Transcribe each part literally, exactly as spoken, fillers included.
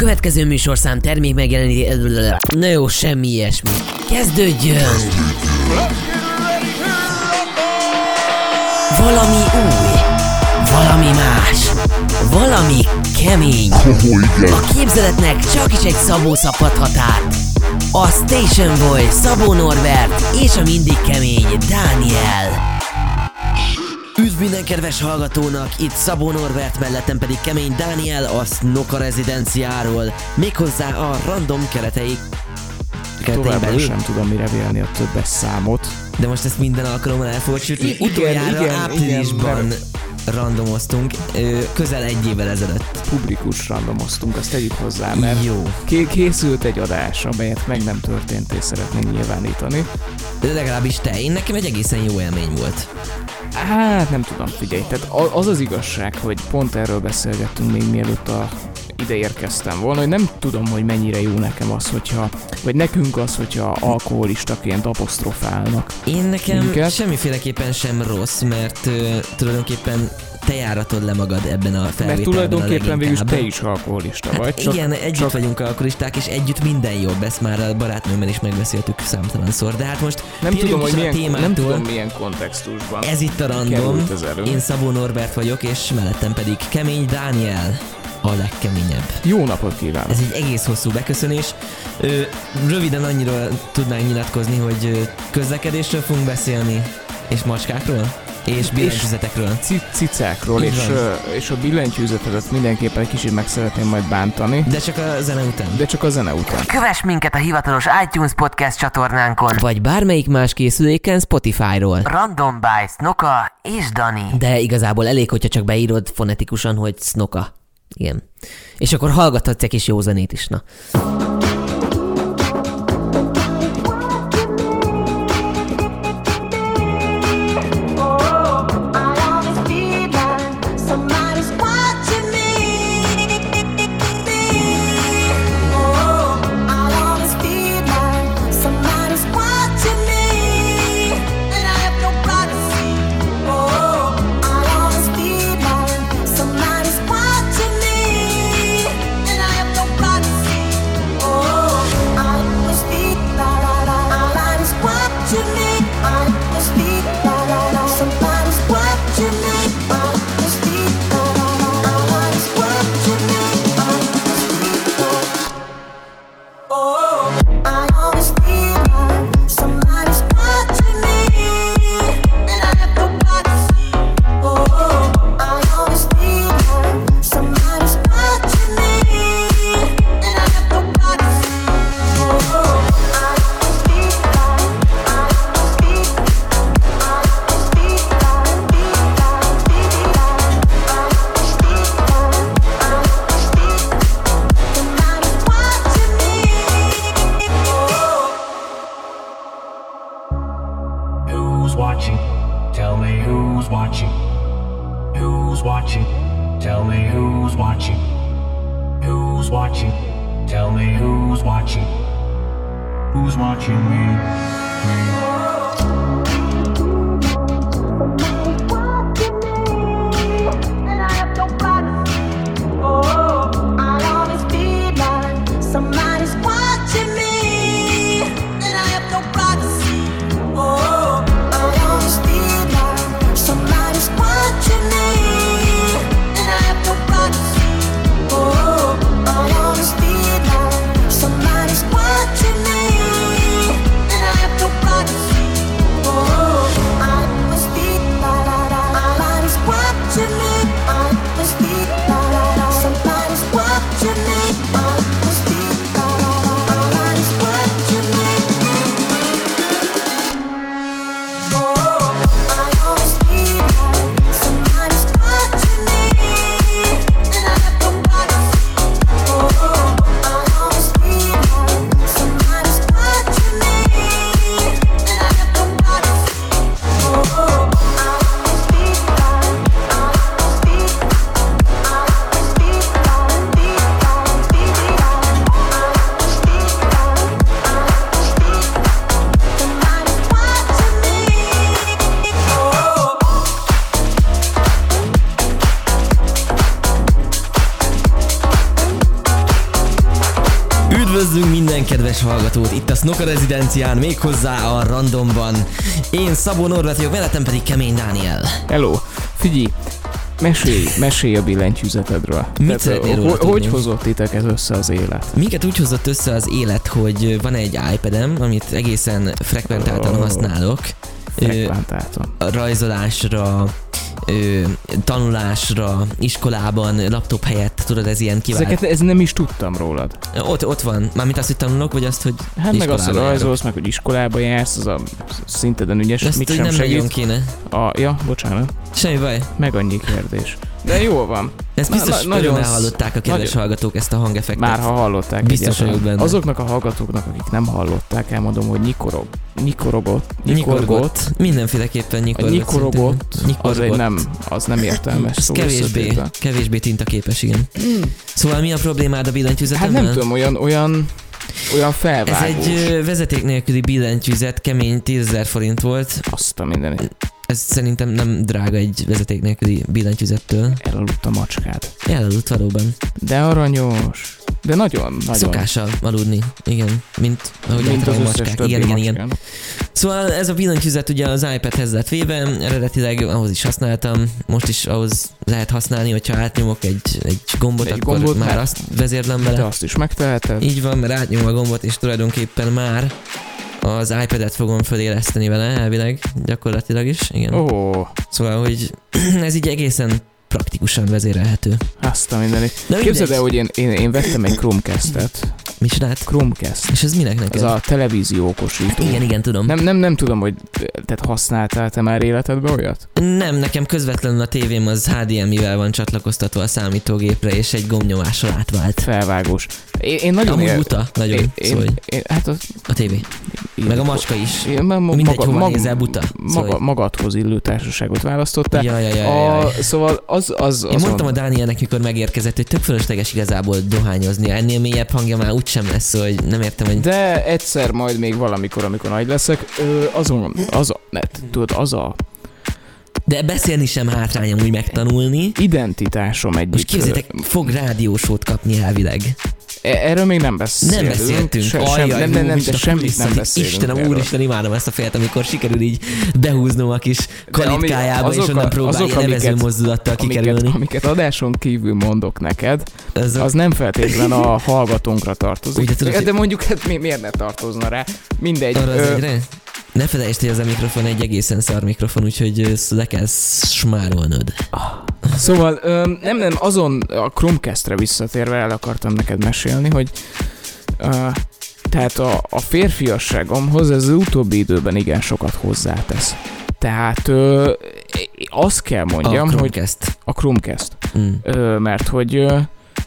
következő műsorszám termék megjeleníti... Na jó, semmi ilyesmi. Kezdődjön! Valami új, valami más, valami kemény. A képzeletnek csak is egy Szabó szabhathat át. A Station Boy, Szabó Norbert és a mindig kemény Dániel. Üdv minden kedves hallgatónak, itt Szabó Norbert, mellettem pedig kemény Dániel a Snoka rezidenciáról, méghozzá a random keretei. Továbbra sem tudom mire vélni a többes számot. De most ezt minden alkalommal el fogod sütni. Utoljára igen, áprilisban igen, randomoztunk, közel egy évvel ezelőtt. Publikus randomoztunk, azt tegyük hozzá, mert jó. Készült egy adás, amelyet meg nem történt és szeretnénk nyilvánítani. De legalábbis te, én nekem egy egészen jó élmény volt. Hát nem tudom, figyelj, tehát az az igazság, hogy pont erről beszélgettünk még mielőtt a ide érkeztem volna, hogy nem tudom, hogy mennyire jó nekem az, hogyha, vagy nekünk az, hogyha alkoholistaként apostrofálnak. Én nekem minket. Semmiféleképpen sem rossz, mert uh, tulajdonképpen te járatod le magad ebben a felvételben. Mert tulajdonképpen végülis te is alkoholista vagy. Hát csak, igen, együtt csak... vagyunk alkoholisták, és együtt minden jobb. Ezt már a barátnőmmel is megbeszéltük számtalanszor. De hát most nem tudom, hogy milyen, nem tudom, milyen kontextusban. Ez itt a random. Én Szabó Norbert vagyok, és mellettem pedig kemény Dániel. A legkeményebb. Jó napot kívánok! Ez egy egész hosszú beköszönés. Ö, röviden annyira tudnánk nyilatkozni, hogy közlekedésről fogunk beszélni, és macskákról, és billentyűzetekről. C- cicákról, és, és a billentyűzetet mindenképpen egy kicsit meg szeretném majd bántani. De csak a zene után. De csak a zene után. Kövess minket a hivatalos iTunes podcast csatornánkon, vagy bármelyik más készüléken Spotify-ról. Random by Snoka és Dani. De igazából elég, hogyha csak beírod fonetikusan, hogy Snoka. Igen. És akkor hallgathatsz egy kis jó zenét is, na. Somebody's watching me, and I have no privacy. Üdvözlünk minden kedves hallgatót itt a Snoka rezidencián, méghozzá a Randomban. Én Szabó Norbert vagyok, mellettem pedig Kemény Dániel. Hello, figyelj, mesélj, mesélj a billentyűzetedről. Mit szeretnél róla tudni? Hogy hozott titeket össze az élet? Minket úgy hozott össze az élet, hogy van egy iPad-em, amit egészen frekventáltan használok. Frekventáltan. Ö, rajzolásra, ö, tanulásra, iskolában, laptop helyett, tudod, ez ilyen kivált. Ezeket ez nem is tudtam rólad. Ott, ott van. Mármint azt, hogy tanulok, vagy azt, hogy hát meg azt, hogy rajzolsz, meg hogy iskolába jársz, az a szinteden ügyes, ezt mit sem nem segít. nagyon kéne. A, ja, bocsánat. Semmi baj. Meg annyi kérdés. De jól van. Ezt biztos na, na, nagyon hallották a kedves nagyon... hallgatók ezt a hangeffektet. Már ha hallották. Biztos vagyok benne. Azoknak a hallgatóknak, akik nem hallották, elmondom, hogy nyikorog. Nyikorogott. Nyikorgott. Mindenféleképpen nyikorgott. A nyikorogott, az egy nem, az nem értelmes szó. Kevésbé, kevésbé tintaképes, igen. Mm. Szóval mi a problémád a billentyűzetemmel? Hát nem tudom, olyan, olyan, olyan felvágós. Ez egy vezeték nélküli billentyűzet, kemény tízezer forint volt. Azt a mindenit. Ez szerintem nem drága egy vezeték nélküli billentyűzettől. Elaludt a macskád. Elaludt valóban. De aranyos. De nagyon, nagyon. Szokással aludni, igen. Mint ahogy mint az a macskák. Igen, igen, igen. Macskán. Szóval ez a billentyűzet ugye az iPadhez lett véve, eredetileg ahhoz is használtam, most is ahhoz lehet használni, hogyha átnyomok egy, egy gombot, egy akkor gombot, már azt vezérlem vele. De azt is megteheted. Így van, mert átnyom a gombot, és tulajdonképpen már az iPad-et fogom föléleszteni vele, elvileg, gyakorlatilag is, igen. Ó. Oh. Szóval, hogy ez így egészen praktikusan vezérelhető. Azt a mindenit. Képzeld el, hogy én, én, én vettem egy Chromecast-et. Mi csinált? Chromecast. És ez minek neked? Ez a televízió okosító. Igen, igen, tudom. Nem, nem, nem tudom, hogy te használtál te már életedben olyat? Nem, nekem közvetlenül a tévém az há dé em i-vel van csatlakoztatva a számítógépre, és egy gombnyomással átvált. Felvágós. Én, én nagyon Amúgy ér... buta, nagyon. Én, szóval, én, én, hát a... a tévé. Én, Meg a macska is. Én, ma, Mindegy, maga, hova mag, nézel, buta. Maga, szóval. Magadhoz illő társaságot választottál. Ja, ja, ja, ja, ja. A, szóval az... az, az én mondtam a Dánielnek, mikor megérkezett, hogy tök fölösleges igazából dohányoznia. Ennél mélyebb hangja már úgysem lesz, hogy nem értem, hogy... De egyszer majd még valamikor, amikor nagy leszek, ö, azon, az a... Net, tudod, az a... De beszélni sem hátrányom úgy megtanulni. Identitásom egyik... Most képzeljétek, fog rádiósót kapni elvileg. Erről még nem beszélünk. Nem beszéltünk. Se, Ajaj, sem, nem, nem, nem, de semmit nem beszélünk. Istenem, erről. úristen, imádom ezt a fejet, amikor sikerül így behúznom a kis kalitkájába, és onnan próbálj nevező mozdulattal kikerülni. Amiket, amiket adáson kívül mondok neked, azok... az nem feltétlen a hallgatónkra tartozik. Ugye, tudod, de mondjuk hát mi, miért ne tartozna rá? Mindegy. Arra az egyre? Ne felejtsd, hogy ez a mikrofon egy egészen szar mikrofon, úgyhogy le kell smárolnod. Szóval nem, nem, azon a Chromecast-re visszatérve el akartam neked mesélni, hogy uh, tehát a, a férfiasságomhoz ez az utóbbi időben igen sokat hozzátesz. Tehát uh, azt kell mondjam, a hogy a Chromecast, mm. uh, mert hogy uh,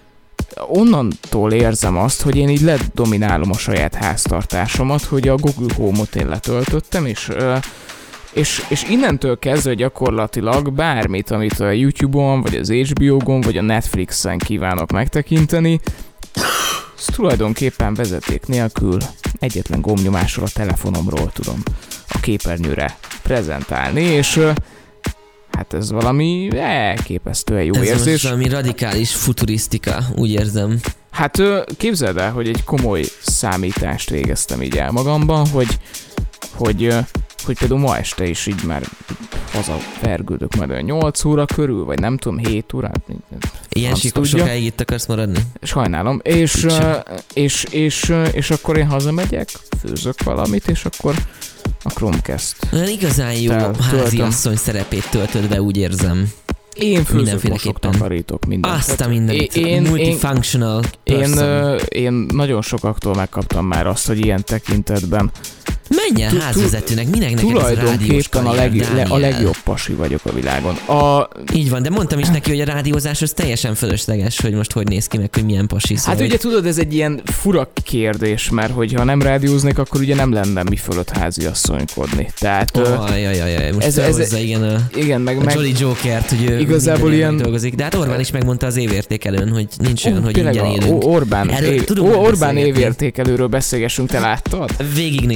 onnantól érzem azt, hogy én így ledominálom a saját háztartásomat, hogy a Google Home-ot én letöltöttem, és, és, és innentől kezdve gyakorlatilag bármit, amit a YouTube-on, vagy az há bé ó-gon, vagy a Netflixen kívánok megtekinteni, ez tulajdonképpen vezeték nélkül egyetlen gombnyomással a telefonomról tudom a képernyőre prezentálni, és hát ez valami elképesztően jó ez érzés. Ez valami radikális futurisztika, úgy érzem. Hát képzeld el, hogy egy komoly számítást végeztem így el magamban, hogy, hogy, hogy például ma este is így már hazavergődök majd olyan nyolc óra körül, vagy nem tudom, hét órát. Ilyen síkok sokáig itt akarsz maradni? Sajnálom. És, és, és, és akkor én hazamegyek, főzök valamit, és akkor a Chromecast. Olyan igazán jó háziasszony szerepét töltöd be, úgy érzem. Én főzök, mosok, takarítok, mindent. Azt a mindenit. Én, multifunctional én, én, én nagyon sokaktól megkaptam már azt, hogy ilyen tekintetben menj el házvezetőnek, minek neked ez a rádiós a, leg, le, a legjobb pasi vagyok a világon. A... Így van, de mondtam is neki, hogy a rádiózás az teljesen fölösleges, hogy most hogy néz ki, meg hogy milyen pasi. Szóval. Hát ugye tudod, ez egy ilyen fura kérdés, mert hogyha nem rádióznék, akkor ugye nem lenne mi fölött háziasszonykodni. Tehát... Oh, jaj, jaj, jaj, most ez, ez, igen, a, igen, meg, a meg, Jolly Jokert, hogy ő igazából ilyen... dolgozik. De hát Orbán is megmondta az évértékelőn, hogy nincs olyan, oh, hogy ingyen élünk. Orbán, év, Orbán évértékelőről beszélgessünk, te láttad? Végignéztem, igen.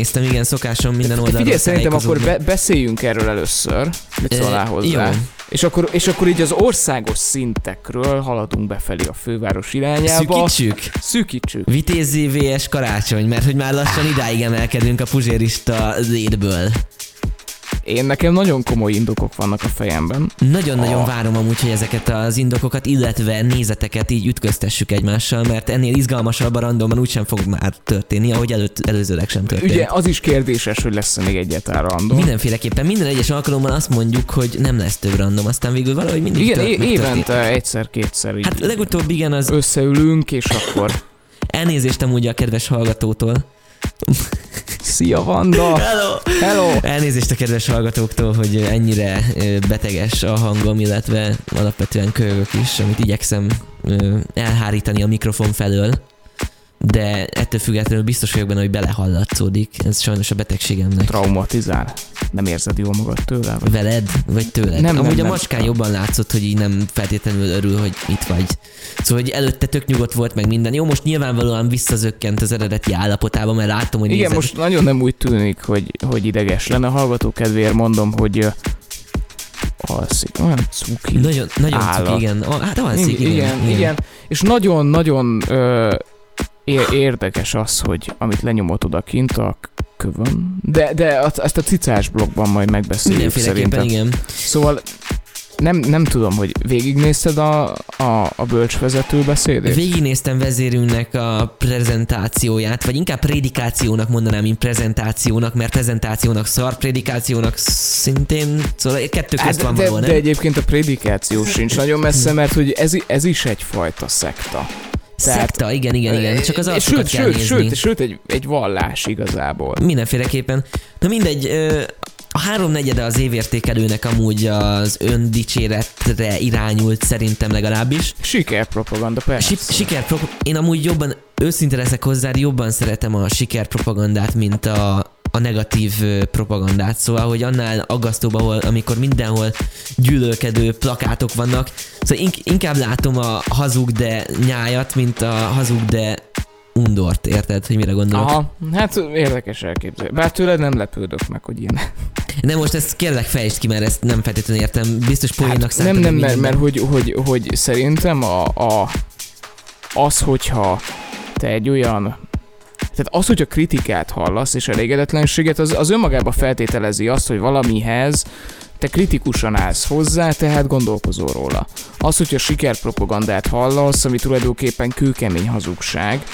igen, szokásom minden oldalról. Figyelj, szerintem akkor be- beszéljünk erről először, mit szólál hozzá. Jó. És akkor, és akkor így az országos szintekről haladunk befelé a főváros irányába. Szűkítsük? Szűkítsük. Vitéz vé es Karácsony, mert hogy már lassan idáig emelkedünk a puzsérista létből. Én nekem nagyon komoly indokok vannak a fejemben. Nagyon-nagyon a... várom amúgy, hogy ezeket az indokokat, illetve nézeteket így ütköztessük egymással, mert ennél izgalmasabb a randomban úgysem fog már történni, ahogy előtt, előzőleg sem történt. Ugye az is kérdéses, hogy lesz még egyáltalán random. Mindenféleképpen minden egyes alkalommal azt mondjuk, hogy nem lesz több random, aztán végül valahogy mindig igen, tört, évente egyszer-kétszer így. Hát legutóbb igen, az... Összeülünk, és akkor... Elnézést amúgy a kedves hallgatótól. Szia, Vanda! Hello! Hello! Elnézést a kedves hallgatóktól, hogy ennyire beteges a hangom, illetve alapvetően köhögök is, amit igyekszem elhárítani a mikrofon felől, de ettől függetlenül biztos vagyok benne, hogy belehallatszódik. Ez sajnos a betegségemnek. Traumatizál? Nem érzed jól magad tőle? Vagy? Veled? Vagy tőled? Nem, Amúgy nem, a macskán nem. Jobban látszott, hogy így nem feltétlenül örül, hogy itt vagy. Szóval, hogy előtte tök nyugodt volt meg minden. Jó, most nyilvánvalóan visszazökkent az eredeti állapotába, mert látom, hogy igen, nézed. Most nagyon nem úgy tűnik, hogy, hogy ideges lenne. A hallgató kedvéért mondom, hogy alszik. Olyan cuki. Nagyon, nagyon cuki, igen. A, hát alszik, igen. Igen, igen. igen. És nagyon-nagyon ö, érdekes az, hogy amit lenyomott odakint a kövön, de, de ezt a cicás blogban majd megbeszéljük szerintem. Igen. Szóval nem, nem tudom, hogy végignézted a, a, a bölcsvezető beszédét? Végignéztem vezérünknek a prezentációját, vagy inkább prédikációnak mondanám, mint prezentációnak, mert prezentációnak szar, prédikációnak szintén, szóval kettő közt hát, van de, való, nem? De egyébként a prédikáció sincs nagyon messze, mert hogy ez, ez is egyfajta szekta. Tehát, szekta, igen, igen, igen, csak az arcokat kell sőt, nézni. Sőt, sőt egy, egy vallás igazából. Mindenféleképpen. Na mindegy, a háromnegyede az évértékelőnek amúgy az öndicséretre irányult, szerintem legalábbis. Sikerpropaganda, persze. Si- sikerpropaganda. Én amúgy jobban, őszinte leszek hozzá, jobban szeretem a sikerpropagandát, mint a a negatív propagandát, szóval, hogy annál aggasztóbb, ahol, amikor mindenhol gyűlölkedő plakátok vannak, szóval ink- inkább látom a hazug de nyájat, mint a hazug de undort, érted, hogy mire gondolok? Aha, hát érdekes elképzelni. Bár tőled nem lepődök meg, hogy ilyen. Nem, most ezt kérlek fejtsd ki, mert ezt nem feltétlenül értem, biztos poénnak hát szántam. Nem, nem, mert, mert hogy, hogy, hogy szerintem a, a, az, hogyha te egy olyan Tehát az, hogyha kritikát hallasz és elégedetlenséget, az, az önmagában feltételezi azt, hogy valamihez te kritikusan állsz hozzá, tehát gondolkozol róla. Az, hogyha sikerpropagandát hallasz, ami tulajdonképpen kőkemény hazugság,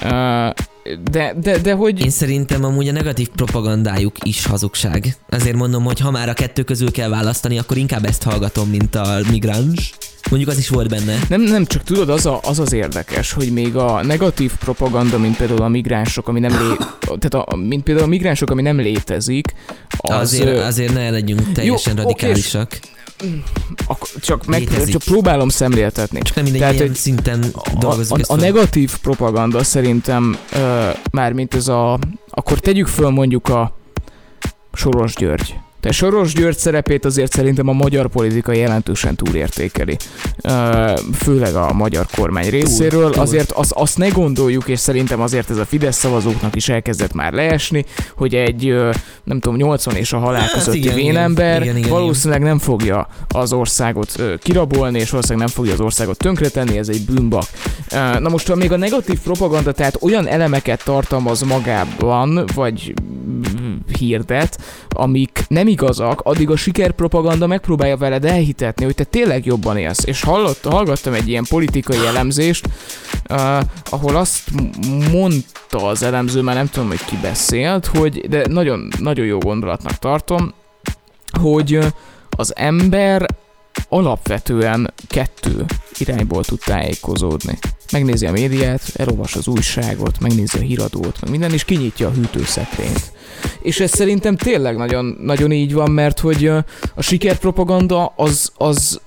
de, de, de hogy... Én szerintem amúgy a negatív propagandájuk is hazugság. Ezért mondom, hogy ha már a kettő közül kell választani, akkor inkább ezt hallgatom, mint a migráns. Mondjuk az is volt benne. Nem, nem, csak tudod, az, a, az az érdekes, hogy még a negatív propaganda, mint például a migránsok, ami nem lé... tehát a, mint például a migránsok, ami nem létezik, az... Azért, azért ne legyünk teljesen jó, radikálisak. Okay, csak, meg, csak próbálom szemléltetni. Csak nem mindegy tehát, ilyen szinten dolgozunk. A, a, a negatív propaganda szerintem uh, mármint ez a... Akkor tegyük föl mondjuk a Soros György. De Soros György szerepét azért szerintem a magyar politika jelentősen túlértékeli. Főleg a magyar kormány részéről. Túl, túl. Azért azt, azt ne gondoljuk, és szerintem azért ez a Fidesz szavazóknak is elkezdett már leesni, hogy egy, nem tudom, nyolcvan és a halál közötti vénember igen, igen, valószínűleg igen. nem fogja az országot kirabolni, és valószínűleg nem fogja az országot tönkretenni, ez egy bűnbak. Na most, ha még a negatív propaganda, tehát olyan elemeket tartalmaz magában, vagy hirdet, amik nem igazak, addig a sikerpropaganda megpróbálja veled elhitetni, hogy te tényleg jobban élsz. És hallott, hallgattam egy ilyen politikai elemzést, uh, ahol azt mondta az elemző, már nem tudom, hogy ki beszélt, hogy, de nagyon, nagyon jó gondolatnak tartom, hogy uh, az ember alapvetően kettő irányból tud tájékozódni. Megnézi a médiát, elolvas az újságot, megnézi a híradót, meg minden, és kinyitja a hűtőszekrényt. És ez szerintem tényleg nagyon, nagyon így van, mert hogy a sikerpropaganda az, az,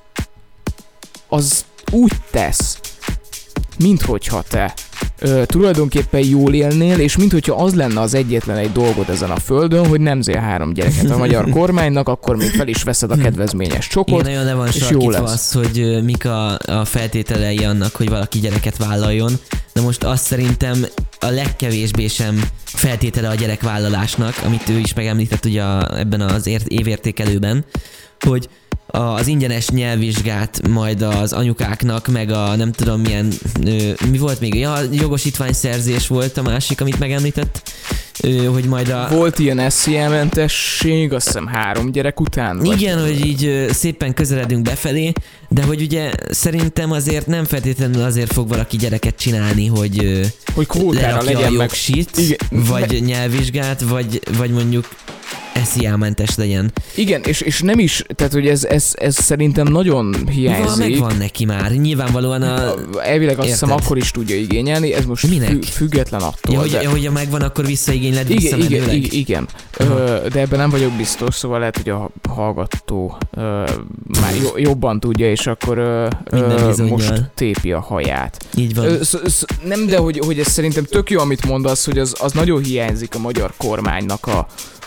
az úgy tesz, minthogyha te ö, tulajdonképpen jól élnél, és minthogyha az lenne az egyetlen egy dolgod ezen a földön, hogy nemzél három gyereket a magyar kormánynak, akkor még fel is veszed a kedvezményes csokot, igen, nagyon le van és jó lesz. Az, hogy mik a, a feltételei annak, hogy valaki gyereket vállaljon. De most azt szerintem a legkevésbé sem feltétele a gyerekvállalásnak, amit ő is megemlített ugye a, ebben az ért, évértékelőben, hogy az ingyenes nyelvvizsgát majd az anyukáknak, meg a nem tudom milyen, ö, mi volt még? Ja, jogosítványszerzés volt a másik, amit megemlített, ö, hogy majd a... Volt ilyen es zé é-mentesség, azt hiszem három gyerek után? Igen, vagy... hogy így ö, szépen közeledünk befelé, de hogy ugye szerintem azért nem feltétlenül azért fog valaki gyereket csinálni, hogy, ö, hogy kvótára legyen a jogsit, meg... vagy me... nyelvvizsgát, vagy, vagy mondjuk es zé á-mentes legyen. Igen, és, és nem is, tehát hogy ez, ez, ez szerintem nagyon hiányzik. Van, megvan neki már, nyilvánvalóan a... Elvileg azt hiszem akkor is tudja igényelni, ez most fü- független attól. Ja, hogy, de... hogyha megvan, akkor visszaigényled visszamenőleg. Igen, igen, igen. Ö, de ebben nem vagyok biztos, szóval lehet, hogy a hallgató ö, már jobban tudja, és akkor ö, ö, most tépi a haját. Így van. Ö, sz- sz- nem, de hogy, hogy ez szerintem tök jó, amit mondasz, hogy az, az nagyon hiányzik a magyar kormánynak a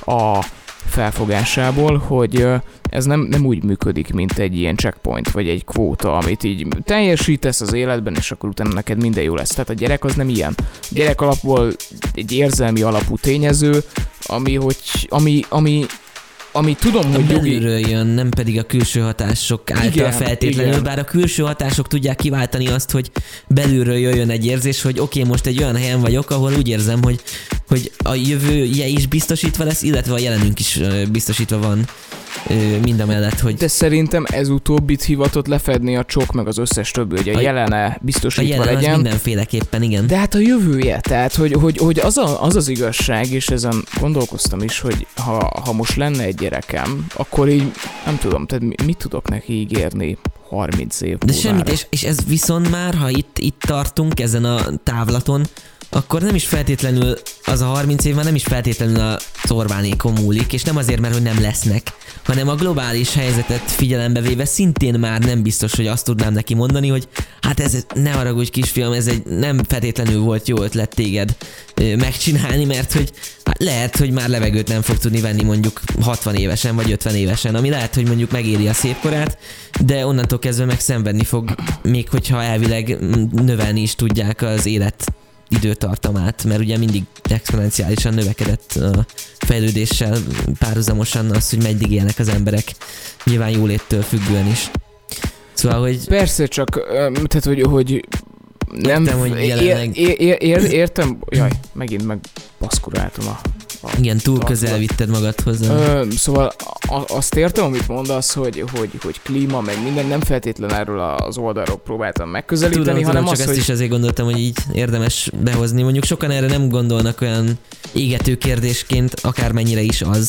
a felfogásából, hogy ez nem, nem úgy működik, mint egy ilyen checkpoint, vagy egy kvóta, amit így teljesítesz az életben, és akkor utána neked minden jó lesz. Tehát a gyerek az nem ilyen. A gyerek alapból egy érzelmi alapú tényező, ami, hogy, ami, ami ami tudom, hogy belülről jogi... jön, nem pedig a külső hatások által igen, feltétlenül, igen. Bár a külső hatások tudják kiváltani azt, hogy belülről jöjjön egy érzés, hogy oké, okay, most egy olyan helyen vagyok, ahol úgy érzem, hogy, hogy a jövője is biztosítva lesz, illetve a jelenünk is biztosítva van mindamellett, hogy... De szerintem ez utóbbit hivatott lefedni a csok, meg az összes többi, hogy a, a jelene biztosítva a jelen legyen. Az mindenféleképpen, igen. De hát a jövője, tehát hogy, hogy, hogy az, a, az az igazság, és ezen gondolkoztam is, hogy ha, ha most lenne egy gyerekem, akkor így nem tudom, tehát mit, mit tudok neki ígérni harminc év De semmit, és, és ez viszont már, ha itt, itt tartunk ezen a távlaton, akkor nem is feltétlenül, az a harminc év már nem is feltétlenül a Orbánékon múlik, és nem azért, mert hogy nem lesznek, hanem a globális helyzetet figyelembe véve szintén már nem biztos, hogy azt tudnám neki mondani, hogy hát ez, ne haragudj kisfiam, ez egy nem feltétlenül volt jó ötlet téged ö, megcsinálni, mert hogy hát lehet, hogy már levegőt nem fog tudni venni mondjuk hatvan évesen vagy ötven évesen, ami lehet, hogy mondjuk megéri a szép korát, de onnantól kezdve meg szenvedni fog, még hogyha elvileg növelni is tudják az élet időtartamát, mert ugye mindig exponenciálisan növekedett a fejlődéssel párhuzamosan az, hogy meddig élnek az emberek, nyilván jóléttől függően is. Szóval, hogy... Persze, csak tehát, hogy, hogy nem... Értem, hogy jelenleg... Ér, ér, ér, értem... Jaj, megint meg baszkuráltam a... a Igen, túl tartva. Közel vitted magad hozzá. Ö, szóval a, azt értem, amit mondasz, hogy, hogy, hogy klíma, meg minden, nem feltétlen erről az oldalról próbáltam megközelíteni, tudom, hanem tudom, az, csak hogy... ezt is azért gondoltam, hogy így érdemes behozni. Mondjuk sokan erre nem gondolnak olyan égető kérdésként, akármennyire is az.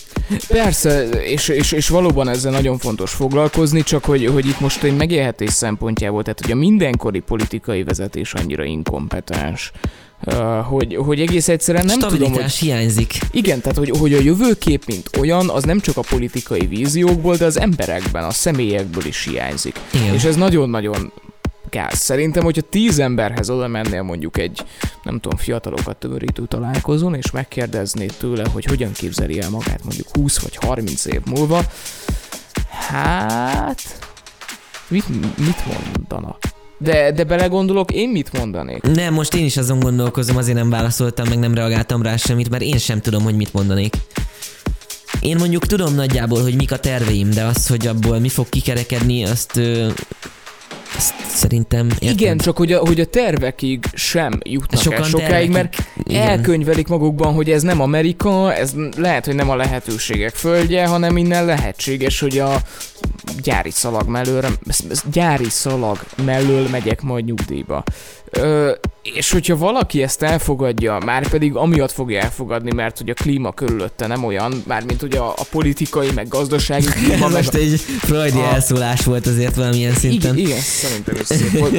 Persze, és, és, és valóban ezzel nagyon fontos foglalkozni, csak hogy, hogy itt most egy megélhetés szempontjából, tehát hogy a mindenkori politikai vezetés annyira inkompetens, uh, hogy, hogy egész egyszerűen nem Stabilitás tudom, hogy... hiányzik. Igen, tehát hogy, hogy a jövőkép, mint olyan, az nem csak a politikai víziókból, de az emberekben, a személyekből is hiányzik. Igen. És ez nagyon-nagyon gáz. Szerintem, hogyha tíz emberhez oda mennél mondjuk egy, nem tudom, fiatalokat tömörítő találkozón, és megkérdeznéd tőle, hogy hogyan képzeli el magát mondjuk húsz vagy harminc év múlva, hát... Mit, mit mondana? De, de belegondolok, én mit mondanék? Nem, most én is azon gondolkozom, azért nem válaszoltam, meg nem reagáltam rá semmit, mert én sem tudom, hogy mit mondanék. Én mondjuk tudom nagyjából, hogy mik a terveim, de az, hogy abból mi fog kikerekedni, azt... Ö... Ezt szerintem értem. Igen, csak hogy a, hogy a tervekig sem jutnak sokan el sokáig, tervekig, mert igen. Elkönyvelik magukban, hogy ez nem Amerika, ez lehet, hogy nem a lehetőségek földje, hanem innen lehetséges, hogy a gyári szalag mellől, gyári szalag mellől megyek majd nyugdíjba. Ö, és hogyha valaki ezt elfogadja, már pedig amiatt fogja elfogadni, mert hogy a klíma körülötte nem olyan, mármint hogy a, a politikai, meg gazdasági klíma. Most meg egy freudi a... elszólás volt azért valamilyen szinten. Igen, igen, szerintem is szép volt.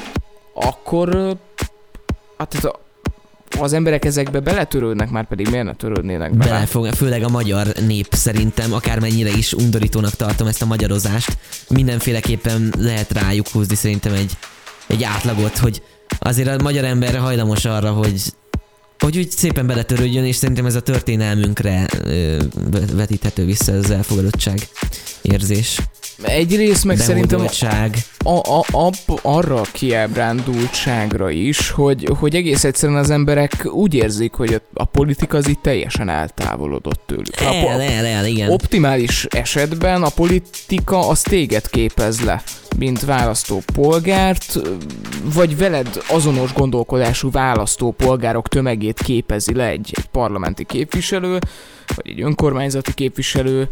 Akkor hát az emberek ezekbe beletörődnek, már pedig miért ne törődnének bele? Belefog, főleg a magyar nép szerintem, akármennyire is undorítónak tartom ezt a magyarozást, mindenféleképpen lehet rájuk húzni szerintem egy, egy átlagot, hogy azért a magyar ember hajlamos arra, hogy hogy úgy szépen beletörődjön, és szerintem ez a történelmünkre ö, vetíthető vissza az elfogadottság érzés. Egyrészt meg szerintem a, a, a, arra a kiábrándultságra is, hogy, hogy egész egyszerűen az emberek úgy érzik, hogy a, a politika az itt teljesen eltávolodott tőlük. El, el, el, igen. Optimális esetben a politika az téged képez le, mint választópolgárt, vagy veled azonos gondolkodású választópolgárok tömegét képezi le egy, egy parlamenti képviselő, vagy egy önkormányzati képviselő,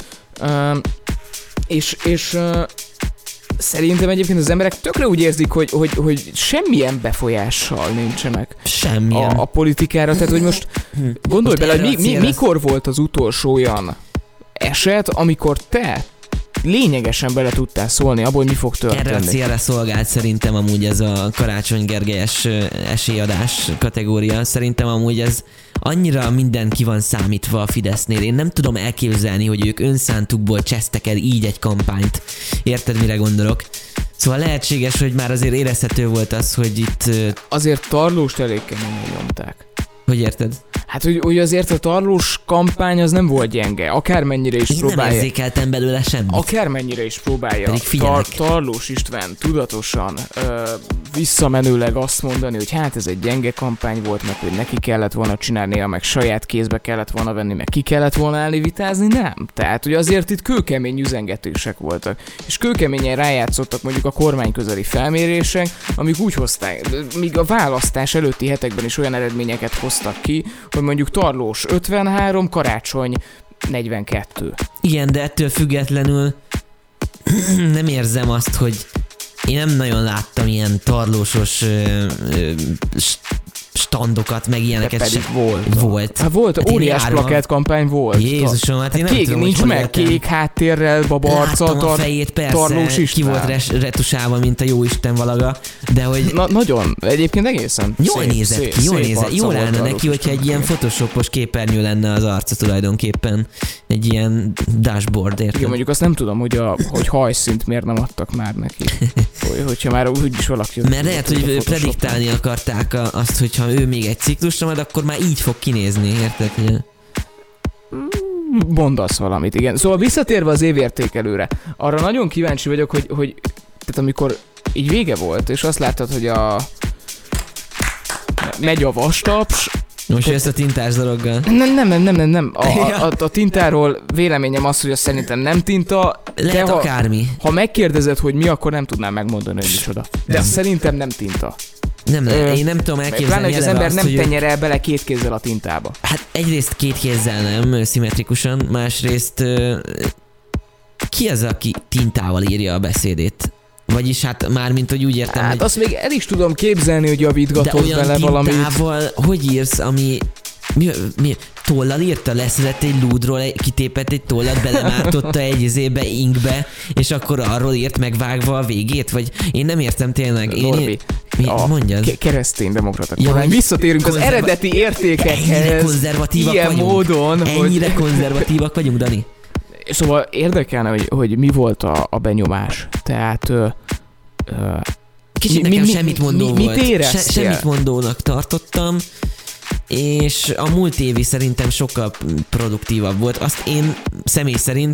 és, és szerintem egyébként az emberek tökre úgy érzik, hogy, hogy, hogy semmilyen befolyással nincsenek semmilyen. A, a politikára. Tehát, hogy most gondolj most bele, hogy mi, mi, mikor volt az utolsó olyan eset, amikor te lényegesen bele tudtál szólni abból, hogy mi fog történni. Erre a célra szolgált szerintem amúgy ez a Karácsony Gergelyes esélyadás kategória. Szerintem amúgy ez annyira minden ki van számítva a Fidesznél. Én nem tudom elképzelni, hogy ők önszántukból csesztek el így egy kampányt. Érted, mire gondolok? Szóval lehetséges, hogy már azért érezhető volt az, hogy itt... Azért Tarlóst elég keményen nyomták. Hogy érted? Hát, hogy, hogy azért a Tarlós kampány az nem volt gyenge, akármennyire is Én próbálja. nem érzékeltem belőle semmit. Akármennyire is próbálja Tar- Tarlós István tudatosan ö, visszamenőleg azt mondani, hogy hát ez egy gyenge kampány volt, meg hogy neki kellett volna csinálnia, meg saját kézbe kellett volna venni, meg ki kellett volna állni vitázni, nem. Tehát, hogy azért itt kőkemény üzengetések voltak. És kőkeményen rájátszottak mondjuk a kormányközeli felmérések, amik úgy hozták, míg a választás előtti hetekben is olyan eredményeket hoztak ki, hogy mondjuk Tarlós ötvenhárom, Karácsony negyvenkettő. Igen, de ettől függetlenül nem érzem azt, hogy én nem nagyon láttam ilyen tarlósos ö, ö, standokat, meg ilyeneket. De pedig se. volt. Volt. Hát volt, hát óriás plakátkampány volt. Jézusom, hát én hát nem kék, tudom, nincs meg, értem. Kék háttérrel, babarca, Láttam tar- a fejét, persze, Tarlós ki volt res- retusálva, mint a jóisten valaga, de hogy... Na, nagyon, egyébként egészen jól szép, nézett szép, ki, jól nézett, jól állna neki, hogyha egy ilyen photoshopos képernyő lenne az arca tulajdonképpen. Egy ilyen dashboard, érted? Igen, mondjuk azt nem tudom, hogy, a, hogy hajszint miért nem adtak már neki. Hogy, hogyha már úgy is valaki... Mert lehet, hogy prediktálni akarták azt, hogyha ő még egy ciklusra majd, akkor már így fog kinézni, érted? Mondasz valamit, igen. Szóval visszatérve az évértékelőre, arra nagyon kíváncsi vagyok, hogy, hogy tehát amikor így vége volt, és azt láttad, hogy a megy a vastaps. Most jössz a tintás dologgal? Nem, nem, nem, nem, nem, nem. A, a, a, a tintáról véleményem az, hogy az szerintem nem tinta. Lehet de ha, akármi. Ha megkérdezed, hogy mi, akkor nem tudnám megmondani, hogy micsoda. De nem. Szerintem nem tinta. Nem, Ö, én nem tudom elképzelni. Pláne, hogy az ember azt, nem hogy tenyerel bele két kézzel a tintába. Hát egyrészt két kézzel nem, szimmetrikusan, másrészt ki az, aki tintával írja a beszédét? Vagyis hát már mint hogy úgy értem, hát hogy... azt még el is tudom képzelni, hogy javítgatod bele valamit. De olyan tintával hogy írsz, ami... Mi, mi, tollal írta, leszedett egy lúdról, kitépett egy tollat, belemártotta egy izébe, inkbe, és akkor arról írt megvágva a végét? Vagy én nem értem tényleg. Én, Norbi, mi, mondjad? Ke- kereszténydemokrata ja, kormány. Visszatérünk konzerva- az eredeti értékekhez. Ennyire konzervatívak ilyen vagyunk. módon. Ennyire hogy... konzervatívak vagyunk, Dani. Szóval érdekelne, hogy, hogy mi volt a, a benyomás. Tehát... Ö, ö, Kicsit mi, nekem mi, semmit mondó mi, volt. Mit éreztél? Se, semmit mondónak tartottam, és a múlt évi szerintem sokkal produktívabb volt. Azt én személy szerint,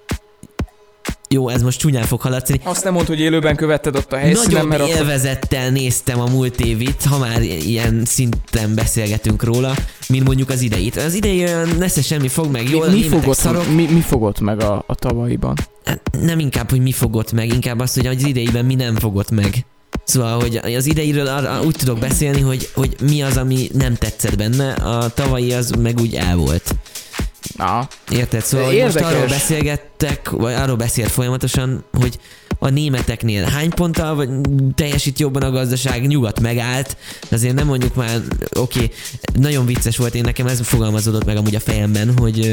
jó, ez most csúnyán fog haladni. Azt nem mondd, hogy élőben követted ott a helyszínen, mert Nagyon élvezettel akkor... néztem a múlt évit, ha már ilyen szinten beszélgetünk róla, mint mondjuk az ideit. Az idei olyan nesze semmi fog meg, jól, mi, mi, fogott, mi, mi fogott meg a, a tavalyiban? Hát nem inkább, hogy mi fogott meg, inkább azt, hogy az ideiben mi nem fogott meg. Szóval, hogy az ideiről arra úgy tudok beszélni, hogy, hogy mi az, ami nem tetszett benne, a tavalyi az meg úgy el volt. Na. Érted? Szóval, hogy most arról beszélgettek, vagy arról beszélt folyamatosan, hogy a németeknél hány ponttal vagy teljesít jobban a gazdaság, nyugat megállt, azért nem mondjuk már, oké, okay, nagyon vicces volt, én nekem ez fogalmazódott meg amúgy a fejemben, hogy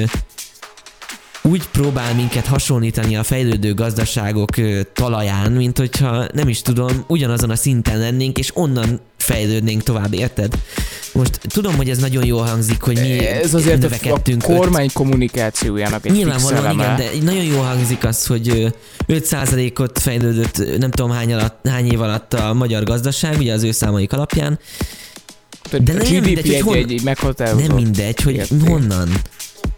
úgy próbál minket hasonlítani a fejlődő gazdaságok talaján, mint hogyha nem is tudom, ugyanazon a szinten lennénk, és onnan fejlődnénk tovább, érted? Most tudom, hogy ez nagyon jól hangzik, hogy mi ez azért növekedtünk. A kormány kommunikációjának egy nyilvánvalóan igen, de nagyon jól hangzik az, hogy öt százalékot fejlődött nem tudom hány, alatt, hány év alatt a magyar gazdaság, ugye az ő számaik alapján. De nem mindegy, hogy hon... egy, egy meghatározott. Nem mindegy, hogy érték. honnan.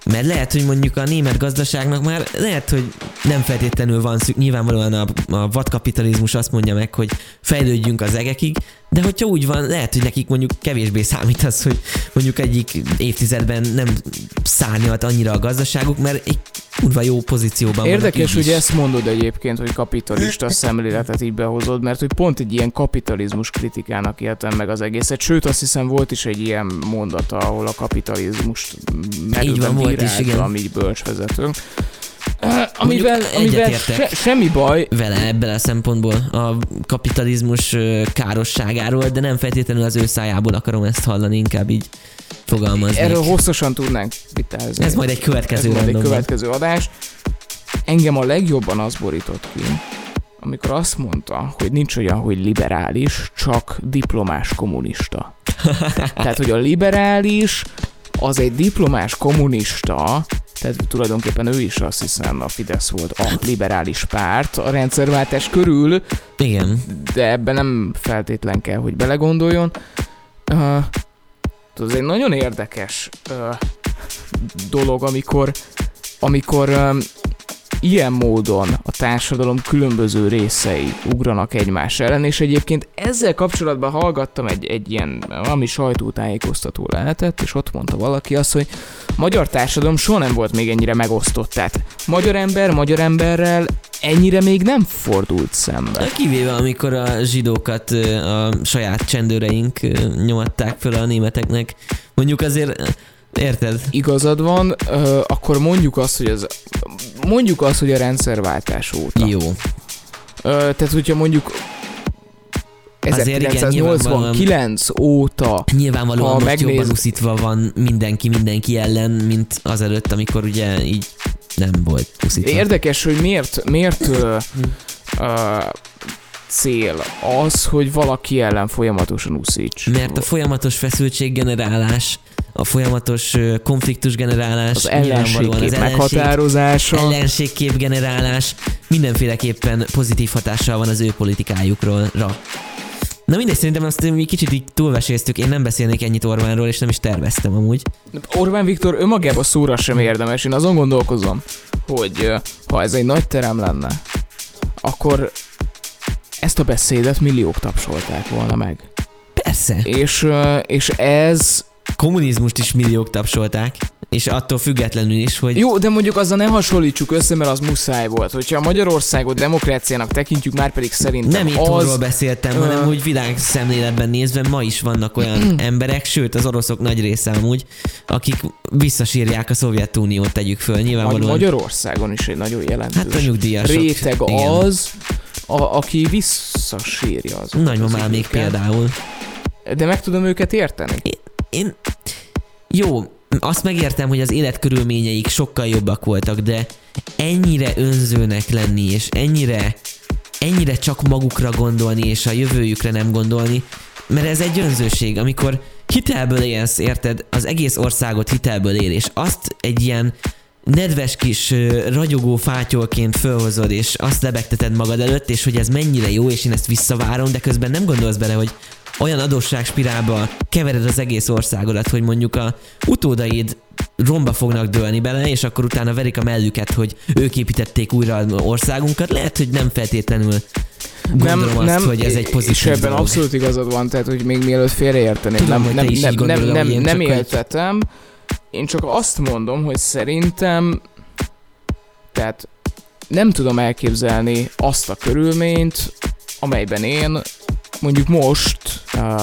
Mert lehet, hogy mondjuk a német gazdaságnak már lehet, hogy nem feltétlenül van szükség, nyilvánvalóan a, a vadkapitalizmus azt mondja meg, hogy fejlődjünk az egekig, de hogyha úgy van, lehet, hogy nekik mondjuk kevésbé számít az, hogy mondjuk egyik évtizedben nem szárnyalt annyira a gazdaságuk, mert egy kurva jó pozícióban Érdekes, hogy hogy ezt mondod egyébként, hogy kapitalista szemléletet így behozod, mert hogy pont egy ilyen kapitalizmus kritikának éltem meg az egészet, sőt azt hiszem volt is egy ilyen mondata, ahol a kapitalizmust merőben bírálta, ami bölcsvezetőnk. Uh, amivel amivel se, semmi baj. Vele ebben a szempontból a kapitalizmus károsságáról, de nem feltétlenül az ő szájából akarom ezt hallani, inkább így fogalmazni. Erről hosszasan tudnánk vitázni. Ez majd egy következő, Ez majd egy következő adás. Engem a legjobban az borított ki, amikor azt mondta, hogy nincs olyan, hogy liberális, csak diplomás kommunista. Tehát, hogy a liberális az egy diplomás kommunista, tehát tulajdonképpen ő is azt hiszem a Fidesz volt a liberális párt a rendszerváltás körül. Igen. De ebben nem feltétlen kell, hogy belegondoljon. Uh, ez egy nagyon érdekes uh, dolog, amikor, amikor um, ilyen módon a társadalom különböző részei ugranak egymás ellen, és egyébként ezzel kapcsolatban hallgattam egy, egy ilyen, ami sajtótájékoztató lehetett, és ott mondta valaki azt, hogy a magyar társadalom soha nem volt még ennyire megosztott, tehát magyar ember magyar emberrel ennyire még nem fordult szembe. Kivéve amikor a zsidókat a saját csendőreink nyomatták föl a németeknek, mondjuk azért... Érted? Igazad van, uh, akkor mondjuk azt, hogy ez, mondjuk azt, hogy a rendszerváltás óta. Jó. Uh, tehát, hogyha mondjuk ezerkilencszáznyolcvankilenc óta... Nyilvánvalóan most megnéz... jobban uszítva van mindenki mindenki ellen, mint azelőtt, amikor ugye így nem volt uszítva. Érdekes, hogy miért, miért uh, uh, cél az, hogy valaki ellen folyamatosan uszíts. Mert a folyamatos feszültséggenerálás, a folyamatos konfliktus generálás, az ellenségkép az meghatározása, ellenségkép generálás mindenféleképpen pozitív hatással van az ő politikájukra. Na mindegy, szerintem azt mi kicsit így túlveséztük, én nem beszélnék ennyit Orbánról, és nem is terveztem amúgy. Orbán Viktor önmagában szóra sem érdemes, én azon gondolkozom, hogy ha ez egy nagy terem lenne, akkor ezt a beszédet milliók tapsolták volna meg. Persze. És, és ez... Kommunizmust is milliók tapsolták, és attól függetlenül is, hogy... Jó, de mondjuk azzal ne hasonlítsuk össze, mert az muszáj volt. Hogyha a Magyarországot demokráciának tekintjük, már pedig szerintem nem itt az... arról beszéltem, uh... hanem úgy világszemléletben nézve ma is vannak olyan emberek, sőt az oroszok nagy része amúgy, akik visszasírják a Szovjetuniót, tegyük föl, nyilvánvalóan. Magyarországon is egy nagyon jelentős hát a nyugdíjasok, réteg igen. az, a, aki visszasírja az. Nagymamám még például. De meg tudom őket érteni. Én, én... Jó, azt megértem, hogy az életkörülményeik sokkal jobbak voltak, de ennyire önzőnek lenni, és ennyire, ennyire csak magukra gondolni, és a jövőjükre nem gondolni, mert ez egy önzőség, amikor hitelből élsz, érted, az egész országot hitelből él, és azt egy ilyen nedves kis ragyogó fátyolként fölhozod, és azt lebegteted magad előtt, és hogy ez mennyire jó, és én ezt visszavárom, de közben nem gondolsz bele, hogy olyan adósságspirálba kevered az egész országodat, hogy mondjuk a utódaid romba fognak dőlni bele, és akkor utána verik a mellüket, hogy ők építették újra az országunkat. Lehet, hogy nem feltétlenül gondolom nem, azt, nem, hogy ez egy pozitív és ebben dolog. Abszolút igazad van, tehát hogy még mielőtt félreérteném, Tudom, nem, nem, nem, nem, gondolod, nem, nem, nem hogy... éltetem. Én csak azt mondom, hogy szerintem tehát nem tudom elképzelni azt a körülményt, amelyben én mondjuk most uh,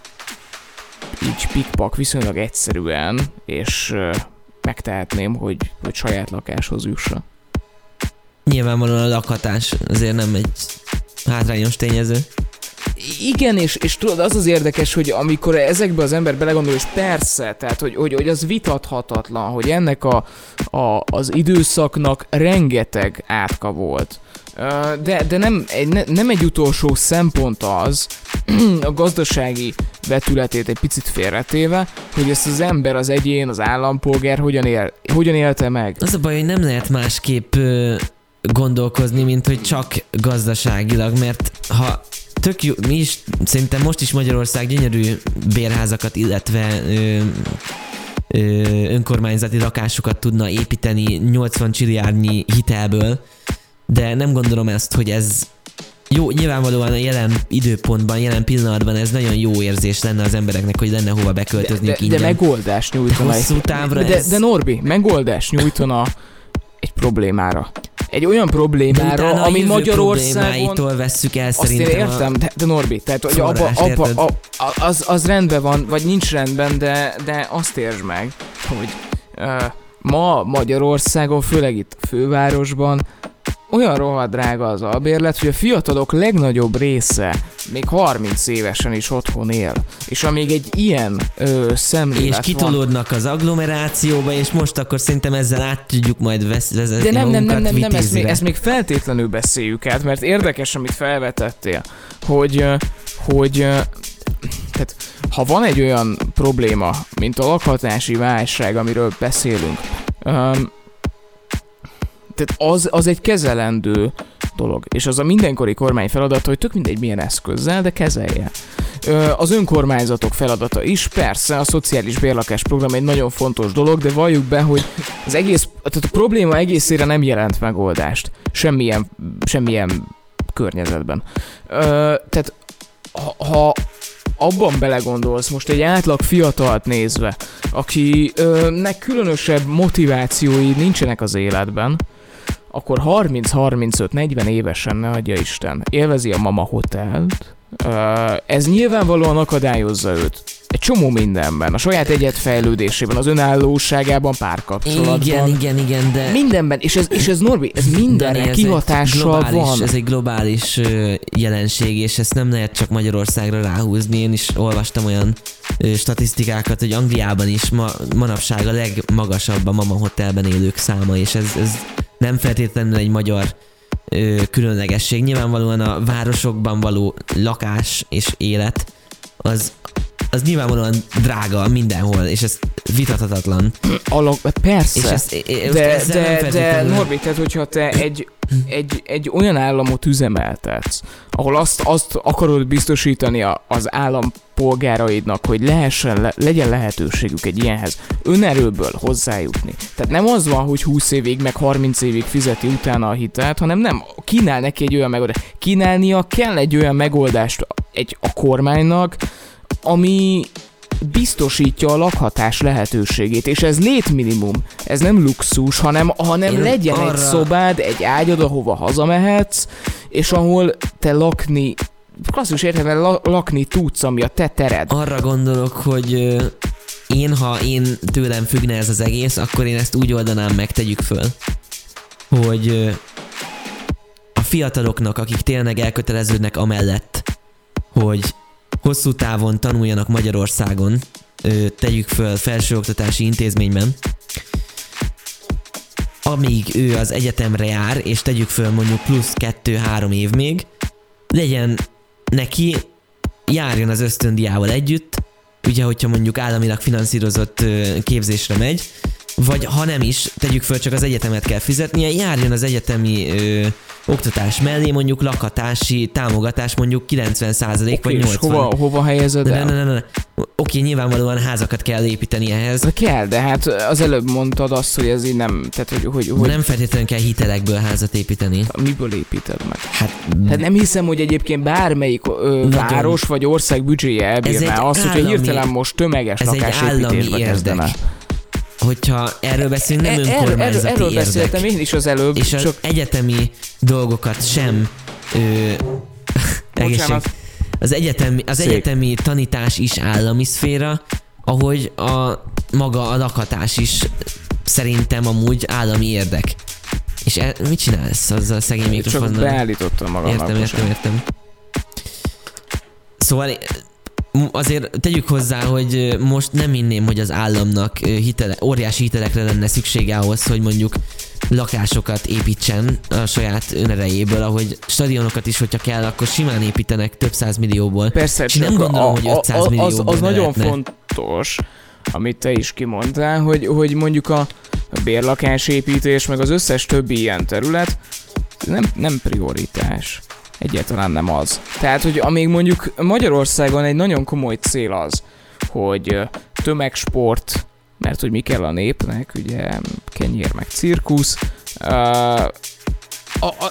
így pikpak viszonylag egyszerűen, és uh, megtehetném, hogy, hogy saját lakáshoz jussak. Nyilvánvalóan a lakhatás azért nem egy hátrányos tényező. Igen, és, és tudod, az az érdekes, hogy amikor ezekbe az ember belegondol, és persze, tehát, hogy, hogy, hogy az vitathatatlan, hogy ennek a, a, az időszaknak rengeteg átka volt. De, de nem, egy, nem egy utolsó szempont az, a gazdasági vetületét egy picit félretéve, hogy ezt az ember, az egyén, az állampolgár hogyan, él, hogyan élte meg. Az a baj, hogy nem lehet másképp ö, gondolkozni, mint hogy csak gazdaságilag, mert ha tök jó, mi is, szerintem most is Magyarország gyönyörű bérházakat, illetve ö, önkormányzati lakásokat tudna építeni nyolcvan csilliárdnyi hitelből, de nem gondolom ezt, hogy ez jó, nyilvánvalóan a jelen időpontban, jelen pillanatban ez nagyon jó érzés lenne az embereknek, hogy lenne hova beköltözniük de, de, de megoldást nyújtana. De hosszú távra de, ez... de Norbi, megoldást nyújtana egy problémára. Egy olyan problémára, ami Magyarországon... vesszük el azt szerintem én értem, a... de, de Norbi, tehát hogy abba, abba, abba, az, az rendben van, vagy nincs rendben, de, de azt értsd meg, hogy uh, ma Magyarországon, főleg itt a fővárosban olyan rohadt drága az albérlet, hogy a fiatalok legnagyobb része még harminc évesen is otthon él. És amíg egy ilyen ö, szemlélet És kitolódnak van, az agglomerációba, és most akkor szerintem ezzel át tudjuk majd vezetni. De nem, nem, nem, nem, nem ezt, még, ezt még feltétlenül beszéljük át, mert érdekes, amit felvetettél, hogy, hogy tehát, ha van egy olyan probléma, mint a lakhatási válság, amiről beszélünk, um, tehát az, az egy kezelendő dolog, és az a mindenkori kormány feladata, hogy tök mindegy milyen eszközzel, de kezelje. Az önkormányzatok feladata is, persze, a szociális bérlakás program egy nagyon fontos dolog, de valljuk be, hogy az egész, tehát a probléma egészére nem jelent megoldást. Semmilyen, semmilyen környezetben. Tehát ha, ha abban belegondolsz, most egy átlag fiatalt nézve, akinek különösebb motivációi nincsenek az életben, akkor harminc-harmincöt-negyven évesen, ne adja Isten, élvezi a Mama Hotelt. Ez nyilvánvalóan akadályozza őt egy csomó mindenben, a saját egyedfejlődésében, az önállóságában, párkapcsolatban. Igen, igen, igen, de... Mindenben, és ez, és ez Norbi, ez mindenre Dani, ez kihatással globális, van. Ez egy globális uh, jelenség, és ezt nem lehet csak Magyarországra ráhúzni. Én is olvastam olyan uh, statisztikákat, hogy Angliában is ma, manapság a legmagasabb a Mama Hotelben élők száma, és ez, ez nem feltétlenül egy magyar ö, különlegesség. Nyilvánvalóan a városokban való lakás és élet az, az nyilvánvalóan drága mindenhol, és ez vitathatatlan. Alak, persze, és ezt, de, de, de Norbi, tehát hogyha te egy, egy, egy olyan államot üzemeltetsz, ahol azt, azt akarod biztosítani a, az állampolgáraidnak, hogy lehessen, le, legyen lehetőségük egy ilyenhez önerőből hozzájutni. Tehát nem az van, hogy húsz évig, meg harminc évig fizeti utána a hitelt, hanem nem, kínál neki egy olyan megoldást. Kínálnia kell egy olyan megoldást egy, a kormánynak, ami biztosítja a lakhatás lehetőségét, és ez létminimum, ez nem luxus, hanem, hanem Én legyen arra... egy szobád, egy ágyad, ahova hazamehetsz, és ahol te lakni, klasszikus értelemben lakni tudsz, ami a te tered. Arra gondolok, hogy ö, én, ha én tőlem függne ez az egész, akkor én ezt úgy oldanám meg, tegyük föl, hogy ö, a fiataloknak, akik tényleg elköteleződnek amellett, hogy hosszú távon tanuljanak Magyarországon, ö, tegyük föl felsőoktatási intézményben, amíg ő az egyetemre jár, és tegyük föl mondjuk plusz kettő-három év még, legyen neki, járjon az ösztöndiával együtt, ugye, hogyha mondjuk államilag finanszírozott ö, képzésre megy, vagy ha nem is, tegyük föl, csak az egyetemet kell fizetnie, járjon az egyetemi ö, oktatás mellé, mondjuk lakhatási támogatás mondjuk kilencven százalék okay, vagy nyolcvan. Hova, hova helyezed el? Ne, ne, ne, ne. Oké, nyilvánvalóan házakat kell építeni ehhez. De kell, de hát az előbb mondtad azt, hogy ez így nem... Tehát, hogy, hogy, hogy... Nem feltétlenül kell hitelekből házat építeni. Miből építed meg? Hát, hát nem hiszem, hogy egyébként bármelyik ö, város vagy ország büdzséje elbírná azt, állami, hogyha hirtelen most tömeges lakásépítésbe kezdene. Hogyha erről beszélünk, nem er, önkormányzati erről, erről érdek. beszéltem én is az előbb. És csak... az egyetemi dolgokat sem... Ö, egészség. Az, egyetemi, az egyetemi tanítás is állami szféra, ahogy a maga a lakhatás is szerintem amúgy állami érdek. És e, mit csinálsz azzal a szegény mikrofonnal? Csak beállítottam magamnak. Értem, értem, értem. Szóval... Azért tegyük hozzá, hogy most nem hinném, hogy az államnak hitele, óriási hitelekre lenne szüksége ahhoz, hogy mondjuk lakásokat építsen a saját önerejéből, ahogy stadionokat is, hogyha kell, akkor simán építenek több százmillióból. Persze, és nem gondolom, a, hogy ötszáz millióból az, az nagyon lehetne. fontos, amit te is kimondtál, hogy, hogy mondjuk a bérlakásépítés, meg az összes többi ilyen terület nem, nem prioritás. Egyáltalán nem az. Tehát, hogy amíg mondjuk Magyarországon egy nagyon komoly cél az, hogy tömegsport mert hogy mi kell a népnek, ugye kenyér meg cirkusz. Uh, a, a,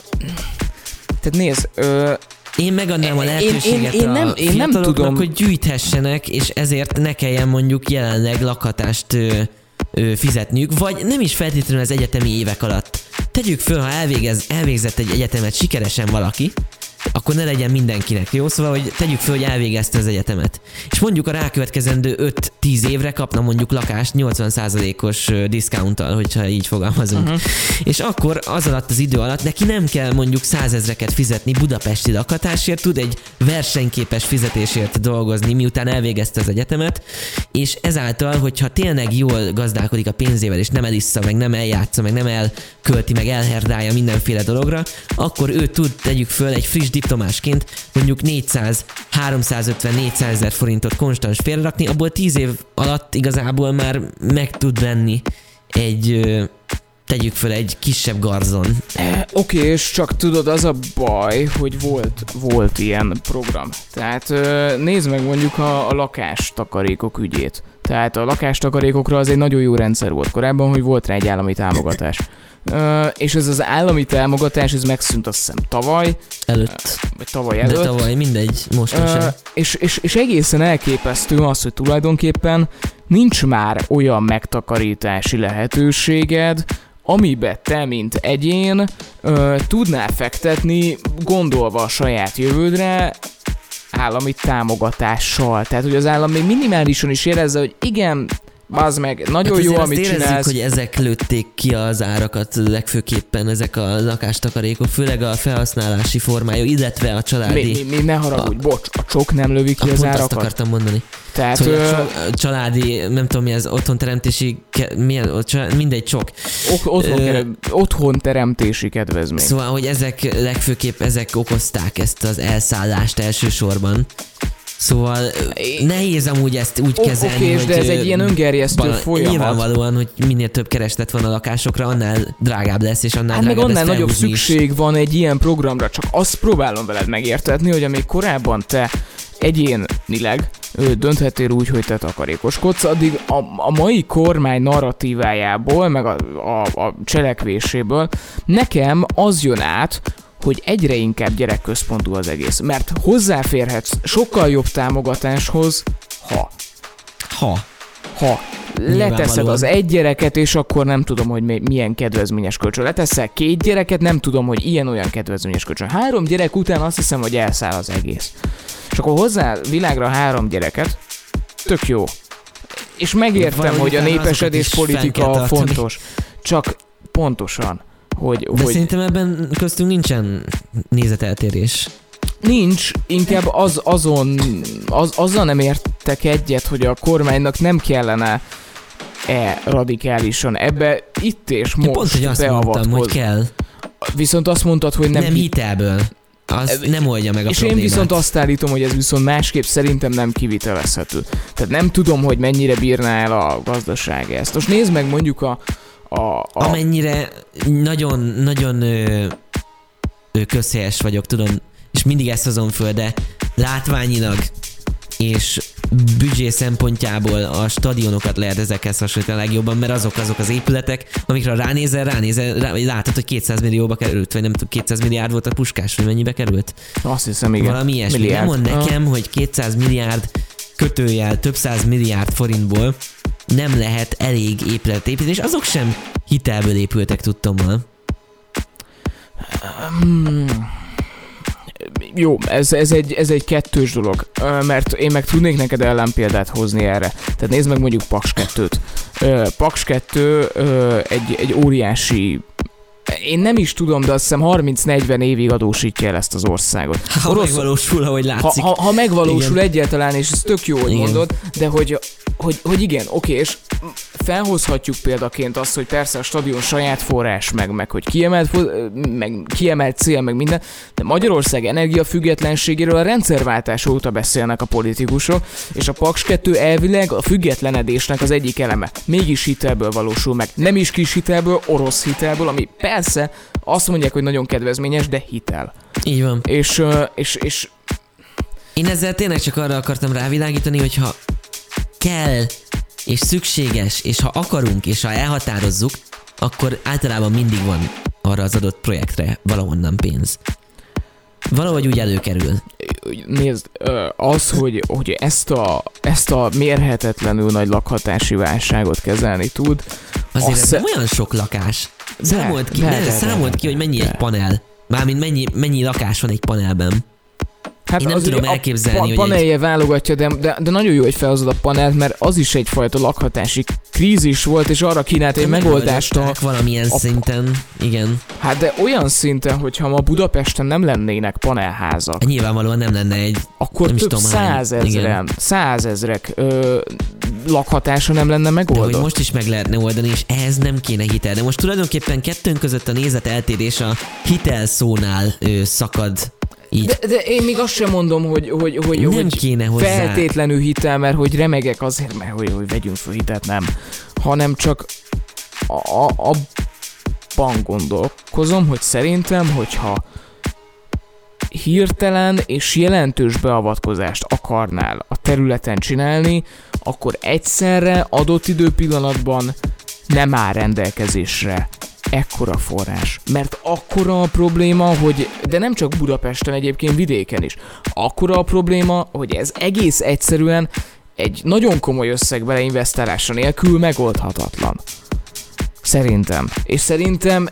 tehát nézd, uh, én megadnám a lehetőséget én, én, én nem, a én nem tudom, hogy gyűjthessenek, és ezért ne kelljen mondjuk jelenleg lakhatást ö, ö, fizetniük, vagy nem is feltétlenül az egyetemi évek alatt. Tegyük föl, ha elvégez, elvégzett egy egyetemet sikeresen valaki, akkor ne legyen mindenkinek, jó? Szóval, hogy tegyük föl, hogy elvégezte az egyetemet. És mondjuk a rákövetkezendő öt-tíz évre kapna mondjuk lakást nyolcvan százalékos diszkáunttal, hogyha így fogalmazunk. Uh-huh. És akkor az alatt az idő alatt neki nem kell mondjuk százezreket fizetni budapesti lakhatásért, tud egy versenyképes fizetésért dolgozni, miután elvégezte az egyetemet, és ezáltal, hogyha tényleg jól gazdálkodik a pénzével, és nem elissza, meg nem eljátsza, meg nem elkölti, meg elherdálja mindenféle dologra, akkor ő tud, tegyük föl, egy friss diplomásként mondjuk négyszáz, háromszázötven, négyszázezer forintot konstans félrerakni, abból tíz év alatt igazából már meg tud venni egy, tegyük föl, egy kisebb garzon. Oké, okay, és csak tudod, az a baj, hogy volt, volt ilyen program. Tehát nézd meg mondjuk a, a lakástakarékok ügyét. Tehát a lakástakarékokra az egy nagyon jó rendszer volt korábban, hogy volt rá egy állami támogatás. Uh, és ez az állami támogatás, ez megszűnt azt hiszem tavaly. Előtt. Vagy tavaly előtt. De tavaly, mindegy, most uh, sem. És, és, és egészen elképesztő az, hogy tulajdonképpen nincs már olyan megtakarítási lehetőséged, amiben te, mint egyén uh, tudnál fektetni, gondolva a saját jövődre, állami támogatással. Tehát, hogy az állam még minimálisan is érezze, hogy igen, bazd meg, nagyon hát jó, amit érezzük, csinálsz. hogy ezek lőtték ki az árakat legfőképpen, ezek a lakástakarékok, főleg a felhasználási formája, illetve a családi... Mi, mi, mi ne haragudj, a, bocs, a csok nem lövi ki az árakat. Pont azt akartam mondani. Tehát szóval ö... a családi, nem tudom mi az, otthonteremtési, milyen, mindegy csok. Otthon, ö... otthonteremtési kedvezmény. Szóval, hogy ezek legfőképp ezek okozták ezt az elszállást elsősorban. Szóval nehéz amúgy ezt úgy oh, kezelni, okay, hogy... de ez egy ilyen öngerjesztő folyamat. Nyilvánvalóan, hogy minél több kereslet van a lakásokra, annál drágább lesz, és annál hát drágább meg annál nagyobb is. szükség van egy ilyen programra, csak azt próbálom veled megértetni, hogy amíg korábban te egyénileg dönthettél úgy, hogy te takarékoskodsz, addig a, a mai kormány narratívájából, meg a, a, a cselekvéséből nekem az jön át, hogy egyre inkább gyerekközpontú az egész, mert hozzáférhetsz sokkal jobb támogatáshoz, ha. Ha. Ha. Leteszed az egy gyereket, és akkor nem tudom, hogy milyen kedvezményes kölcsön. Leteszel két gyereket, nem tudom, hogy ilyen-olyan kedvezményes kölcsön. Három gyerek után azt hiszem, hogy elszáll az egész. És akkor hozzá világra három gyereket, tök jó. És megértem, hogy a népesedés politika fontos. Csak pontosan. Hogy, De hogy... szerintem ebben köztünk nincsen nézeteltérés. Nincs, inkább az, azon, az, azzal nem értek egyet, hogy a kormánynak nem kellene e radikálisan ebbe itt és most pont, hogy azt mondtam, hogy kell. Viszont azt mondtad, hogy nem... Nem hitelből. Az e, nem oldja meg a és problémát. És én viszont azt állítom, hogy ez viszont másképp szerintem nem kivitelezhető. Tehát nem tudom, hogy mennyire bírná el a gazdaság ezt. Most nézd meg mondjuk a A, a... Amennyire nagyon, nagyon ö, ö, közhelyes vagyok, tudom, és mindig ezt hozom föl, de látványilag és büdzsé szempontjából a stadionokat lehet ezekhez hasonlítani a legjobban, mert azok azok az épületek, amikre ránézel, ránézel, rá, vagy látod, hogy kétszáz millióba került, vagy nem tudom, kétszáz milliárd volt a Puskás, vagy mennyibe került? Azt hiszem, igen. Valami ilyesmi. Nem mond nekem, hogy kétszáz milliárd kötőjel, több száz milliárd forintból nem lehet elég épületet építeni, és azok sem hitelből épültek, tudtommal. Um, jó, ez, ez, egy, ez egy kettős dolog, mert én meg tudnék neked ellenpéldát hozni erre. Tehát nézd meg mondjuk Paks kettőt. Paks kettő egy, egy óriási... Én nem is tudom, de azt hiszem harminc-negyven évig adósítja el ezt az országot. Ha Orosz... megvalósul, ahogy látszik. Ha, ha, ha megvalósul igen. Egyáltalán, és ez tök jó, hogy igen. mondod, de hogy, hogy, hogy igen, oké, és felhozhatjuk példaként azt, hogy persze a stadion saját forrás, meg, meg hogy kiemelt, meg kiemelt cél, meg minden, de Magyarország energiafüggetlenségéről a rendszerváltás óta beszélnek a politikusok, és a Paks kettő elvileg a függetlenedésnek az egyik eleme. Mégis hitelből valósul meg. Nem is kis hitelből, orosz hitelből, ami persze azt mondják, hogy nagyon kedvezményes, de hitel. Így van. És, és, és... Én ezzel tényleg csak arra akartam rávilágítani, hogy ha kell és szükséges, és ha akarunk, és ha elhatározzuk, akkor általában mindig van arra az adott projektre valahonnan pénz. Valahogy úgy előkerül. Nézd, az, hogy, hogy ezt, a, ezt a mérhetetlenül nagy lakhatási válságot kezelni tud... Azért ez sze... nem olyan sok lakás. Számolt ki, de, de, de, de, számolt de, ki, hogy mennyi de. egy panel. Mármint mennyi, mennyi lakás van egy panelben. Hát Én nem tudom elképzelni, pa- hogy panelje egy... válogatja, de, de, de nagyon jó, hogy felhozod a panelt, mert az is egyfajta lakhatási krízis volt, és arra kínált egy megoldást a... valamilyen a, szinten, igen. Hát de olyan szinten, hogyha ma Budapesten nem lennének panelházak, Nyilvánvalóan nem lenne egy... akkor nem több tudom, százezren, százezrek ö, lakhatása nem lenne megoldott. De hogy most is meg lehetne oldani, és ehhez nem kéne hitel. De most tulajdonképpen kettőnk között a nézeteltérés a hitel szónál ö, szakad. Így. De, de én még azt sem mondom, hogy, hogy, hogy, nem hogy kéne hozzá. feltétlenül hitel, mert hogy remegek azért, mert hogy, hogy vegyünk fel hitelt, nem. Hanem csak a, a, abban gondolkozom, hogy szerintem, hogyha hirtelen és jelentős beavatkozást akarnál a területen csinálni, akkor egyszerre adott időpillanatban nem áll rendelkezésre ekkora forrás. Mert akkora a probléma, hogy, de nem csak Budapesten, egyébként vidéken is, akkora a probléma, hogy ez egész egyszerűen egy nagyon komoly összeg beleinvestálása nélkül megoldhatatlan. Szerintem. És szerintem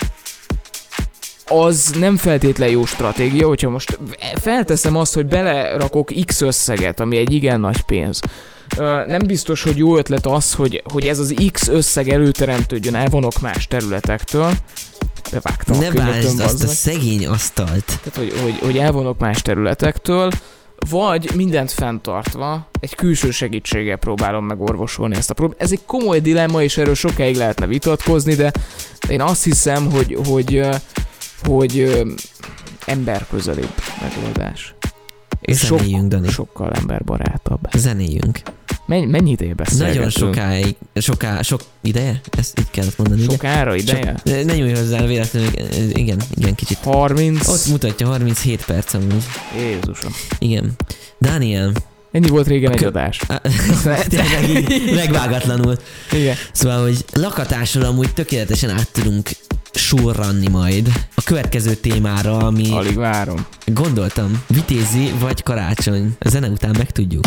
az nem feltétlen jó stratégia, hogyha most felteszem azt, hogy belerakok X összeget, ami egy igen nagy pénz. Nem biztos, hogy jó ötlet az, hogy, hogy ez az X összeg előteremtődjön, elvonok más területektől. Bevágtam ne a könyököm, bázd azt bazzak. a szegény asztalt. Tehát, hogy, hogy, hogy elvonok más területektől, vagy mindent fenntartva egy külső segítséggel próbálom megorvosolni ezt a problémát. Ez egy komoly dilemma, és erről sokáig lehetne vitatkozni, de én azt hiszem, hogy, hogy, hogy emberközelibb megoldás. És sok, Dani. sokkal emberbarátabb. Zenéljünk. Menny, mennyi ideje beszélgetünk? Nagyon sokáig, soká, sok ideje? Ezt így kellett mondani, ugye? Sokára ideje? Sok, ne nyújj hozzá véletlenül, igen, igen, kicsit. harminc Ott mutatja, harminchét perc amúgy. Jézusom. Igen. Dániel. Ennyi volt régen A egy kö- adás. Tényleg így megvágatlanul. Igen. Szóval, hogy lakatásról amúgy tökéletesen át tudunk surranni majd a következő témára, ami Alig várom. gondoltam, Vitézi vagy Karácsony. A zene után megtudjuk.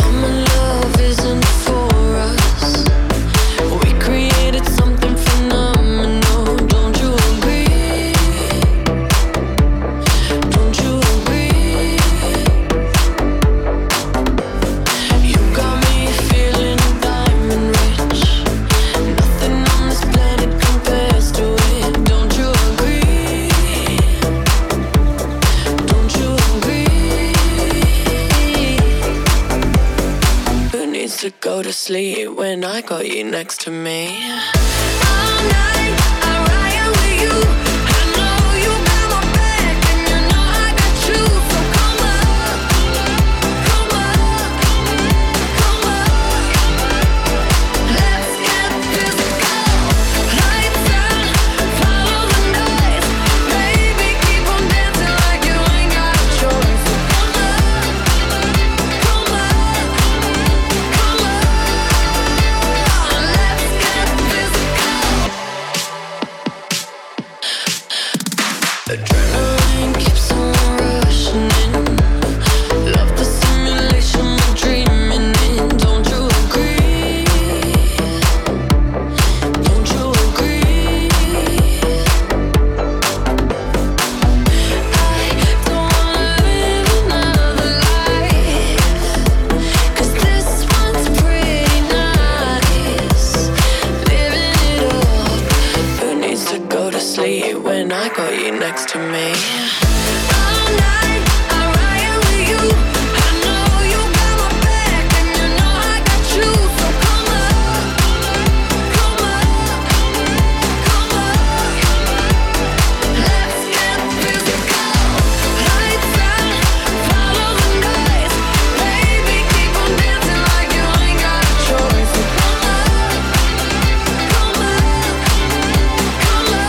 To go to sleep when I got you next to me. All night I ride with you. I know you got my back and you know I got you. So come up, come up, come up. Let's get physical. Lights out, follow the noise. Baby, keep on dancing like you ain't got a choice. So come up, come up. Adrenaline keeps on rushing in. Love the simulation we're dreaming in. Don't you agree? Don't you agree? I don't wanna live another life, 'cause this one's pretty nice. Living it up. Who needs to go to sleep when I got you next to me? All night I ride with you. I know you got my back and you know I got you. So come up, come up, come up. Let's get physical. Lights out, follow the noise. Baby, keep on dancing like you ain't got a choice. So come up, come up, come up.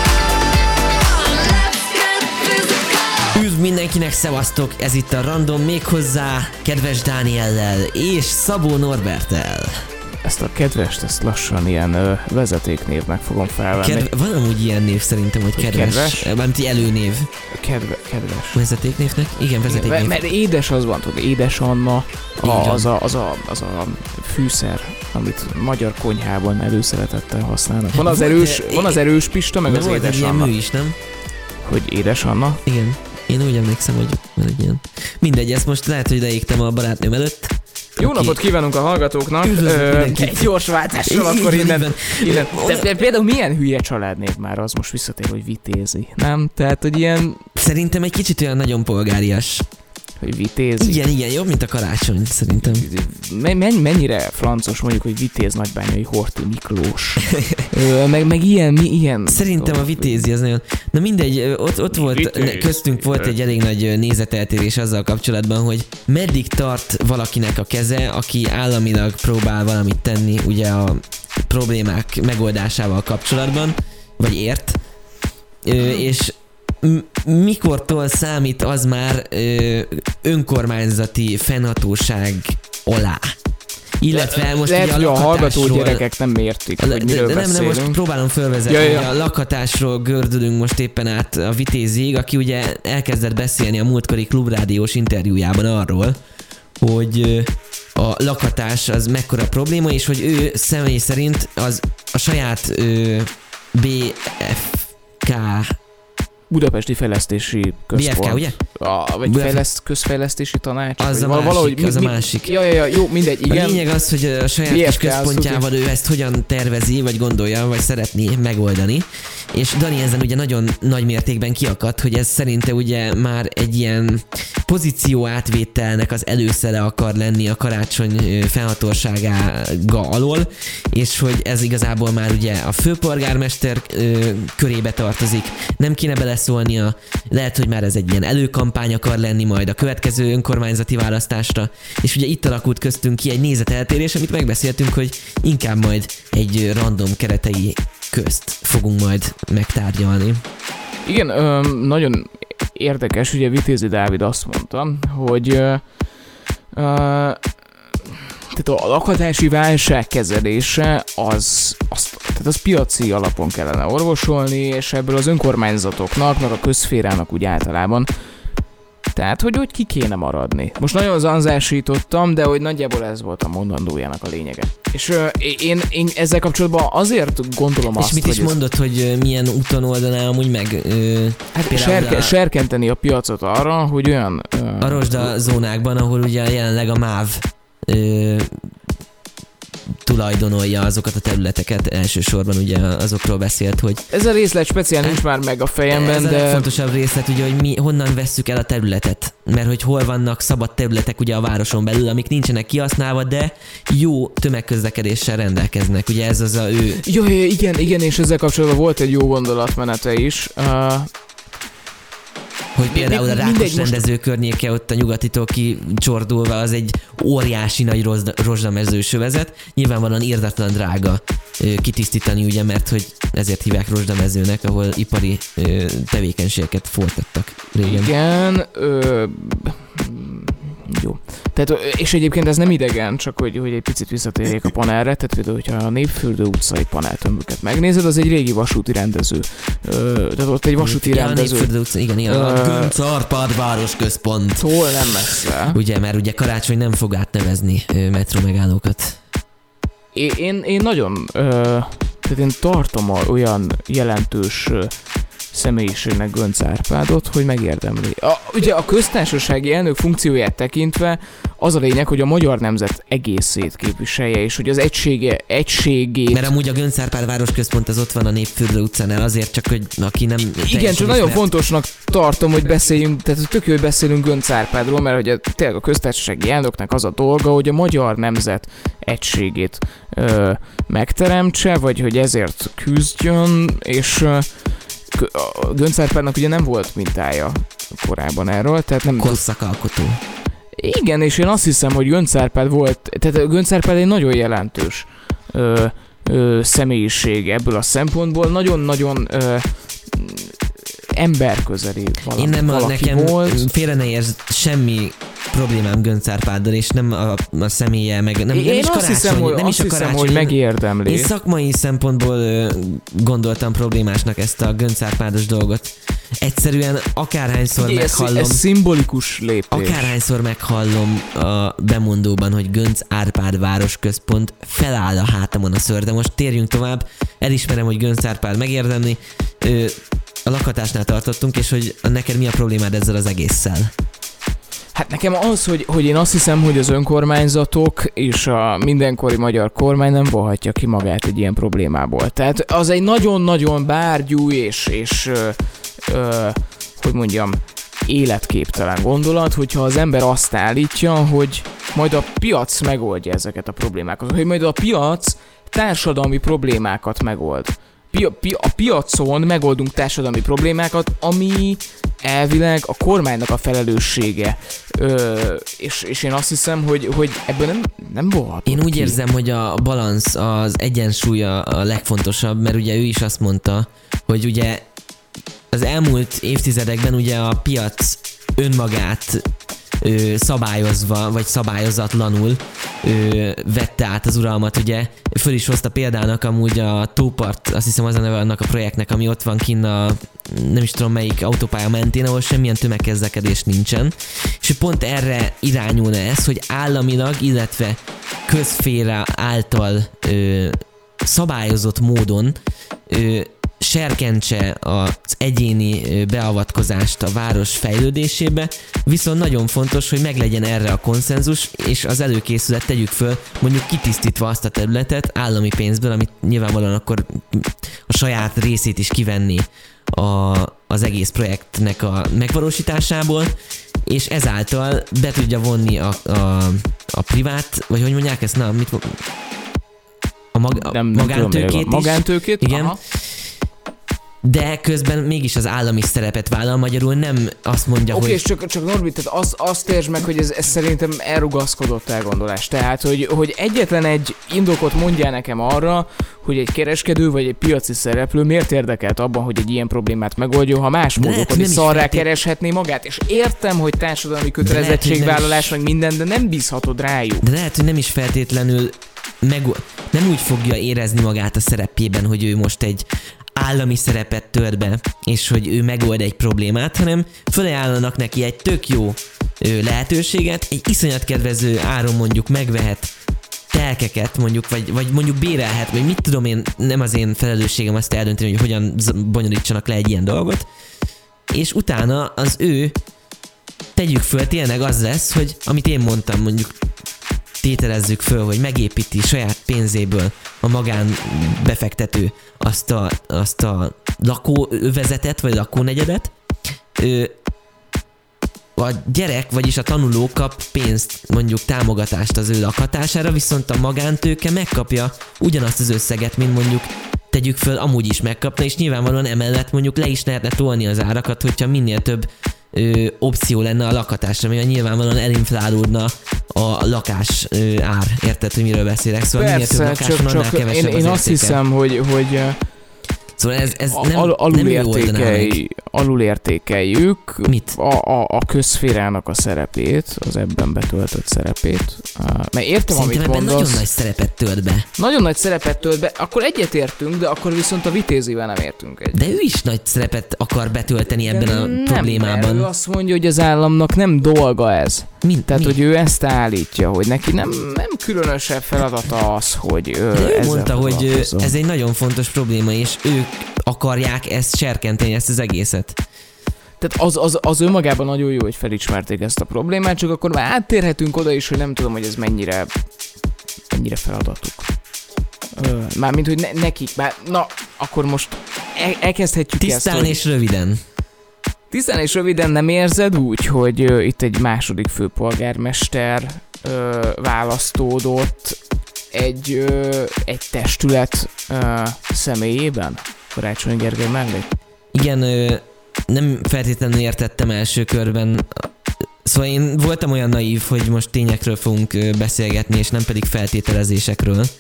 Let's get physical. Üdv mindenkinek, szevasztok! Ez itt a Random, méghozzá kedves Dániellel és Szabó Norberttel. ezt a kedvest, ezt lassan ilyen ö, vezetéknévnek fogom felvenni. Kedve, van amúgy ilyen név szerintem, hogy Hogy kedves. kedves? Mármint egy előnév. Kedve, kedves. Vezetéknévnek? Igen, vezetéknév. Igen, mert édes az van, tudod, édes Anna, a, Így van. az, a, az, a, az a fűszer, amit magyar konyhában előszeretettel használnak. Van az Volt, erős, de- van az erős Pista, meg De az volt egy édes ilyen Anna. mű is, nem? Hogy édes Anna? Igen. Én úgy emlékszem, hogy van egy ilyen. Mindegy, ezt most lehet, hogy leégtem a barátnőm előtt. Jó Aki- napot kívánunk a hallgatóknak! Üdvözlök Ö, mindenkit. egy gyors váltással Így akkor van, innen. így van. innen. De, de például milyen hülye családnév már az most visszatér, hogy Vitézi, nem? Tehát, hogy ilyen, Szerintem egy kicsit olyan nagyon polgárias. hogy Vitézi. Igen, igen, jobb, mint a karácsony, szerintem. Men- men- mennyire francos mondjuk, hogy Vitéz Nagybányai Horthy Miklós. Ö, meg, meg ilyen, mi ilyen... Szerintem a Vitézi az nagyon... Na mindegy, ö, ott, ott volt, Vitéz. ne- köztünk volt egy elég nagy ö, nézeteltérés azzal kapcsolatban, hogy meddig tart valakinek a keze, aki államilag próbál valamit tenni ugye a problémák megoldásával kapcsolatban, vagy ért, ö, és m- mikortól számít az már ö, önkormányzati fennhatóság alá? Illetve most Lehet, ugye hogy a hallgató lakhatásról- gyerekek nem értik, de, hogy miről de nem, nem, beszélünk. most próbálom fölvezetni, Ja, ja, ja. hogy a lakhatásról gördülünk most éppen át a Vitézig, aki ugye elkezdett beszélni a múltkori klubrádiós interjújában arról, hogy ö, a lakhatás az mekkora probléma, és hogy ő személy szerint az a saját ö, bé ef ká Budapesti Fejlesztési Központ. bé ef ká, ugye? A, vagy bé ef fejleszt, közfejlesztési tanács. Az vagy a val- másik, az a másik. Ja, ja, ja, jó, mindegy, A igen. lényeg az, hogy a saját bé ef kis ká, az központjával ő ezt hogyan tervezi, vagy gondolja, vagy szeretné megoldani. És Dani ezen ugye nagyon nagy mértékben kiakadt, hogy ez szerinte ugye már egy ilyen pozíció átvételnek az előszere akar lenni a karácsony ö, fennhatósága alól, és hogy ez igazából már ugye a főpolgármester ö, körébe tartozik, nem kéne beleszólnia, lehet, hogy már ez egy ilyen előkampány akar lenni majd a következő önkormányzati választásra, és ugye itt alakult köztünk ki egy nézeteltérés, amit megbeszéltünk, hogy inkább majd egy random keretei közt fogunk majd megtárgyalni. Igen, ö, nagyon érdekes, ugye Vitézi Dávid azt mondta, hogy ö, ö, tehát a lakhatási válság kezelése az, az, tehát az piaci alapon kellene orvosolni, és ebből az önkormányzatoknak, meg a közszférának úgy általában, tehát, hogy úgy ki kéne maradni. Most nagyon zanzásítottam, de hogy nagyjából ez volt a mondandójának a lényege. És ö, én, én ezzel kapcsolatban azért gondolom És azt, mit hogy is ez- mondott, hogy ö, milyen úton oldaná amúgy meg ö, Hát például serke, a- serkenteni a piacot arra, hogy olyan... Ö, a rozsda zónákban, ahol ugye jelenleg a MÁV ö, tulajdonolja azokat a területeket, elsősorban ugye azokról beszélt, hogy ez a részlet speciál nincs már meg a fejemben, ez a de... legfontosabb részlet ugye, hogy mi honnan vesszük el a területet, mert hogy hol vannak szabad területek ugye a városon belül, amik nincsenek kihasználva, de jó tömegközlekedéssel rendelkeznek, ugye ez az a ő... Jó, jó, igen, igen, és ezzel kapcsolatban volt egy jó gondolatmenete is. Uh, Hogy például a mindegy, Rákos most- rendező környéke ott a nyugatitól kicsordulva az egy óriási nagy rozsda, rozsdamezős övezet. Nyilvánvalóan irdatlan drága ö, kitisztítani, ugye, mert hogy ezért hívják rozsdamezőnek, ahol ipari ö, tevékenységeket folytattak régen. igen, ö, jó. Tehát, ö, és egyébként ez nem idegen, csak hogy, hogy egy picit visszatérjék a panelre, tehát például, hogyha a Népfürdő utcai paneltömböket megnézed, az egy régi vasúti rendező. Ö, tehát ott egy vasúti Ja, a rendező. Népfürdő utca, igen, igen. A Ö, Gönc Árpád városközpont. Tól nem messze. Ugye, mert ugye karácsony nem fog átnevezni ö, metró megállókat. Én, én, én nagyon, ö, tehát én tartom a, olyan jelentős ö, személyiségnek Gönc Árpádot, hogy megérdemli. A, ugye a köztársasági elnök funkcióját tekintve az a lényeg, hogy a magyar nemzet egészét képviselje, és hogy az egysége, egységét... Mert amúgy a Gönc Árpád városközpont az ott van a Népfürdő utcánál, azért csak, hogy aki nem Igen, teljesen csak nagyon ismert. fontosnak tartom, hogy beszéljünk, tehát tök jó, hogy beszélünk Gönc Árpádról, mert hogy a, tényleg a köztársasági elnöknek az a dolga, hogy a magyar nemzet egységét ö, megteremtse, vagy hogy ezért küzdjön, és ö, a Gönc Árpádnak ugye nem volt mintája korábban erről, tehát nem... Korszakalkotó. Igen, és én azt hiszem, hogy Gönc Árpád volt, tehát Gönc Árpád egy nagyon jelentős ö, ö, személyiség ebből a szempontból, nagyon-nagyon ö, emberközeli valami, Én nem, valaki nekem volt. félre ne értsd, semmi problémám Göncz Árpáddal, és nem a, a személye, meg nem, Én nem is azt karácsony, hiszem, hogy, nem azt is a hiszem, karácsony. hogy Én- megérdemli. Én szakmai szempontból ö, gondoltam problémásnak ezt a Göncz Árpádos dolgot. Egyszerűen akárhányszor Figyelj, ez, meghallom, ez szimbolikus lépés. akárhányszor meghallom a bemondóban, hogy Göncz Árpád városközpont, feláll a hátamon a szőr, de most térjünk tovább. Elismerem, hogy Göncz Árpád megérdemli. Ö, a lakhatásnál tartottunk, és hogy neked mi a problémád ezzel az egésszel? Hát nekem az, hogy, hogy én azt hiszem, hogy az önkormányzatok és a mindenkori magyar kormány nem vonhatja ki magát egy ilyen problémából. Tehát az egy nagyon-nagyon bárgyú és, és ö, ö, hogy mondjam, életképtelen gondolat, hogyha az ember azt állítja, hogy majd a piac megoldja ezeket a problémákat, hogy majd a piac társadalmi problémákat megold. Pi- pi- a piacon megoldunk társadalmi problémákat, ami elvileg a kormánynak a felelőssége. Ö, és, és én azt hiszem, hogy, hogy ebből nem, nem volhatunk Én úgy ki. érzem, hogy a balansz, az egyensúly a, a legfontosabb, mert ugye ő is azt mondta, hogy ugye az elmúlt évtizedekben ugye a piac önmagát ö, szabályozva, vagy szabályozatlanul ö, vette át az uralmat, ugye föl is hozta példának amúgy a Tópart, azt hiszem az a neve annak a projektnek, ami ott van kinn a nem is tudom melyik autópálya mentén, ahol semmilyen tömegközlekedés nincsen, és pont erre irányulna ez, hogy államilag, illetve közféra által ö, szabályozott módon ö, serkentse az egyéni beavatkozást a város fejlődésébe, viszont nagyon fontos, hogy meglegyen erre a konszenzus, és az előkészület tegyük föl, mondjuk kitisztítva azt a területet állami pénzből, amit nyilvánvalóan akkor a saját részét is kivenni a, az egész projektnek a megvalósításából, és ezáltal be tudja vonni a, a, a privát, vagy hogy mondják ezt, na, mit a, mag, a nem, nem magántőkét tudom, is. Magántőkét? Igen. Aha. De közben mégis az állami szerepet vállal, magyarul nem azt mondja, Oké, hogy... és csak, csak Norbi, tehát azt, azt értsd meg, hogy ez, ez szerintem elrugaszkodott elgondolás. Tehát, hogy, hogy egyetlen egy indokot mondjál nekem arra, hogy egy kereskedő vagy egy piaci szereplő miért érdekelt abban, hogy egy ilyen problémát megoldjon, ha más De lehet, módokon hogy is nem is szarrá feltét- kereshetné magát. És értem, hogy társadalmi lehet, hogy nem kötelezettségvállalás, is- meg minden, de nem bízhatod rájuk. De lehet, hogy nem is feltétlenül meg, nem úgy fogja érezni magát a szerepében, hogy ő most egy állami szerepet tölt be, és hogy ő megold egy problémát, hanem felajánlanak neki egy tök jó ö, lehetőséget, egy iszonyat kedvező áron mondjuk megvehet telkeket mondjuk, vagy, vagy mondjuk bérelhet, vagy mit tudom én, nem az én felelősségem azt eldönteni, hogy hogyan z- bonyolítsanak le egy ilyen dolgot, és utána az ő, tegyük föl, tényleg az lesz, hogy amit én mondtam, mondjuk tételezzük föl, hogy megépíti saját pénzéből a magánbefektető azt a, azt a lakóövezetet, vagy lakónegyedet, ő, a gyerek, vagyis a tanuló kap pénzt, mondjuk támogatást az ő lakhatására, viszont a magántőke megkapja ugyanazt az összeget, mint mondjuk tegyük föl, amúgy is megkapna, és nyilvánvalóan emellett mondjuk le is lehetne tolni az árakat, hogyha minél több ö, opció lenne a lakhatásra, mivel nyilvánvalóan elinflálódna a lakás ö, ár. Érted, hogy miről beszélek? Szóval minél több Persze, lakáson, csak, annál csak kevesebb én, az én azt értéke. hiszem, hogy, hogy Szóval ez, ez a- nem, al- nem ő oldaná meg. alulértékelj, alulértékeljük Mit? A, a, a közszférának a szerepét, az ebben betöltött szerepét. Uh, mert értem, Szerintem amit ebben mondasz. nagyon nagy szerepet tölt be. Nagyon nagy szerepet tölt be, akkor egyetértünk, de akkor viszont a vitézivel nem értünk egyet. De ő is nagy szerepet akar betölteni ebben De a nem, problémában. mert ő azt mondja, hogy az államnak nem dolga ez. Mint, Tehát, mi? hogy ő ezt állítja, hogy neki nem, nem különösebb feladata az, hogy ő De ő ezzel mondta, hogy ö, foglalkozzon. ez egy nagyon fontos probléma, és ők akarják ezt serkenteni, ezt az egészet. Tehát az, az, az önmagában nagyon jó, hogy felismerték ezt a problémát, csak akkor már áttérhetünk oda is, hogy nem tudom, hogy ez mennyire, mennyire feladatuk. Ö, mármint, hogy ne, nekik, már, na, akkor most el, elkezdhetjük Tisztán ezt, hogy és röviden. tisztán és röviden nem érzed úgy, hogy ö, itt egy második főpolgármester ö, választódott egy, ö, egy testület ö, személyében? Karácsony Gergely mellé? Igen, ö, nem feltétlenül értettem első körben. Szóval én voltam olyan naív, hogy most tényekről fogunk ö, beszélgetni, és nem pedig feltételezésekről.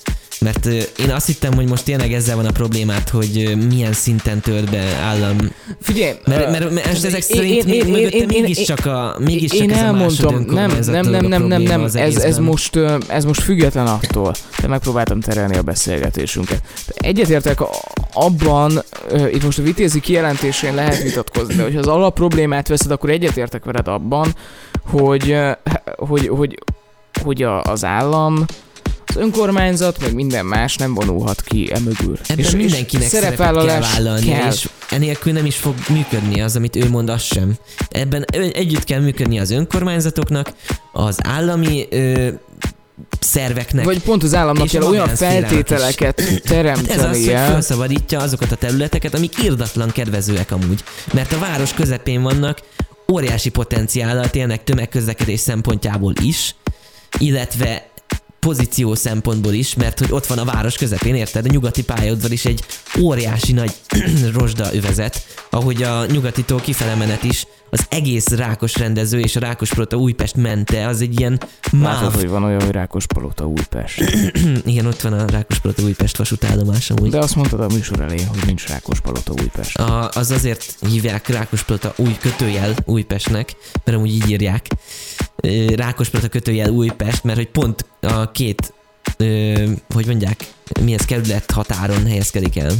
Mert ö, én azt hittem, hogy most tényleg ezzel van a problémát, hogy ö, milyen szinten tölt be állam. Figyelj, Mert, mert, mert ez ezek szerint én- én- mögötte én- én- mégiscsak a, mégiscsak én ez a elmondtam, másod nem, önkormányzat nem, nem, dolog a nem, nem, probléma nem, az ez, ez, egészben. most, ö, ez most független attól, de megpróbáltam terelni a beszélgetésünket. De egyetértek a- abban, ö, itt most a Vitézi kijelentésén lehet vitatkozni, de hogyha az alapproblémát veszed, akkor egyetértek veled abban, hogy, ö, hogy, hogy, hogy a, az állam, az önkormányzat, meg minden más nem vonulhat ki emögül. Ebben és, mindenkinek szerepet kell vállalni, kell. és enélkül nem is fog működni az, amit ő mond, az sem. Ebben ö- együtt kell működni az önkormányzatoknak, az állami ö, szerveknek. Vagy pont az államnak és kell a olyan magánszférának feltételeket Hát ez az, hogy teremtenie. felszabadítja azokat a területeket, amik irdatlan kedvezőek amúgy. Mert a város közepén vannak óriási potenciállal tényleg tömegközlekedés szempontjából is, illetve pozíció szempontból is, mert hogy ott van a város közepén, érted? A nyugati pályaudvar is egy óriási nagy rozsda övezet, ahogy a nyugatitól kifele menet is, az egész Rákos rendező és a Rákospalota Újpest mente, az egy ilyen Látod, máv. hogy van olyan, hogy Rákospalota Újpest. Igen, ott van a Rákospalota Újpest vasútállomás amúgy. De azt mondtad a műsor elején, hogy nincs Rákospalota Újpest. A, az azért hívják Rákospalota új kötőjel Újpestnek, mert amúgy így írják. Ö, Rákospalota kötőjel Újpest, mert hogy pont a két, ö, hogy mondják, mi ez, kerület határon helyezkedik el.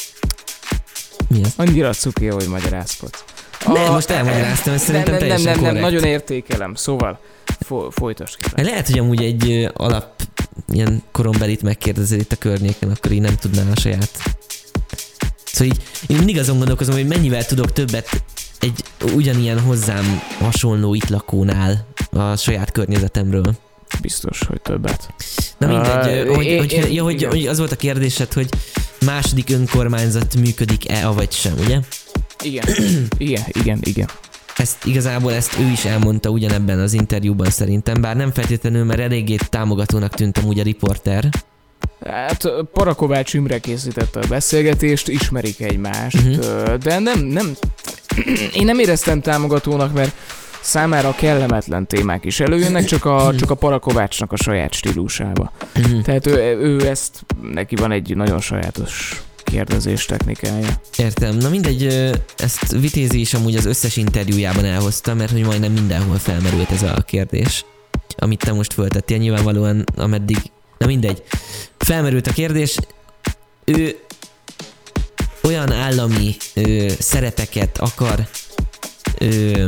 Mi ez? Annyira cuki, hogy magyarázkodsz. Nem, most elmagyaráztam, ez szerintem nem, nem, teljesen nem, nem, korrekt. nagyon értékelem, szóval fo- folytasd ki. Lehet, hogy amúgy egy ö, alap ilyen korombelit megkérdezel itt a környéken, akkor így nem tudná a saját. Szóval így, én mindig azon gondolkozom, hogy mennyivel tudok többet egy ugyanilyen hozzám hasonló itt lakónál a saját környezetemről. Biztos, hogy többet. Na mindegy, Uh, hogy, én- hogy, én- ja, hogy, igen. hogy az volt a kérdésed, hogy második önkormányzat működik-e, avagy sem, ugye? Igen, igen, igen, igen. Ezt igazából ezt ő is elmondta ugyanebben az interjúban szerintem, bár nem feltétlenül, mert eléggé támogatónak tűnt amúgy a riporter. Hát Parakovács Imre készítette a beszélgetést, ismerik egymást, Mhm. uh-huh. de nem, nem, én nem éreztem támogatónak, mert számára kellemetlen témák is előjönnek, csak a, csak a Parakovácsnak a saját stílusába. Uh-huh. Tehát ő, ő ezt, neki van egy nagyon sajátos kérdezés technikája. Értem. Na mindegy, ö, ezt Vitézi is amúgy az összes interjújában elhozta, mert hogy majdnem mindenhol felmerült ez a kérdés, amit te most föltettél, nyilvánvalóan ameddig, na mindegy. Felmerült a kérdés, ő olyan állami ö, szerepeket akar ö,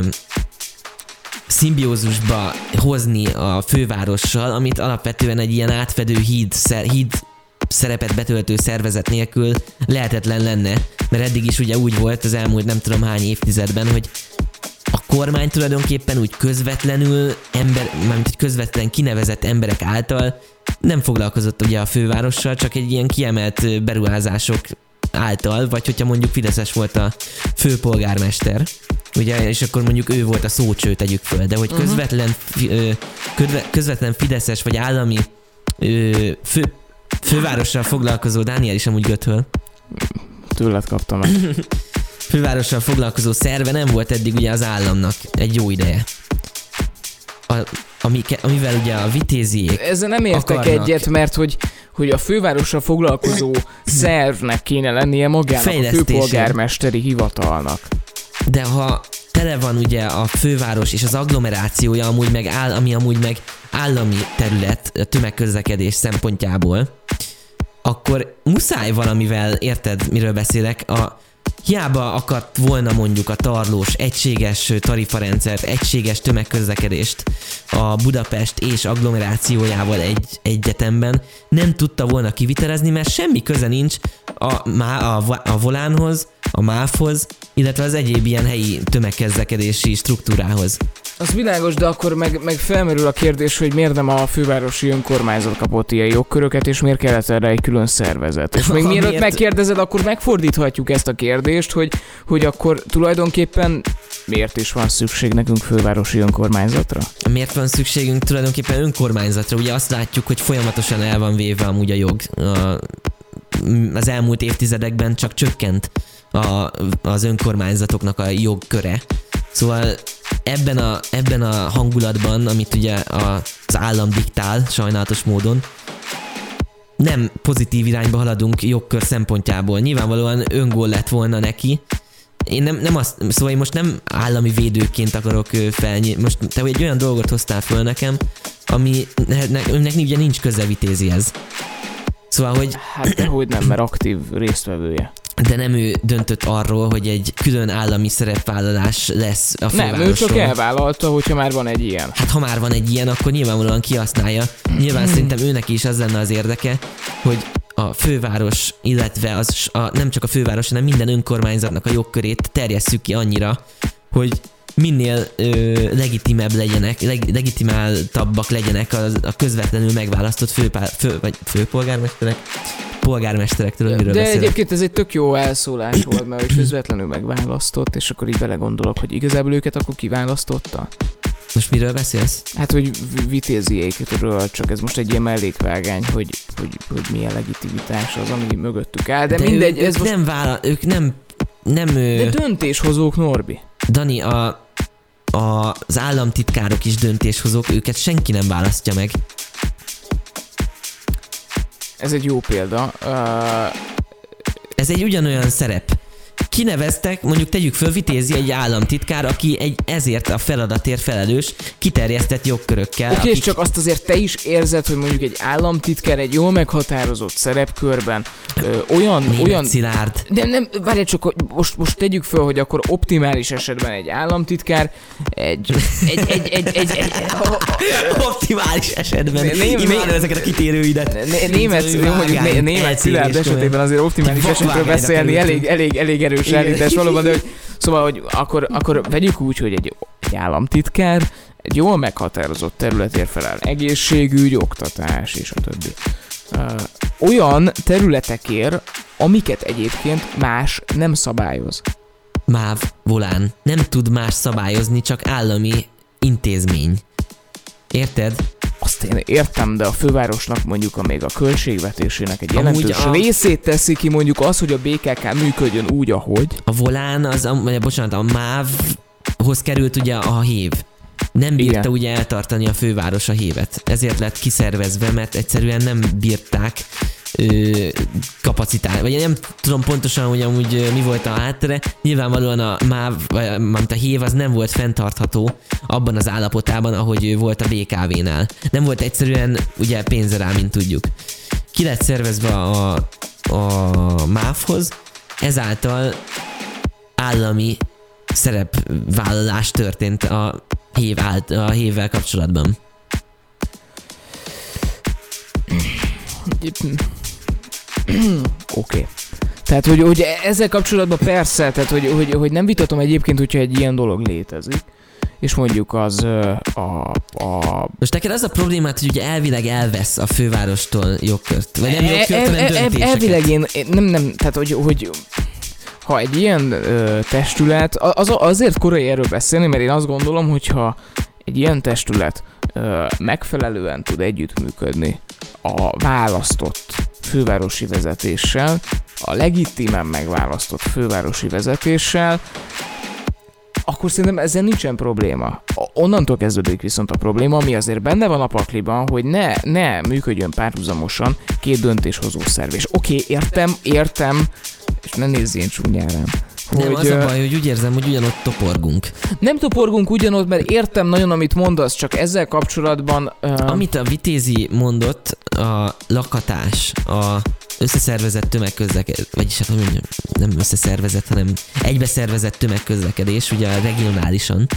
szimbiózusba hozni a fővárossal, amit alapvetően egy ilyen átfedő híd, szer, híd szerepet betöltő szervezet nélkül lehetetlen lenne, mert eddig is ugye úgy volt az elmúlt nem tudom hány évtizedben, hogy a kormány tulajdonképpen úgy közvetlenül, ember, mármint egy közvetlen kinevezett emberek által nem foglalkozott ugye a fővárossal, csak egy ilyen kiemelt beruházások által, vagy hogyha mondjuk fideszes volt a főpolgármester, ugye, és akkor mondjuk ő volt a szócső, tegyük föl, de hogy közvetlen, fi- ö, közve- közvetlen fideszes vagy állami ö, fő, fővárossal foglalkozó, Dániel is amúgy göthöl, Tőled kaptam meg. fővárossal foglalkozó szerve nem volt eddig ugye az államnak egy jó ideje. A, ami, amivel ugye a Vitéziék Ezzel nem értek akarnak. egyet, mert hogy, hogy a fővárossal foglalkozó szervnek kéne lennie magának a Fejlesztésén. főpolgármesteri hivatalnak. De ha tele van ugye a főváros és az agglomerációja, amúgy meg áll, ami amúgy meg állami terület a tömegközlekedés szempontjából, akkor muszáj valamivel, érted, miről beszélek, a hiába akart volna mondjuk a tarlós egységes tarifarendszert, egységes tömegközlekedést a Budapest és agglomerációjával egy egyetemben, nem tudta volna kivitelezni, mert semmi köze nincs a, má- a, a volánhoz, a mávhoz, illetve az egyéb ilyen helyi tömegközlekedési struktúrához. Az világos, de akkor meg, meg felmerül a kérdés, hogy miért nem a fővárosi önkormányzat kapott ilyen jogköröket, és miért kellett erre egy külön szervezet. És még Ha, mielőtt miért? megkérdezed, akkor megfordíthatjuk ezt a kérdést, hogy, hogy akkor tulajdonképpen miért is van szükség nekünk fővárosi önkormányzatra? Miért van szükségünk tulajdonképpen önkormányzatra? Ugye azt látjuk, hogy folyamatosan el van véve amúgy a jog. A, az elmúlt évtizedekben csak csökkent a, az önkormányzatoknak a jogköre. Szóval ebben a, ebben a hangulatban, amit ugye a, az állam diktál sajnálatos módon, nem pozitív irányba haladunk jogkör szempontjából. Nyilvánvalóan öngól lett volna neki. Én nem, nem azt, szóval én most nem állami védőként akarok felnyi. Most te egy olyan dolgot hoztál föl nekem, ami önnek ugye nincs köze Vitézihez. Szóval, hogy... Hát dehogy nem, mert aktív résztvevője. De nem ő döntött arról, hogy egy külön állami szerepvállalás lesz a fővárosról. Nem, ő csak elvállalta, hogyha már van egy ilyen. Hát ha már van egy ilyen, akkor nyilvánvalóan kihasználja. Nyilván szerintem őnek is az lenne az érdeke, hogy a főváros, illetve az, a, nem csak a főváros, hanem minden önkormányzatnak a jogkörét terjesszük ki annyira, hogy minél ö, legitimebb legyenek, leg, legitimáltabbak legyenek a, a közvetlenül megválasztott főpár, fő, vagy főpolgármesterek, polgármesterektől, miről De beszélek. egyébként ez egy tök jó elszólás volt, mert hogy közvetlenül megválasztott, és akkor így belegondolok, hogy igazából őket akkor kiválasztotta. Most miről beszélsz? Hát, hogy Vitéziékről, csak ez most egy ilyen mellékvágány, hogy, hogy, hogy milyen legitimitás az, ami mögöttük áll, de, de mindegy, ők, ez ők most... nem vállal, ők nem, nem De ő... döntéshozók, Norbi. Dani, a, a, az államtitkárok is döntéshozók, őket senki nem választja meg. Ez egy jó példa. Uh, Ez egy ugyanolyan szerep. Kineveztek, mondjuk tegyük föl Vitézi egy államtitkár, aki egy ezért a feladatért felelős, kiterjesztett jogkörökkel. Oké, okay, akik... és csak azt azért te is érzed, hogy mondjuk egy államtitkár egy jól meghatározott szerepkörben ö, olyan... Német olyan... Szilárd. Nem, nem, várj csak, hogy most, most tegyük föl, hogy akkor optimális esetben egy államtitkár egy... egy, egy, egy, egy, egy Optimális esetben. Né- né- Imádom né- ezeket a kitérőidet. né- német, jó, mondjuk né- német Szilárd esetében azért optimális esetről beszélni elég, elég, elég erős állítás valóban, de hogy, szóval, hogy akkor, akkor vegyük úgy, hogy egy, egy államtitkár egy jól meghatározott területért felel, egészségügy, oktatás és a többi. Uh, olyan területekért, amiket egyébként más nem szabályoz. MÁV, volán. Nem tud más szabályozni, csak állami intézmény. Érted? Azt én értem, de a fővárosnak mondjuk a még a költségvetésének egy Amúgy jelentős a- részét teszi ki mondjuk az, hogy a bé ká ká működjön úgy, ahogy. A volán, az, a, vagy bocsánat, a mávhoz került ugye a hév. Nem bírta Igen. ugye eltartani a főváros a hévet. Ezért lett kiszervezve, mert egyszerűen nem bírták ö, kapacitál. Vagy nem tudom pontosan, hogy amúgy ö, mi volt a háttere. Nyilvánvalóan a MÁV, vagy a hév az nem volt fenntartható abban az állapotában, ahogy ő volt a bé ká vé-nál. Nem volt egyszerűen ugye pénze rá, mint tudjuk. Ki lett szervezve a, a mávhoz, ezáltal állami szerepvállalás történt a hév állt, a hévvel kapcsolatban. Oké. Okay. Tehát, hogy, hogy ezzel kapcsolatban persze, tehát, hogy, hogy, hogy nem vitatom egyébként, hogyha egy ilyen dolog létezik, és mondjuk az ö, a... a Most neked az a problémát, hogy ugye elvileg elvesz a fővárostól jogkört. Vagy nem jogkört, hanem el, el, döntéseket. elvileg én, én nem, nem, tehát, hogy, hogy ha egy ilyen ö, testület, az, azért korai erről beszélni, mert én azt gondolom, hogyha egy ilyen testület ö, megfelelően tud együttműködni a választott fővárosi vezetéssel, a legitimen megválasztott fővárosi vezetéssel, akkor szerintem ezzel nincsen probléma. Onnantól kezdődik viszont a probléma, ami azért benne van a pakliban, hogy ne, ne működjön párhuzamosan két döntéshozó szerv. És oké, okay, értem, értem, és ne nézzél csúnyán rám. Nem, hogy, az a baj, hogy úgy érzem, hogy ugyanott toporgunk. Nem toporgunk ugyanott, mert értem nagyon, amit mondasz, csak ezzel kapcsolatban... Uh... Amit a Vitézi mondott, a lakhatás, a összeszervezett tömegközlekedés, vagyis hát hogy mondjam, nem összeszervezett, hanem egybeszervezett tömegközlekedés, ugye regionálisan.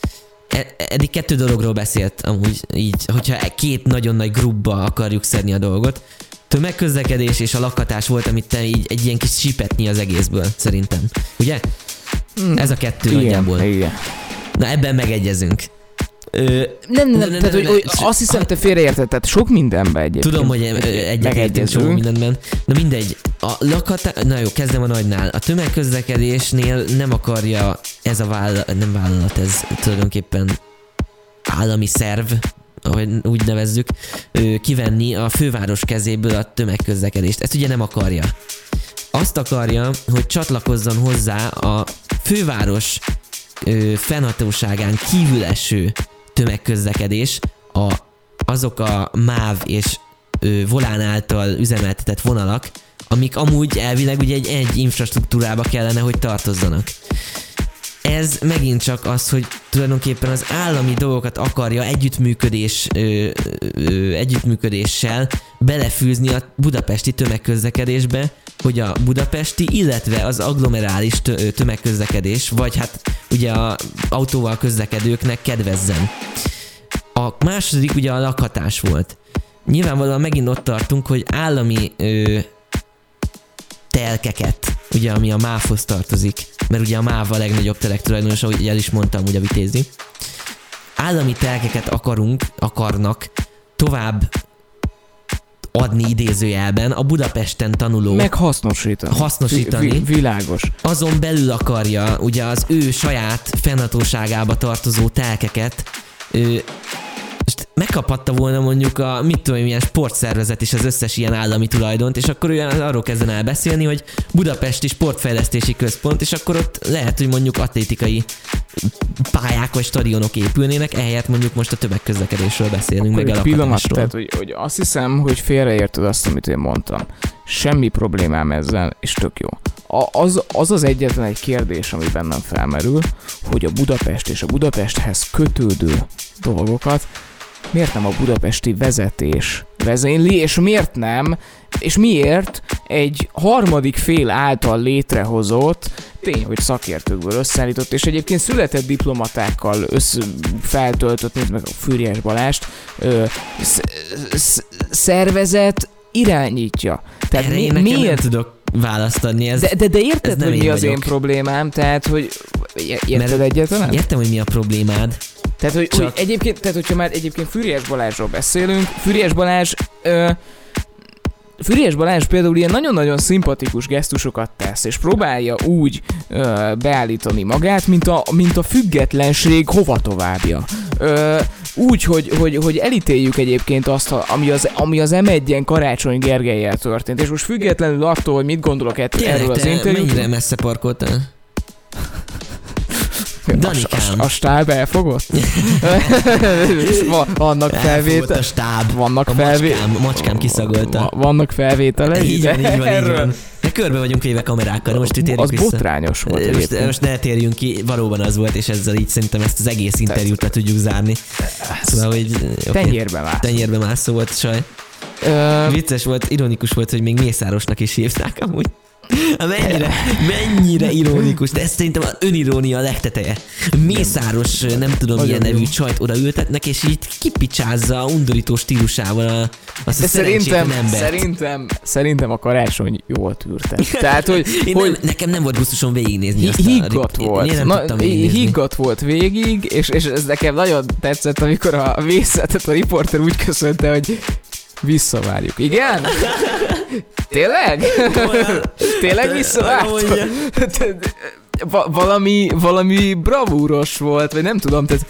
E- eddig kettő dologról beszélt amúgy így, hogyha két nagyon nagy grupba akarjuk szedni a dolgot. Tömegközlekedés és a lakhatás volt, amit te így egy ilyen kis csípetni az egészből, szerintem. Ugye? Hmm. Ez a kettő Igen, nagyjából. igen. Na ebben megegyezünk. Ö, Nem, nem, ne- nem, ne- tehát, ne- hogy, ne- hogy s- azt hiszem, te félreérted, tehát sok mindenben egyébként. Tudom, hogy egyetértünk csomó mindenben. Na mindegy, a lakhatás, na jó, kezdem a nagynál. A tömegközlekedésnél nem akarja ez a vállalat, nem vállalat, ez tulajdonképpen állami szerv, ahogy úgy nevezzük, ö, kivenni a főváros kezéből a tömegközlekedést. Ezt ugye nem akarja. Azt akarja, hogy csatlakozzon hozzá a főváros ö, fennhatóságán kívül eső tömegközlekedés, a, azok a MÁV és ö, volán által üzemeltetett vonalak, amik amúgy elvileg ugye egy, egy infrastruktúrába kellene, hogy tartozzanak. Ez megint csak az, hogy tulajdonképpen az állami dolgokat akarja együttműködés, ö, ö, együttműködéssel belefűzni a budapesti tömegközlekedésbe, hogy a budapesti, illetve az agglomerális tö- tömegközlekedés, vagy hát ugye az autóval közlekedőknek kedvezzen. A második ugye a lakhatás volt. Nyilvánvalóan megint ott tartunk, hogy állami ö, telkeket, ugye ami a MÁV-hoz tartozik, mert ugye a MÁV a legnagyobb telek tulajdonos, ahogy el is mondtam, ugye a Vitézi. Állami telkeket akarunk, akarnak tovább adni idézőjelben a Budapesten tanuló. Meg hasznosítani. Hasznosítani. Vi- világos. Azon belül akarja ugye az ő saját fennhatóságába tartozó telkeket, ő, most megkaphatta volna mondjuk a mit tudom, milyen sportszervezet is az összes ilyen állami tulajdont, és akkor ő arról kezdene el beszélni, hogy Budapesti Sportfejlesztési Központ, és akkor ott lehet, hogy mondjuk atlétikai pályák vagy stadionok épülnének, ehelyett mondjuk most a tömegközlekedésről beszélünk, Akkor meg a egy pillanat, lakhatásról. tehát, hogy, hogy azt hiszem, hogy félreérted azt, amit én mondtam. Semmi problémám ezzel, és tök jó. A, az, az az egyetlen egy kérdés, ami bennem felmerül, hogy a Budapest és a Budapesthez kötődő dolgokat miért nem a budapesti vezetés vezényli, és miért nem, és miért egy harmadik fél által létrehozott, tény, hogy szakértőkből összeállított, és egyébként született diplomatákkal össze feltöltött, nézd meg a Fűrjes Balást, ö, sz, sz, szervezet irányítja. Tehát Erre mi, én nekem miért? nem tudok választ adni. Ez, De, de, de ez érted, nem hogy mi én az én vagyok. problémám? Tehát, hogy érted Mert- egyáltalán? Értem, hogy mi a problémád. Tehát, hogy, Csak- hogy egyébként, tehát, hogyha már egyébként Fűrjes Balázsról beszélünk, Fűrjes Balázs, ö, Fűrjes Balázs például ilyen nagyon-nagyon szimpatikus gesztusokat tesz, és próbálja úgy ö, beállítani magát, mint a, mint a függetlenség hova továbbja. Ö, úgy, hogy, hogy, hogy elítéljük egyébként azt, ami az, ami az em egyen Karácsony Gergellyel történt, és most függetlenül attól, hogy mit gondolok et, Tényleg, erről az te interjúról. mennyire messze parkoltál? A, Danikám. a, a stáb elfogott? Va- Vannak Elfogott felvétel. a stáb. Vannak A felvé... macskám, a macskám kiszagolta. Va- Vannak felvételei? Így van, így van, így Erről. van. De körbe vagyunk véve kamerákkal, de most itt térjünk Az vissza. botrányos volt Most, egyébként. most ne térjünk ki, valóban az volt, és ezzel így szerintem ezt az egész interjút le tudjuk zárni. Szóval, hogy okay. Tenyérbe vált. Tenyérbe mászó volt, saj. Ö, Vicces volt, ironikus volt, hogy még Mészárosnak is hívták amúgy. Hát mennyire, mennyire ironikus, de ez szerintem az önirónia a legteteje. Mészáros, nem tudom Nagyon milyen jó. nevű csajt odaültet neki, és így kipicsázza undorító stílusával a, azt a de szerencsétlen szerintem, embert. szerintem, szerintem a Karácsony jól tűrte. Tehát, hogy, Én hogy nem, nekem nem volt gusztusom végignézni azt a... higgadt Én volt. nem Na, tudtam végignézni. higgadt volt végig, és, és ez nekem nagyon tetszett, amikor a vészetet a riporter úgy köszönte, hogy visszavárjuk. Igen? Tényleg? Tényleg visszavártuk? Va- valami, valami bravúros volt, vagy nem tudom, tehát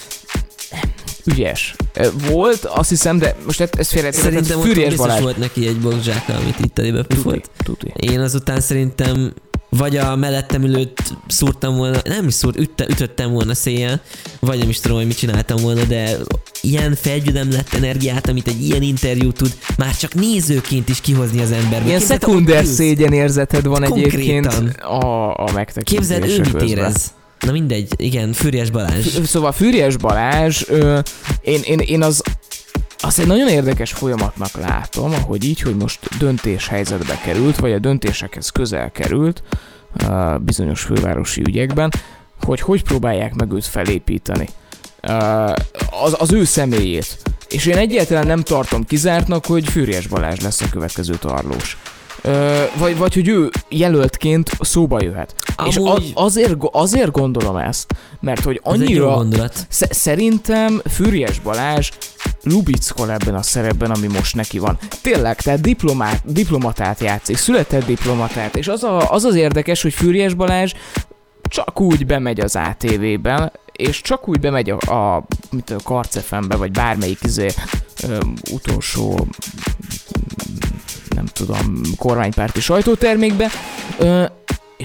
ügyes. Volt, azt hiszem, de most e- ez félre Szerintem ott Fűrjes biztos Balázs. volt neki egy boxzsáka, amit itt elébe Tuti, pufolt. tuti. Én azután szerintem vagy a mellettem ülőt szúrtam volna, nem is szúrt, ütte, ütöttem volna széjjel, vagy nem is tudom, hogy mit csináltam volna, de ilyen felgyülemlett energiát, amit egy ilyen interjú tud már csak nézőként is kihozni az emberből. Ilyen Képzeld, szekunder ott ülsz. szégyenérzeted van Konkrétan. egyébként a, a megtekintése Képzeld, ő mit közben. érez? Na mindegy, igen, Fűrjes Balázs. F- Szóval Fűrjes Balázs, ö, én, én, én az azt egy nagyon érdekes folyamatnak látom, ahogy így, hogy most döntéshelyzetbe került, vagy a döntésekhez közel került uh, bizonyos fővárosi ügyekben, hogy hogy próbálják meg őt felépíteni. Uh, az, az ő személyét. És én egyáltalán nem tartom kizártnak, hogy Fűrjes Balázs lesz a következő Tarlós. Ö, vagy, vagy hogy ő jelöltként szóba jöhet. Amúgy... És a, azért, go- azért gondolom ezt, mert hogy Ez egy jó annyira... gondolat. Sz- szerintem Fűrjes Balázs lubickol ebben a szerepben, ami most neki van. Tényleg, tehát diplomát, diplomatát játszik, született diplomatát, és az, a, az az érdekes, hogy Fűrjes Balázs csak úgy bemegy az á té vében, és csak úgy bemegy a, a, mit a Karc ef em-be, vagy bármelyik izé, ö, utolsó nem tudom, kormánypárti sajtótermékbe, ö, és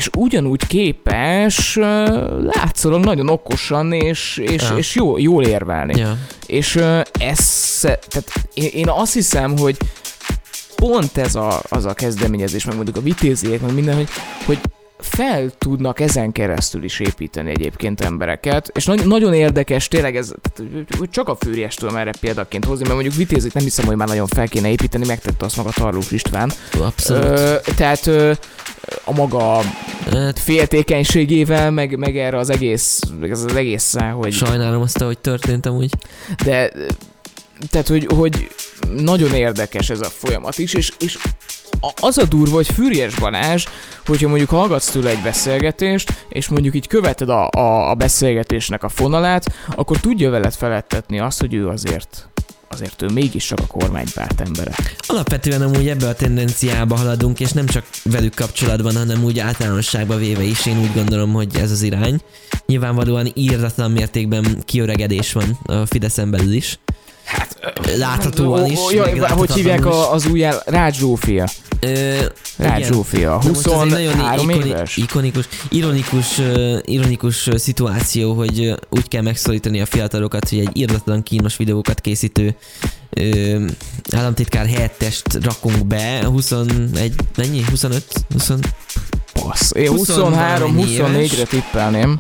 és ugyanúgy képes uh, látszólag nagyon okosan és, és, ja. és jó, jól érvelni. Ja. És uh, ez, tehát én, én azt hiszem, hogy pont ez a, az a kezdeményezés, meg mondjuk a vitéziek, meg minden, hogy, hogy fel tudnak ezen keresztül is építeni egyébként embereket, és na- nagyon érdekes, tényleg ez, csak a Fűries tudom erre példaként hozni, mert mondjuk vitézét nem hiszem, hogy már nagyon fel kéne építeni, megtette azt maga Tarlós István. Abszolút. Ö, tehát ö, a maga féltékenységével, meg, meg erre az egész, ez az egészen, hogy... Sajnálom azt, hogy történt amúgy. De, tehát, hogy, hogy nagyon érdekes ez a folyamat is, és, és az a durva, hogy Fűries Balázs, hogyha mondjuk hallgatsz tőle egy beszélgetést, és mondjuk így követed a, a, a beszélgetésnek a fonalát, akkor tudja veled felettetni azt, hogy ő azért, azért ő mégis csak a kormánypárt embere. Alapvetően amúgy ebbe a tendenciába haladunk, és nem csak velük kapcsolatban, hanem úgy általánosságban véve is én úgy gondolom, hogy ez az irány. Nyilvánvalóan írdatlan mértékben kiöregedés van a Fideszen belül is. Hát, láthatóan is. Jaj, hogy hívják a, az új Rácz Zsófia? Rácz Zsófia, huszonhárom éves? Ikonikus, ironikus, uh, ironikus uh, szituáció, hogy uh, úgy kell megszólítani a fiatalokat, hogy egy irdatlan kínos videókat készítő uh, államtitkár helyettest rakunk be, huszonegy, mennyi? huszonöt? húsz Passz, én huszonhárom huszonnégyre tippelném.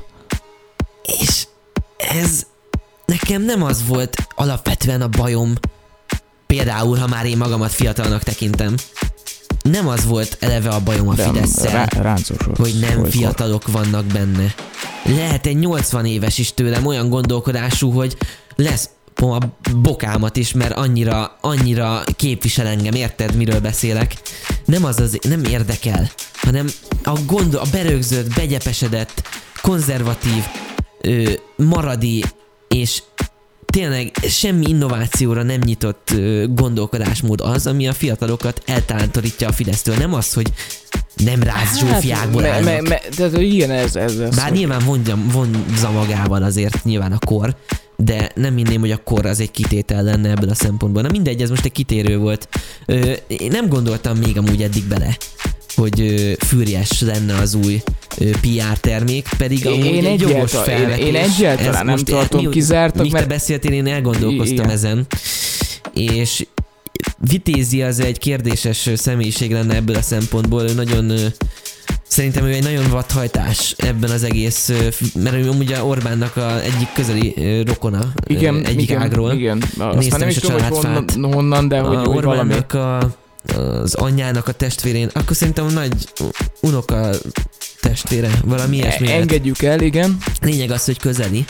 És ez nekem nem az volt alapvetően a bajom, például, ha már én magamat fiatalnak tekintem, nem az volt eleve a bajom a Fidesszel, hogy nem fiatalok vannak benne. Lehet egy nyolcvan éves is tőlem olyan gondolkodású, hogy lesz a bokámat is, mert annyira, annyira képvisel engem, érted, miről beszélek? Nem az az, nem érdekel, hanem a gondol, a berögzött, begyepesedett, konzervatív, ö, maradi és tényleg semmi innovációra nem nyitott ö, gondolkodásmód az, ami a fiatalokat eltántorítja a Fidesztől. Nem az, hogy nem Rácz Zsófiákból hát, állnak. Me, me, tehát igen, ez, ez, ez Bár nyilván vonja, vonza magával azért nyilván a kor, de nem hinném, hogy a kor az egy kitétel lenne ebből a szempontból. Na mindegy, ez most egy kitérő volt. Ö, én nem gondoltam még amúgy eddig bele, hogy ö, Fűries lenne az új ö, pé er termék, pedig amúgy én egy jogos felvetés. Én, én egyáltalán nem tartom kizártak, mert... te beszéltél, én elgondolkoztam igen. ezen. És Vitézi az egy kérdéses személyiség lenne ebből a szempontból. Ő nagyon... Ö, Szerintem ő egy nagyon vadhajtás ebben az egész, mert ő amúgy a Orbánnak a egyik közeli rokona, igen, egyik igen, ágról. Igen, aztán nem is tudom, hogy honnan, honnan, de hogy, a hogy valami. A, az anyjának a testvérén, akkor szerintem a nagy unoka testvére, valami ilyesmi. Engedjük el, igen. Lényeg az, hogy közeli.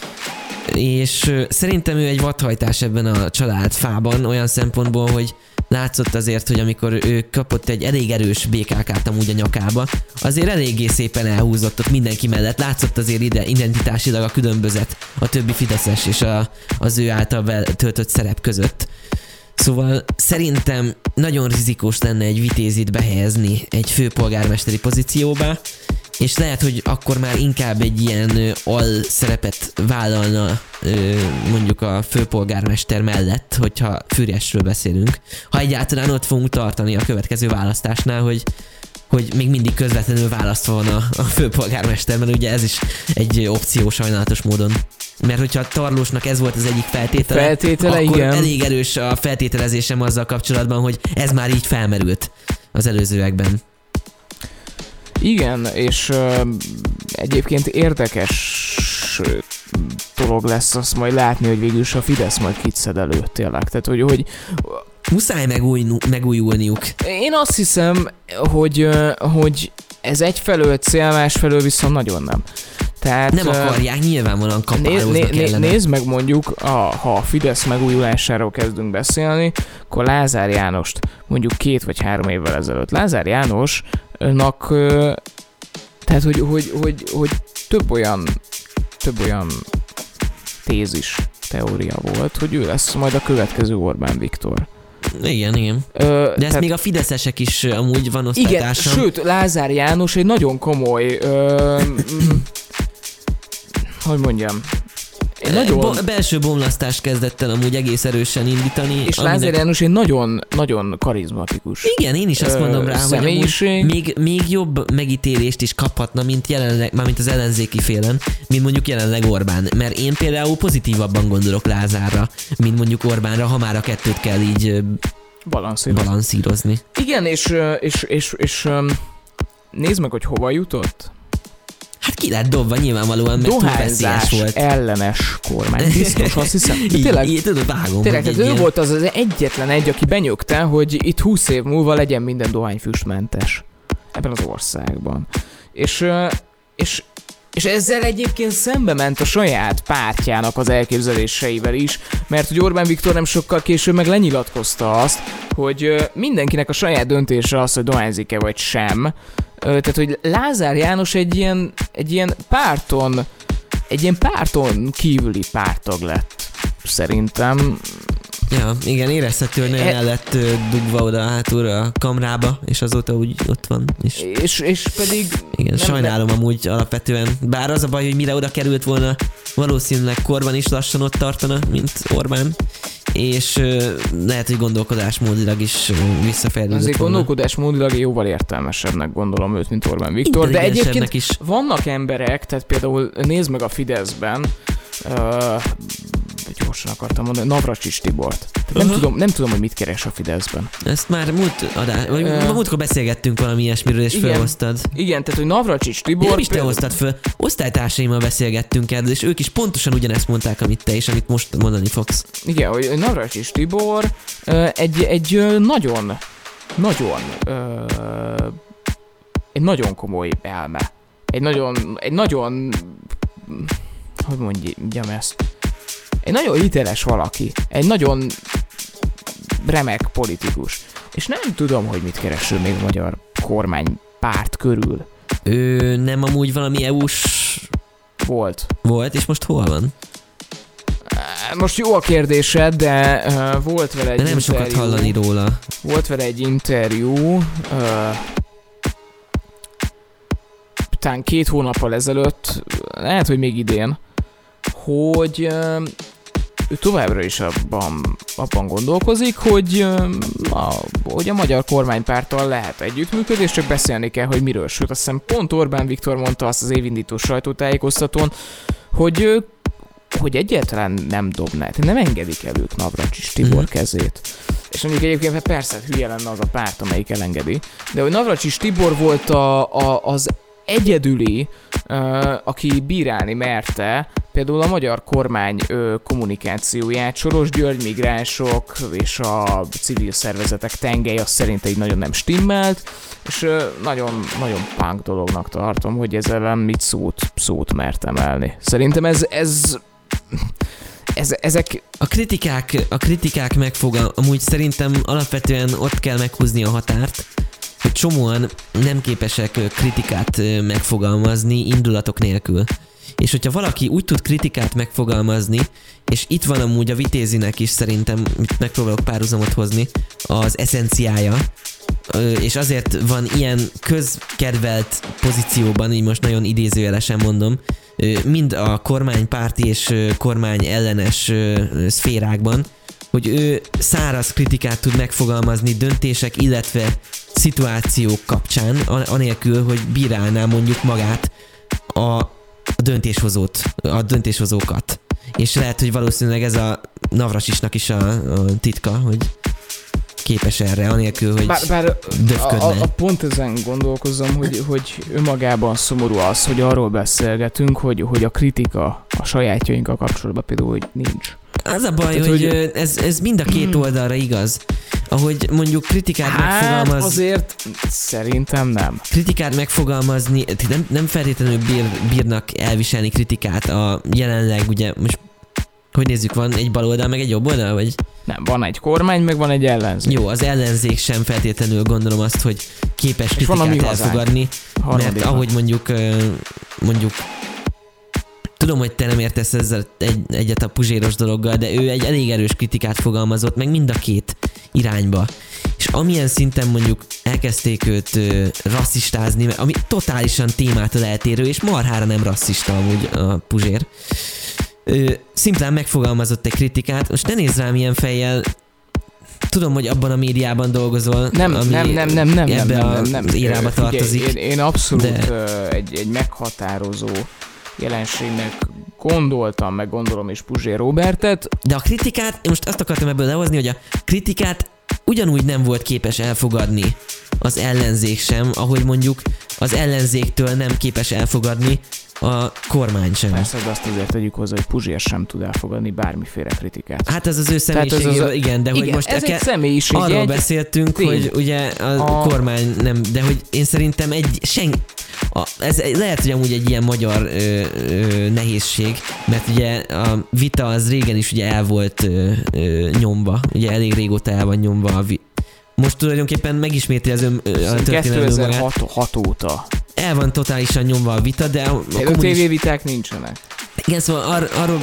És szerintem ő egy vadhajtás ebben a családfában, olyan szempontból, hogy látszott azért, hogy amikor ő kapott egy elég erős bé ká ká-t amúgy a nyakába, azért eléggé szépen elhúzott ott mindenki mellett. Látszott azért ide identitásilag a különbözet a többi fideszes és a, az ő által töltött szerep között. Szóval szerintem nagyon rizikós lenne egy Vitézit behelyezni egy főpolgármesteri pozícióba, és lehet, hogy akkor már inkább egy ilyen al szerepet vállalna mondjuk a főpolgármester mellett, hogyha Fűriesről beszélünk. Ha egyáltalán ott fogunk tartani a következő választásnál, hogy, hogy még mindig közvetlenül választva van a, a főpolgármester, mert ugye ez is egy opció sajnálatos módon. Mert hogyha Tarlósnak ez volt az egyik feltétele, feltétele akkor igen. elég erős a feltételezésem azzal kapcsolatban, hogy ez már így felmerült az előzőekben. Igen, és uh, egyébként érdekes dolog lesz azt majd látni, hogy végül is a Fidesz majd kit szed elő, tényleg. Tehát, hogy, hogy muszáj megúj, megújulniuk. Én azt hiszem, hogy, uh, hogy ez egyfelől cél, másfelől viszont nagyon nem. Tehát, nem akarják, nyilvánvalóan kapálóznak né, né, ellene. Nézd meg mondjuk, a, ha a Fidesz megújulásáról kezdünk beszélni, akkor Lázár Jánost mondjuk két vagy három évvel ezelőtt. Lázár Jánosnak, tehát hogy, hogy, hogy, hogy több olyan több olyan tézis, teória volt, hogy ő lesz majd a következő Orbán Viktor. Igen, igen. Ö, De ezt tehát, még a fideszesek is amúgy van osztálytársam. Igen, sőt, Lázár János egy nagyon komoly, ö, hogy mondjam, Én nagyon... Bo- belső bomlasztást kezdett el amúgy egész erősen indítani. És aminek... Lázár János egy nagyon, nagyon karizmatikus. Igen, én is azt mondom Ö, rá, hogy személyiség. amúgy még, még jobb megítélést is kaphatna, mint jelenleg, mármint az ellenzéki félen, mint mondjuk jelenleg Orbán. Mert én például pozitívabban gondolok Lázárra, mint mondjuk Orbánra, ha már a kettőt kell így ö, Balanszírozni. balanszírozni. Igen, és, ö, és, és, és öm, nézd meg, hogy hova jutott. Hát ki lett dobva nyilvánvalóan, mert túl veszélyes Dohányzás volt. ellenes kormány. Biztos, azt hiszem. De Így, tényleg, így, tudod, vágom. tényleg hogy tehát egy ő ilyen- volt az az egyetlen egy, aki benyögte, hogy itt húsz év múlva legyen minden dohányfüstmentes ebben az országban. És, ö, és, és ezzel egyébként szembe ment a saját pártjának az elképzeléseivel is, mert hogy Orbán Viktor nem sokkal később meg lenyilatkozta azt, hogy ö, mindenkinek a saját döntése az, hogy dohányzik-e vagy sem. Ö, Tehát, hogy Lázár János egy ilyen, egy ilyen párton, egy ilyen párton kívüli pártag lett, szerintem. Ja, igen, érezhető, hogy nagyon E- el lett ö, dugva oda hátulra a kamrába, és azóta úgy ott van. És És, és pedig... igen, nem- sajnálom amúgy alapvetően. Bár az a baj, hogy mire oda került volna, valószínűleg korban is lassan ott tartana, mint Orbán. És ö, lehet, hogy gondolkodásmódilag is ö, visszafejlődött Azért volna. gondolkodásmódilag jóval értelmesebbnek gondolom őt, mint Orbán Viktor, de Intelligensebbnek egyébként is. vannak emberek, tehát például nézd meg a Fideszben, uh, gyorsan akartam mondani, Navracsics Tibort. Tehát nem, Aha. tudom, nem tudom, hogy mit keres a Fideszben. Ezt már múlt adás, vagy Ö, múltkor beszélgettünk valami ilyesmiről, és igen. felhoztad. Igen, tehát, hogy Navracsics Tibor... Nem is te például- hoztad föl, osztálytársaimmal beszélgettünk erről, és ők is pontosan ugyanezt mondták, amit te, és amit most mondani fogsz. Igen, hogy Navracsics Tibor ö, egy, egy ö, nagyon, nagyon, ö, egy nagyon komoly elme. Egy nagyon, egy nagyon, hogy mondjam ezt, egy nagyon hiteles valaki. Egy nagyon remek politikus. És nem tudom, hogy mit keres ő még a magyar kormánypárt körül. Ő nem amúgy valami é u-s Volt. volt, és most hol van? Most jó a kérdésed, de uh, volt vele egy De nem sokat interjú. hallani róla. Volt vele egy interjú, uh, talán két hónappal ezelőtt, lehet, hogy még idén, hogy uh, ő továbbra is abban, abban gondolkozik, hogy, uh, a, hogy a magyar kormánypárttal lehet együttműködés, csak beszélni kell, hogy miről. Sőt, azt hiszem pont Orbán Viktor mondta azt az évindító sajtótájékoztatón, hogy uh, hogy egyáltalán nem dobná, nem engedik el ők Navracsics Tibor Mhm. kezét. És mondjuk egyébként persze hülye lenne az a párt, amelyik elengedi. De hogy Navracsics Tibor volt a, a, az egyedüli, uh, aki bírálni merte például a magyar kormány uh, kommunikációját, Soros György, migránsok és a civil szervezetek tengely azt szerint így nagyon nem stimmelt, és uh, nagyon, nagyon punk dolognak tartom, hogy ezzel ellen mit szót, szót mert emelni. Szerintem ez, ez, ez ezek A kritikák, a kritikák megfogal, amúgy szerintem alapvetően ott kell meghúzni a határt, hogy csomóan nem képesek ö, kritikát ö, megfogalmazni indulatok nélkül. És hogyha valaki úgy tud kritikát megfogalmazni, és itt van amúgy a Vitézinek is szerintem, itt megpróbálok párhuzamot hozni, az eszenciája, ö, és azért van ilyen közkedvelt pozícióban, így most nagyon idézőjelesen mondom, ö, mind a kormánypárti és ö, kormány ellenes ö, ö, szférákban, hogy ő száraz kritikát tud megfogalmazni döntések, illetve szituációk kapcsán, a- anélkül, hogy bírálná mondjuk magát a, a döntéshozót, a döntéshozókat. És lehet, hogy valószínűleg ez a Navracsicsnak is a, a titka, hogy képes erre, anélkül, hogy Bár, bár a, döfködne. a, a pont ezen gondolkozom, hogy, hogy önmagában szomorú az, hogy arról beszélgetünk, hogy, hogy a kritika a sajátjainkkal kapcsolatban például, hogy nincs. Az a baj, Tehát, hogy, hogy- hogy ez, ez mind a két oldalra igaz. Ahogy mondjuk kritikát Hát megfogalmaz, azért szerintem nem. kritikát megfogalmazni, nem, nem feltétlenül bír, bírnak elviselni kritikát a jelenleg, ugye most hogy nézzük, van egy bal oldal, meg egy jobb oldal, vagy? Nem, van egy kormány, meg van egy ellenzék. Jó, az ellenzék sem feltétlenül gondolom azt, hogy képes És van a mi kritikát hazánk. elfogadni, mert Harmadikban. ahogy mondjuk, ö, mondjuk tudom, hogy te nem értesz ezzel egy, egyet a puzséros dologgal, de ő egy elég erős kritikát fogalmazott meg mind a két irányba. És amilyen szinten mondjuk elkezdték őt ö, rasszistázni, mert ami totálisan témától eltérő, és marhára nem rasszista amúgy a Puzsér. ö, szimplán megfogalmazott egy kritikát, most ne nézz rám ilyen fejjel, tudom, hogy abban a médiában dolgozol, Nem, ami nem, nem, nem, nem, ebbe nem, a nem, nem. irába Figyelj, tartozik. Én, én abszolút de... de... egy, egy meghatározó jelenségnek gondoltam, meg gondolom is Puzsér Robertet. De a kritikát, én most azt akartam ebből lehozni, hogy a kritikát ugyanúgy nem volt képes elfogadni az ellenzék sem, ahogy mondjuk az ellenzéktől nem képes elfogadni a kormány sem. Persze, de azt azért tegyük hozzá, hogy Puzsér sem tud elfogadni bármiféle kritikát. Hát ez az ő személyiségéről, az a... igen, de igen, hogy most ez eke... egy személyiség, arról egy... beszéltünk, tény. hogy ugye a, A- kormány nem, de hogy én szerintem egy sen... A, ez lehet, hogy amúgy egy ilyen magyar ö, ö, nehézség, mert ugye a vita az régen is ugye el volt ö, ö, nyomva, ugye elég régóta el van nyomva a vi... Most tulajdonképpen megismétli az ön, a történelmi magát. kétezer-hat óta. El van totálisan nyomva a vita, de a, a A kommunis... tévéviták nincsenek. Igen, szóval ar, arról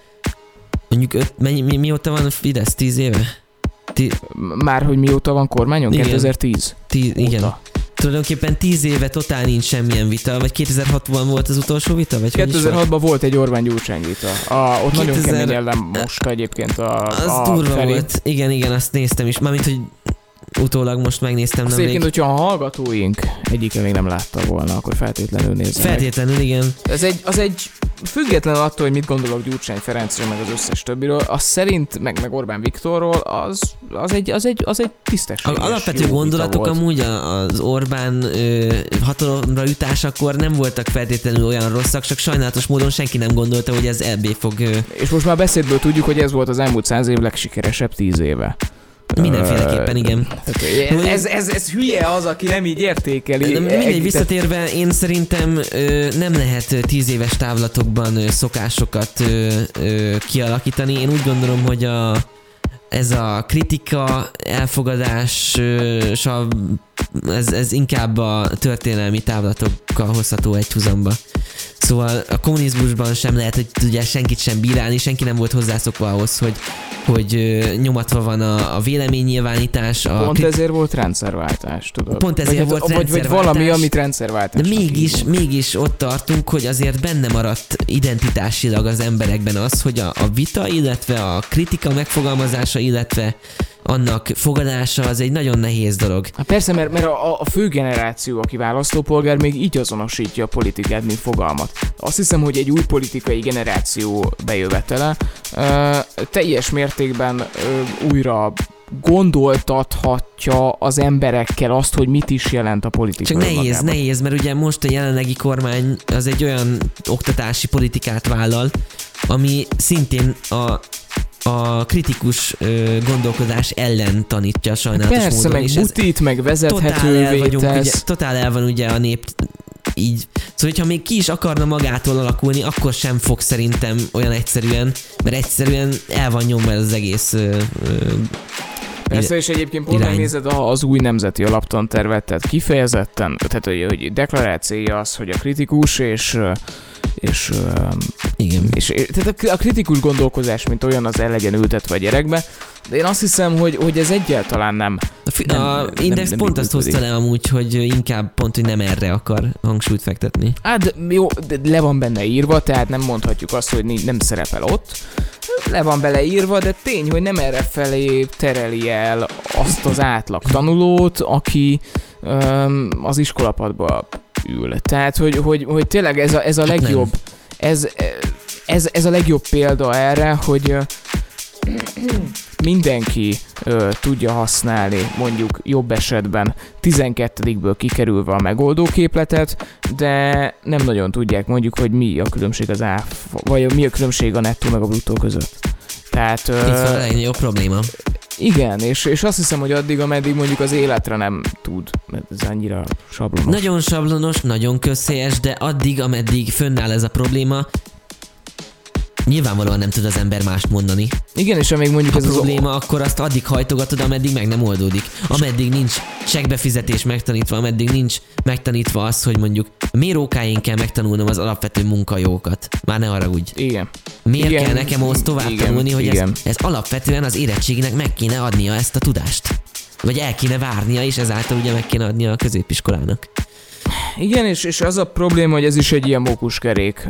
mondjuk öt, mennyi, mi, mióta van a Fidesz? Tíz éve? Ti, Már hogy mióta van kormányon? Igen. kétezer-tíz tíz, igen. óta. Tulajdonképpen tíz éve totál nincs semmilyen vita, vagy kétezer-hatban volt az utolsó vita? Vagy kétezer-hatban volt egy Orbán-Gyurcsány vita. A, ott nagyon kétezer kemény ellen most egyébként a, Az a durva felé. volt. Igen, igen, azt néztem is. Mármint, hogy utólag most megnéztem Azt nemrég. egyébként, hogyha a hallgatóink egyike még nem látta volna, akkor feltétlenül nézze meg. Feltétlenül, igen. Ez egy, az egy független attól, hogy mit gondolok Gyurcsány Ferencről, meg az összes többiről, az szerint, meg, meg Orbán Viktorról, az, az egy, az egy, az egy tisztességes, A alapvető jó vita gondolatok volt. amúgy a- az Orbán ö, hatalomra jutásakor nem voltak feltétlenül olyan rosszak, csak sajnálatos módon senki nem gondolta, hogy ez ebbé fog ö, És most már beszédből tudjuk, hogy ez volt az elmúlt száz év legsikeresebb tíz éve. mindenféleképpen, igen. Tehát ez, ez, ez hülye az, aki nem így értékeli. De mindegy, visszatérve, én szerintem ö, nem lehet ö, tíz éves távlatokban ö, szokásokat ö, ö, kialakítani. Én úgy gondolom, hogy a, ez a kritika, elfogadás, ö, s a, ez, ez inkább a történelmi távlatokkal hozható egy huzamba. Szóval a kommunizmusban sem lehet, hogy ugye senkit sem bírálni, senki nem volt hozzászokva ahhoz, hogy, hogy ö, nyomatva van a, a véleménynyilvánítás. A Pont kri- ezért volt rendszerváltás, tudod? Pont ezért vagy, volt vagy, vagy rendszerváltás. valami, amit rendszerváltás. De mégis, mégis ott tartunk, hogy azért benne maradt identitásilag az emberekben az, hogy a, a vita, illetve a kritika megfogalmazása, illetve annak fogadása az egy nagyon nehéz dolog. Hát persze, mert, mert a, a fő generáció, aki választópolgár, még így azonosítja a politikát, mint fogalmat. Azt hiszem, hogy egy új politikai generáció bejövetele ö, teljes mértékben ö, újra gondoltathatja az emberekkel azt, hogy mit is jelent a politika. Csak nehéz, önmagában. nehéz, mert ugye most a jelenlegi kormány az egy olyan oktatási politikát vállal, ami szintén a a kritikus ö, gondolkodás ellen tanítja sajnálatos Persze, módon. meg és ez butit, meg totál el, vezethetővé vagyunk, ugye, tesz. totál el van ugye a nép így. Szóval, hogyha még ki is akarna magától alakulni, akkor sem fog szerintem olyan egyszerűen, mert egyszerűen el van nyomva ez az egész ö, ö, Persze, és egyébként pont irány. megnézed az új nemzeti alaptantervet, tehát kifejezetten, tehát hogy, hogy deklarált célja az, hogy a kritikus és és, igen. és, és tehát a kritikus gondolkozás, mint olyan, az el legyen ültetve a gyerekbe, de én azt hiszem, hogy, hogy ez egyáltalán nem. A, fi- nem, a nem, Index nem pont így azt hozta működik. le amúgy, hogy inkább pont, hogy nem erre akar hangsúlyt fektetni. Hát jó, de le van benne írva, tehát nem mondhatjuk azt, hogy ni- nem szerepel ott. Le van beleírva, de tény, hogy nem erre felé tereli el azt az átlag tanulót, aki öm, az iskolapadba ül. Tehát, hogy, hogy, hogy tényleg ez a, ez a Hát legjobb, ez, ez, ez a legjobb példa erre, hogy ö, mindenki ö, tudja használni, mondjuk jobb esetben tizenkettedikből kikerülve a megoldóképletet, de nem nagyon tudják mondjuk, hogy mi a különbség az áfa, vagy mi a különbség a nettó meg a bruttó között. Tehát... Itt van a legnagyobb probléma. Igen, és, és azt hiszem, hogy addig, ameddig mondjuk az életre nem tud, mert ez annyira sablonos. Nagyon sablonos, nagyon közhelyes, de addig, ameddig fönnáll ez a probléma, nyilvánvalóan nem tud az ember mást mondani. Igen, és amíg mondjuk A ez probléma, akkor azt addig hajtogatod, ameddig meg nem oldódik. Ameddig nincs csekkbefizetés megtanítva, ameddig nincs megtanítva az, hogy mondjuk mérókáin kell megtanulnom az alapvető munkajogokat. Már ne haragudj. az... Igen. Miért Igen, kell nekem ahhoz tovább igen, tanulni, hogy ez, igen. ez alapvetően az érettséginek meg kéne adnia ezt a tudást? Vagy el kéne várnia, és ezáltal ugye meg kéne adnia a középiskolának. Igen, és, és az a probléma, hogy ez is egy ilyen mókuskerék.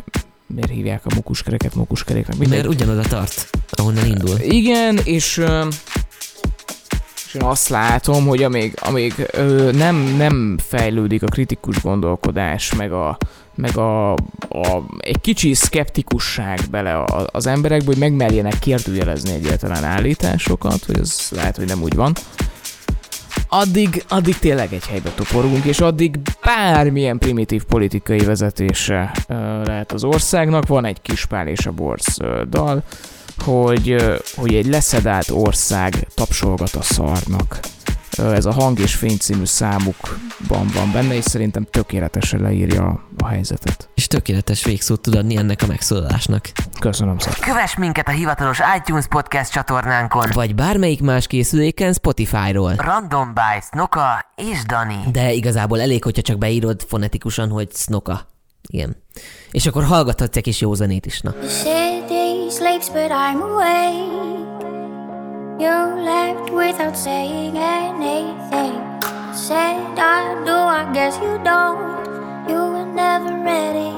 miért hívják a mukuskereket mukuskeréknek? Mert ugyanoda tart, ahonnan indul. Igen, és, ö, és én azt látom, hogy amíg, amíg ö, nem, nem fejlődik a kritikus gondolkodás, meg a meg a, a, egy kicsi szkeptikusság bele a, az emberekbe, hogy megmerjenek kérdőjelezni egyáltalán állításokat, hogy ez lehet, hogy nem úgy van. Addig, addig tényleg egy helybe toporgunk, és addig bármilyen primitív politikai vezetése uh, lehet az országnak. Van egy kis Pál és a Borz uh, dal, hogy, uh, hogy egy leszedált ország tapsolgat a szarnak. Uh, ez a Hang és Fény című számukban van benne, és szerintem tökéletesen leírja a helyzetet. És tökéletes végszót tud adni ennek a megszólalásnak. Köszönöm szépen. Kövess minket a hivatalos iTunes podcast csatornánkon, Vagy bármelyik más készüléken Spotify-ról. Random by Snoka és Dani. De igazából elég, hogyha csak beírod fonetikusan, hogy Snoka. Igen. És akkor hallgathatsz egy kis jó zenét is, na. The city sleeps, but I'm awake. You left without saying anything. Said I do, I guess you don't. You were never ready.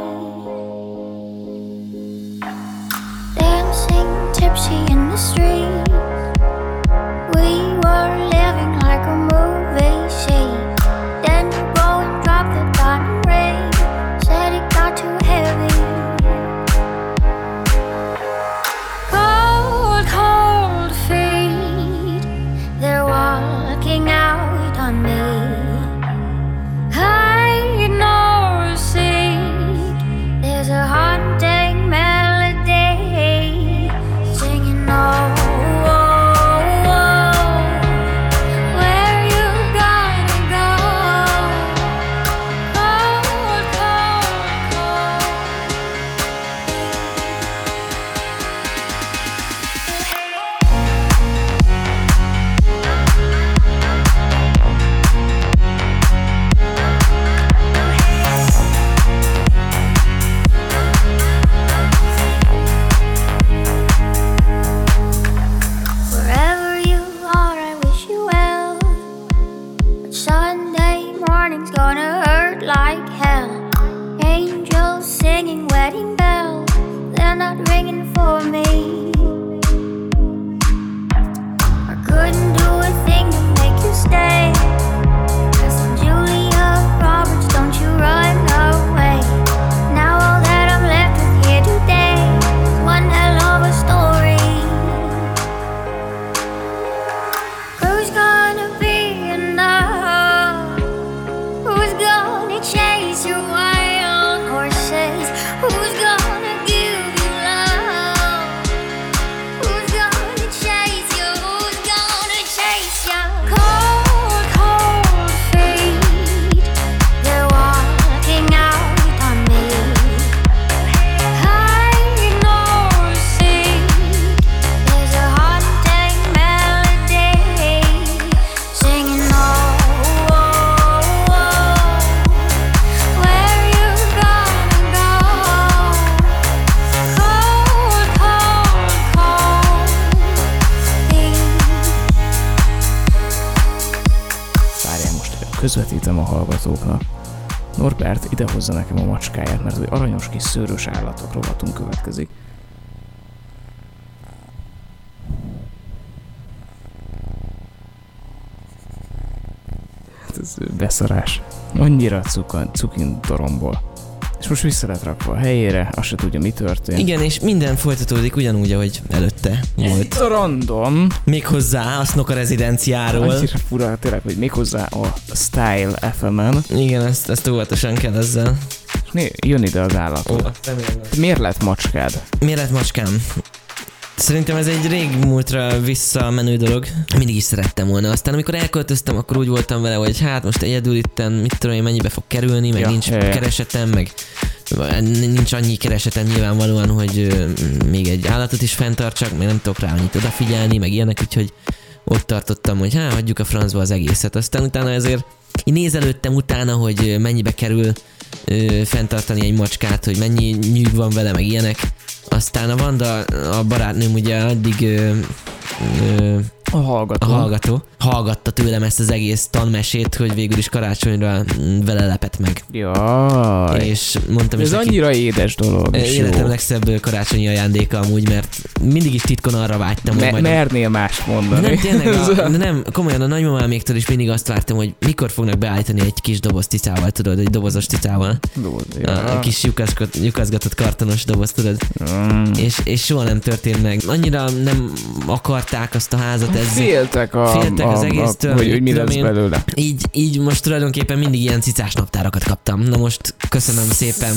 Dancing tipsy in the street. We were living like a movie scene. Then you go and drop the diamond ring. Said it got too heavy. Cold, cold feet. They're walking out on me. Hide nor seek. There's a haunting melody singing oh, oh, oh. Where you gonna go? Cold, cold, cold. Wherever you are, I wish you well. But Sunday morning's gonna hurt like hell. Angels singing wedding bells, they're not ringing for me. I couldn't do a thing to make you stay. Cousin Julia Roberts, don't you run away. Now all that I'm left with here today is one hell of a story. Who's gonna be enough? Who's gonna chase your wild horses? Who's gonna give you love? Who's gonna chase you? Who's gonna chase you? Cold, cold feet. They're walking out on me. Hide nor seek. There's a haunting melody singing oh, oh, oh. Where you gonna go? Cold, cold, cold feet. Várjál, most közvetítem a hallgatóknak. Norbert idehozza nekem a macskáját, mert hogy aranyos kis szőrös állatok rovatunk következik. Hát ez beszarás. Annyira cukan, cukin doromból. És most vissza lett rakva a helyére, azt se tudja, mi történt. Igen, és minden folytatódik ugyanúgy, ahogy előtte volt. A random. Méghozzá a Snoka rezidenciáról. Annyira fura tényleg, hogy méghozzá a Style ef em-en. Igen, ezt, ezt óvatosan kell ezzel. És né- jön ide az állat. Ó, remélem. Miért lett macskád? Miért lett macskám? Szerintem ez egy rég múltra visszamenő dolog. Mindig is szerettem volna. Aztán amikor elköltöztem, akkor úgy voltam vele, hogy hát most egyedül itten, mit tudom én, mennyibe fog kerülni, meg Ja, nincs ja, ja. keresetem, meg nincs annyi keresetem nyilvánvalóan, hogy ö, még egy állatot is fenntartsak, meg nem tudok rá annyit odafigyelni, meg ilyenek, úgyhogy ott tartottam, hogy hát hagyjuk a francba az egészet. Aztán utána ezért én nézelődtem utána, hogy mennyibe kerül ö, fenntartani egy macskát, hogy mennyi nyűg van vele, meg ilyenek. Aztán a Vanda, a barátnőm ugye addig ö, ö, A hallgató. a hallgató, hallgatta tőlem ezt az egész tanmesét, hogy végül is karácsonyra mm, vele lepett meg. Jaj. És mondtam is Ez neki, annyira édes dolog. és életem jó. legszebb karácsonyi ajándéka amúgy, mert mindig is titkon arra vágytam, hogy Me- majd... mernél mást mondani. Nem, tényleg, a, de nem, komolyan a nagymamáméktől is mindig azt vártam, hogy mikor fognak beállítani egy kis doboz cicával, tudod, egy dobozos cicával. A, a kis lyukaszgot, lyukaszgatott kartonos doboz, tudod. Mm. És, és soha nem történt meg. Annyira nem akarták azt a házat ezzel. Féltek, a, Féltek az a, egésztől, a, hogy, mit hogy mi tudom lesz én. belőle. Így, így most tulajdonképpen mindig ilyen cicás naptárakat kaptam. Na most köszönöm szépen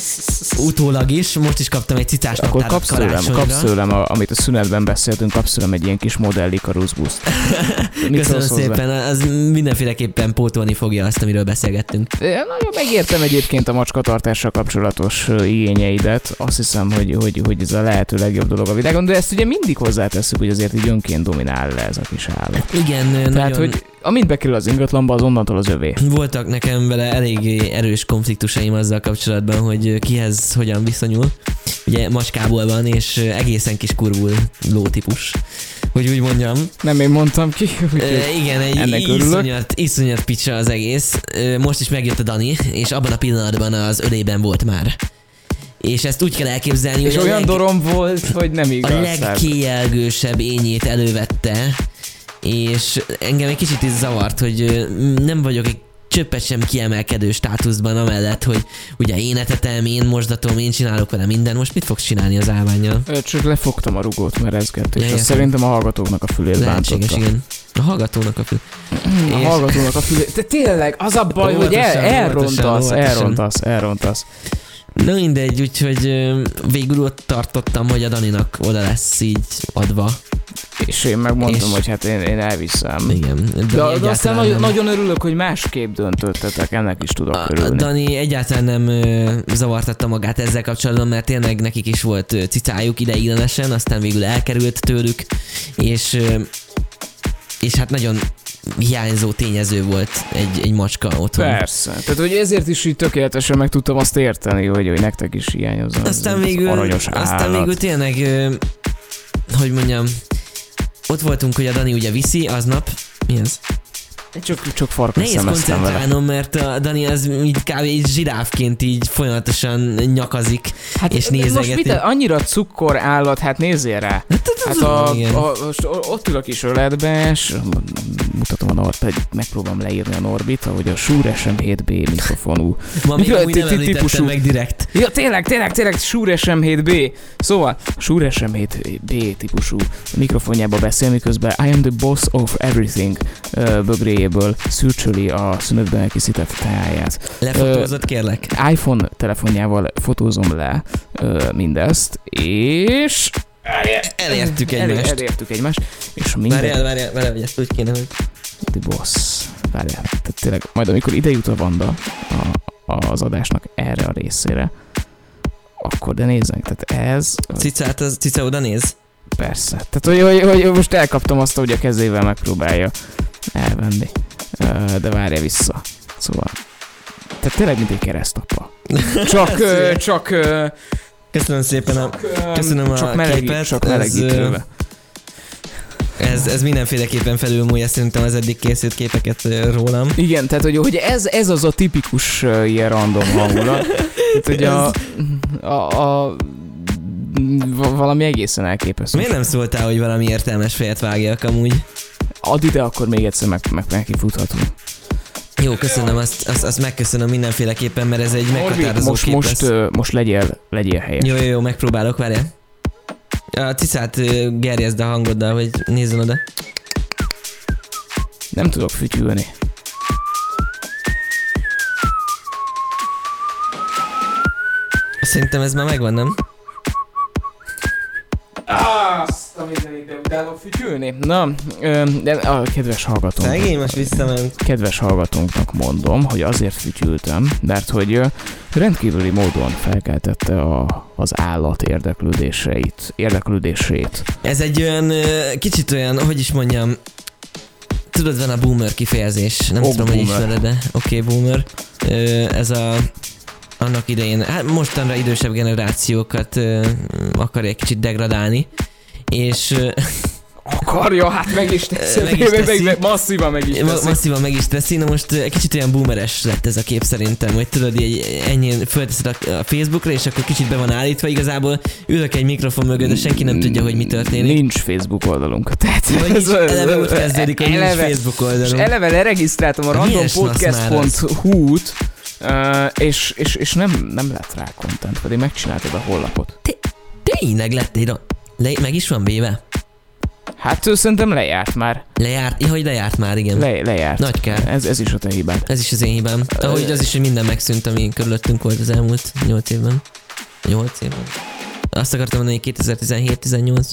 utólag is, most is kaptam egy cicás Akkor naptárat kapsz tőlem, karácsonyra. kapsz tőlem, a, amit a szünetben beszéltünk, kapsz tőlem egy ilyen kis modell Icarus Boost. Mit Köszönöm szólsz hozzá? szépen, az mindenféleképpen pótolni fogja azt, amiről beszélgettünk. Én nagyon megértem egyébként a macskatartással kapcsolatos ö, igényeidet. Azt hiszem, hogy, hogy, hogy ez a lehető legjobb dolog a világon, de ezt ugye mindig hozzátesszük, hogy azért így önként dominál le ez a kis állat. Igen, Tehát, nagyon... hogy amint bekerül az ingatlanba, az onnantól az övé. Voltak nekem vele elég erős konfliktusaim azzal kapcsolatban, hogy kihez hogyan viszonyul. Ugye macskából van, és egészen kis kurvul lótípus, hogy úgy mondjam. Nem én mondtam ki, úgyhogy E, igen, egy ennek örülök. iszonyat, iszonyat picsa az egész. E, most is megjött a Dani, és abban a pillanatban az ölében volt már. És ezt úgy kell elképzelni, És hogy olyan a, leg, dorom volt, hogy nem a igaz. legkielgősebb ényét elővette, és engem egy kicsit is zavart, hogy ö, nem vagyok egy csöppet sem kiemelkedő státuszban, amellett, hogy ugye én etetem, én mosdatom, én csinálok vele minden. Most mit fogsz csinálni az állvánnyal? Ö, Csak lefogtam a rugót, mert rezgett, és Ja, azt értem. szerintem a hallgatóknak a fülét Lehetséges, bántotta. igen. A hallgatónak a fül. A És- hallgatónak a fülét. De tényleg, az a baj, hogy el, Óvatosan, elrontasz, óvatosan. elrontasz, elrontasz. Na mindegy, úgyhogy ö, végül ott tartottam, hogy a Daninak oda lesz így adva. És én megmondtam, És- hogy hát én, én elviszem. Igen. De, de aztán egyáltalán nagyon, nem- nagyon örülök, hogy másképp döntöttetek, ennek is tudok A, a örülni. Dani egyáltalán nem ö, zavartatta magát ezzel kapcsolatban, mert tényleg nekik is volt ö, cicájuk ideiglenesen, aztán végül elkerült tőlük, és, ö, és hát nagyon hiányzó tényező volt egy, egy macska otthon. Persze. Tehát, hogy ezért is így tökéletesen meg tudtam azt érteni, hogy, hogy nektek is hiányozna. az- Aztán az végül, aranyos aztán állat. végül tényleg, ö, hogy mondjam, ott voltunk, hogy a Dani ugye viszi aznap. Mi ez? Csak, csak farkas Nehéz szemeztem vele. koncentrálnom, mert a Dani az így kb. Egy zsiráfként így folyamatosan nyakazik, Hát és de most nézegeti. mit, annyira cukor állat, hát nézzél rá. Hát a, igen. a, most ott ül a kis öletbe, és mutatom a Norbit, megpróbálom leírni a Norbit, ahogy a Shure es em hét bé mikrofonú. Ma még Mikor- amúgy nem ti- ti- említettem típusú- meg direkt. Ja, tényleg, tényleg, tényleg, Shure es em hét bé. Szóval, Shure es em hét bé típusú mikrofonjába beszél, miközben I am the boss of everything uh, bögréjéből szürcsöli a szünetben elkészített teáját. Lefotózott, kérlek. iPhone telefonjával fotózom le uh, mindezt, és Elértük El, egymást. elértük egymást, és minden... Várjál, várjál, várjál, hogy ezt úgy kéne, hogy... The boss. Várjál, tehát tényleg, majd amikor ide jut a Vanda a, az adásnak erre a részére, akkor de nézzünk, tehát ez... Cicát, az cica oda néz. Persze. Tehát, hogy, hogy, hogy most elkaptam azt, hogy a kezével megpróbálja elvenni. Ö, De várja vissza. Szóval... Tehát tényleg mint egy keresztapa. Csak, ö, csak... ö, Köszönöm szépen a... ö, Köszönöm a csak melegít, képet, csak ez, melegítővel. Ez, ez mindenféleképpen felülmúlja szerintem az eddig készült képeket ö, rólam. Igen, tehát hogy, hogy ez, ez az a tipikus uh, ilyen random hangulat. Tehát, hogy a, a, a, va- valami egészen elképesztő. Miért nem szóltál, hogy valami értelmes fejet vágjak amúgy? Add ide, akkor még egyszer meg, meg nekifuthatunk. Jó, köszönöm, azt, azt, azt megköszönöm mindenféleképpen, mert ez egy Norbi, meghatározó most, kép most, lesz. ö, most legyél, legyél helyes. Jó, jó, jó, megpróbálok, várjál. A cicát ö, gerjezd a hangoddal, hogy nézzön oda. Nem tudok fütyülni. Szerintem ez már megvan, nem? Azt a mindenit, de utálok fütyülni. Na, ö, de a kedves hallgatónk. Szegény, most visszament. Kedves hallgatónknak mondom, hogy azért fütyültem, mert hogy ö, rendkívüli módon felkeltette a, az állat érdeklődéseit, érdeklődését. Ez egy olyan, ö, kicsit olyan, hogy is mondjam, tudod, van a boomer kifejezés, nem Ok, tudom, hogy boomer. ismered, de oké, okay, boomer. Ö, ez a, annak idején, hát mostanra idősebb generációkat ö, akarja egy kicsit degradálni, és ö, akarja, hát meg is teszi. Meg is teszi. Meg, masszívan meg is Ma- teszi. Masszívan meg is teszi. Na most egy kicsit olyan boomeres lett ez a kép szerintem, hogy tudod, így ennyi fölteszed a a Facebookra, és akkor kicsit be van állítva, igazából ülök egy mikrofon mögött, de senki nem tudja, hogy mi történik. Nincs Facebook oldalunk. Tehát Vagyis eleve úgy kezdődik, hogy nincs eleve- Facebook És oldalon. eleve leregisztráltam a Milyen randompodcast snasz már pont hu-t, uh, és, és, és nem, nem lett rá content, pedig megcsináltad a honlapot. Tényleg lett egy ra- Le- meg is van véve? Hát ő szerintem lejárt már. Lejárt, ja, hogy lejárt már, igen. Le, lejárt. Nagy kár. Ez, ez is a te hibád. Ez is az én hibám. Ahogy az is, hogy minden megszűnt, ami körülöttünk volt az elmúlt nyolc évben. nyolc évben. Azt akartam mondani, hogy kétezer-tizenhét tizennyolc.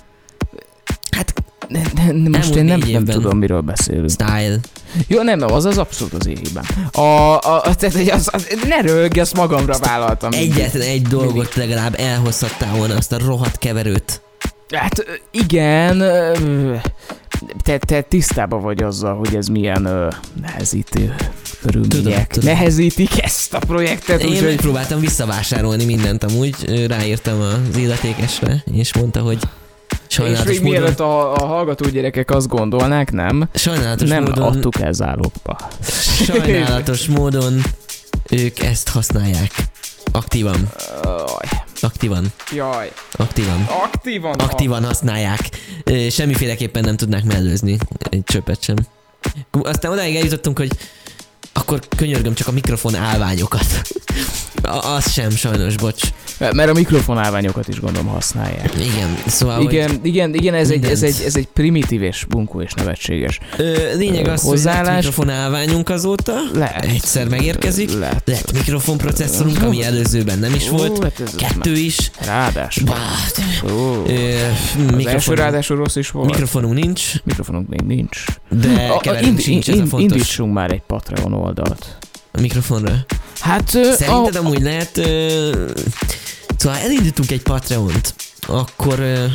Hát ne, ne, ne, most Elmúlt én nem, négy nem évben. tudom, miről beszélünk. Style. Jó, nem, nem, az az abszolút az én hibám. A, a, a, tehát, hogy az, az, ne röhögj, azt magamra vállaltam. Egyetlen egy dolgot legalább elhozhattál volna, azt a rohadt keverőt. Hát ö, igen, ö, te, te tisztában vagy azzal, hogy ez milyen ö, nehezítő körülmények. Tudom, tudom. Nehezítik ezt a projektet, Én úgyhogy megpróbáltam visszavásárolni mindent amúgy, Ö, ráírtam az illetékesre, és mondta, hogy és sajnálatos még módon, mielőtt a, a hallgató gyerekek azt gondolnák, nem, sajnálatos nem módon, adtuk el zálogba. sajnálatos módon ők ezt használják. Aktívan, Jaj, aktívan, jaj, aktívan. aktívan. Aktívan használják. Ö, Semmiféleképpen nem tudnák mellőzni egy csöpet sem. Aztán odáig eljutottunk, hogy akkor könyörgöm csak a mikrofon állványokat. A- Az sem sajnos, bocs. Mert a mikrofonálványokat is gondolom használják. Igen, szóval, Igen, igen, igen, ez egy, ez, mindent. egy, ez egy primitív és bunkó és nevetséges. hogy ö, lényeg az, hogy lett hozzáállás- mikrofon állványunk azóta. Lehet. Egyszer megérkezik. Lehet. Lett mikrofonprocesszorunk, ami előzőben nem is Ó, volt. hát ez- ez Kettő is. Ráadásul. Bah, Ó, ö, az első mikrofon, ráadásul rossz is volt. mikrofonunk nincs, Mikrofonunk még nincs. de A- a- keverünk ind- sincs, ez a ind- fontos. Indítsunk már egy Patreon oldalt. A mikrofonra. Hát... ö, Szerinted a- amúgy lehet... Ö, szóval elindítunk egy Patreont, akkor ö,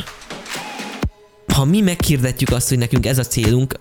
ha mi meghirdetjük azt, hogy nekünk ez a célunk,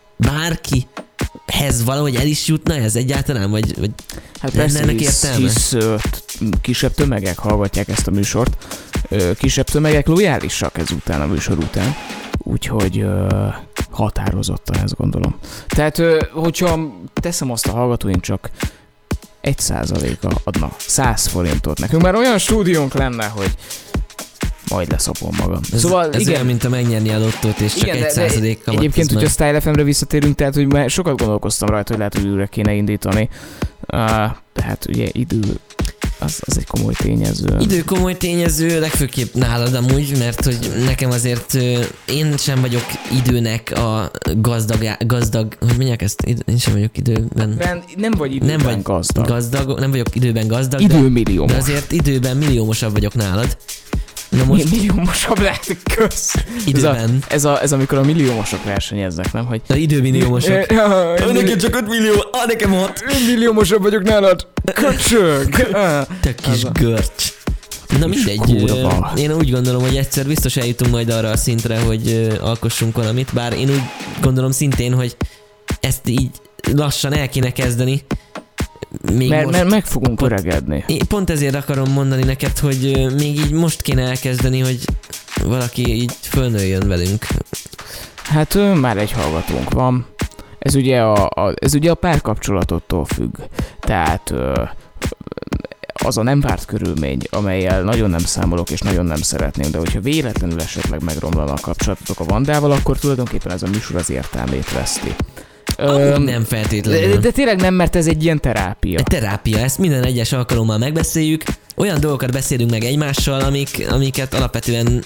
bárkihez valahogy el is jutna ez egyáltalán, vagy, vagy Hát lenne persze, ennek hisz, értelme? hisz ö, t- kisebb tömegek hallgatják ezt a műsort. Ö, Kisebb tömegek lojálisak ezután a műsor után. Úgyhogy ö, határozottan ezt gondolom. Tehát, ö, hogyha teszem azt, a hallgatóink csak egy százaléka adna száz forintot nekünk, már olyan stúdiónk lenne, hogy majd leszopom magam. ez, szóval ez igen, olyan, mint a megnyerni a lottót, és csak igen, egy de- de százalék kamat. egyébként, ez hogyha már- Style ef em-re visszatérünk, tehát, hogy már sokat gondolkoztam rajta, hogy lehet, hogy újra kéne indítani. Uh, tehát ugye idő, az, az egy komoly tényező. Idő komoly tényező, legfőképp nálad amúgy, mert hogy nekem azért ö, én sem vagyok időnek a gazdag, gazdag, hogy mondják ezt? Id- Én sem vagyok időben Ben, nem vagy időben Nem vagy gazdag. gazdag, nem vagyok időben gazdag, de, Időmilliómos. de azért időben milliómosabb vagyok nálad. Na Most... most Milliómosabb lehet, kösz. időben, Ez, a, ez amikor a milliómosok versenyeznek, nem? Hogy... az időmilliómosok. Ja, Ö, Nekem csak öt millió, ah, nekem hat. milliómosabb vagyok nálad. Köcsög. Ah. Te kis Az a- görcs. Na Kis mindegy, kurva. ö, én úgy gondolom, hogy egyszer biztos eljutunk majd arra a szintre, hogy ö, alkossunk valamit, bár én úgy gondolom szintén, hogy ezt így lassan el kéne kezdeni. Még Mert, most, mert meg fogunk pont- öregedni. Én pont ezért akarom mondani neked, hogy ö, még így most kéne elkezdeni, hogy valaki így fölnőjön velünk. Hát ö, már egy hallgatónk van. Ez ugye a, a, ez ugye a párkapcsolatottól függ. Tehát ö, az a nem várt körülmény, amellyel nagyon nem számolok és nagyon nem szeretném, de hogyha véletlenül esetleg megromlana a kapcsolatotok a Vandával, akkor tulajdonképpen ez a műsor az értelmét veszti. Amúgy nem de, feltétlenül. de tényleg nem, mert ez egy ilyen terápia. Egy terápia, ezt minden egyes alkalommal megbeszéljük. Olyan dolgokat beszélünk meg egymással, amik, amiket alapvetően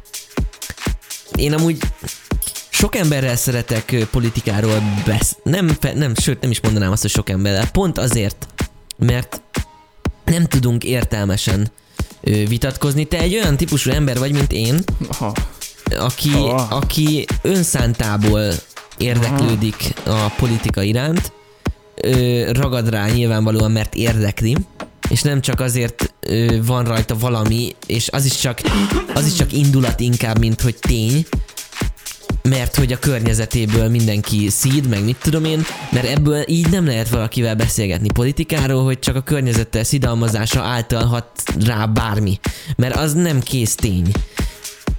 én amúgy sok emberrel szeretek ö, politikáról besz... Nem, fe- nem, sőt nem is mondanám azt, hogy sok emberrel. Pont azért, mert nem tudunk értelmesen ö, vitatkozni. Te egy olyan típusú ember vagy, mint én, Aha. aki, Ah. aki önszántából érdeklődik a politika iránt, ö, ragad rá nyilvánvalóan, mert érdekli, és nem csak azért ö, van rajta valami, és az is csak, az is csak indulat inkább, mint hogy tény, mert hogy a környezetéből mindenki szíd, meg mit tudom én, mert ebből így nem lehet valakivel beszélgetni politikáról, hogy csak a környezettel szidalmazása által hat rá bármi, mert az nem kész tény.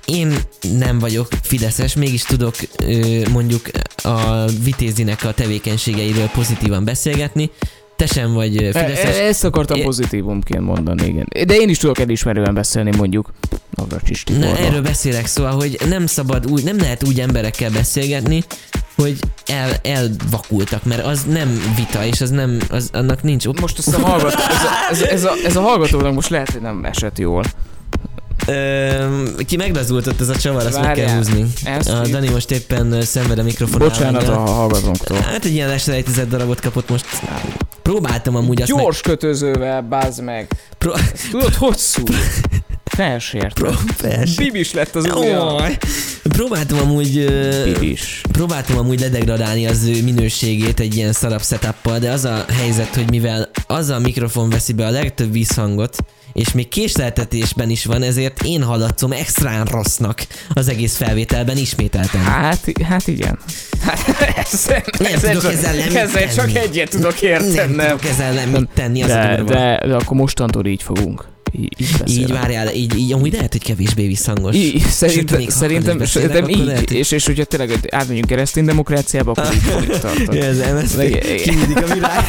én nem vagyok fideszes, mégis tudok ö, mondjuk a Vitézinek a tevékenységeiről pozitívan beszélgetni. Te sem vagy fideszes. E- ezt akartam pozitívumként mondani, igen. De én is tudok elismerően beszélni, mondjuk Navracsics Tiborról. Na, erről beszélek, szóval, hogy nem szabad úgy, nem lehet úgy emberekkel beszélgetni, hogy el, elvakultak, mert az nem vita, és az nem, az, annak nincs... Most ezt a hallgató, ez a, ez, a, ez, a, ez a hallgatónak most lehet, hogy nem esett jól. Ö, ki meglazultott ez a csavar, azt meg kell húzni. A így. Dani most éppen szenved a mikrofon. Bocsánat a hallgatónktól. Hát egy ilyen leselejtezett darabot kapott most. Próbáltam amúgy azt Gyors meg... kötözővel, bázd meg. Pro... Tudod, hogy szúr? Felsértem. Bibis lett az ujjam. Oh, próbáltam amúgy... Bibis. Próbáltam amúgy ledegradálni az ő minőségét egy ilyen szarab setuppal, de az a helyzet, hogy mivel az a mikrofon veszi be a legtöbb vízhangot, és még késleltetésben is van, ezért én hallatszom extrán rossznak az egész felvételben ismételten. Hát, hát igen. Hát, ezzel, nem ezzel tudok csak, ezzel nem ezzel csak egyet tudok érteni. Nem, nem tudok ezzel nem mit tenni, az de, a durva. de, de akkor mostantól így fogunk. Így, így, így várjál, így, így amúgy lehet, hogy kevésbé visszhangos. Így, szerintem, Sőt, szerintem, szerintem így, lehet, és, és hogyha tényleg átmegyünk keresztény demokráciába, akkor így fogjuk tartani. Ja, ez em es zé kinyílik a világ.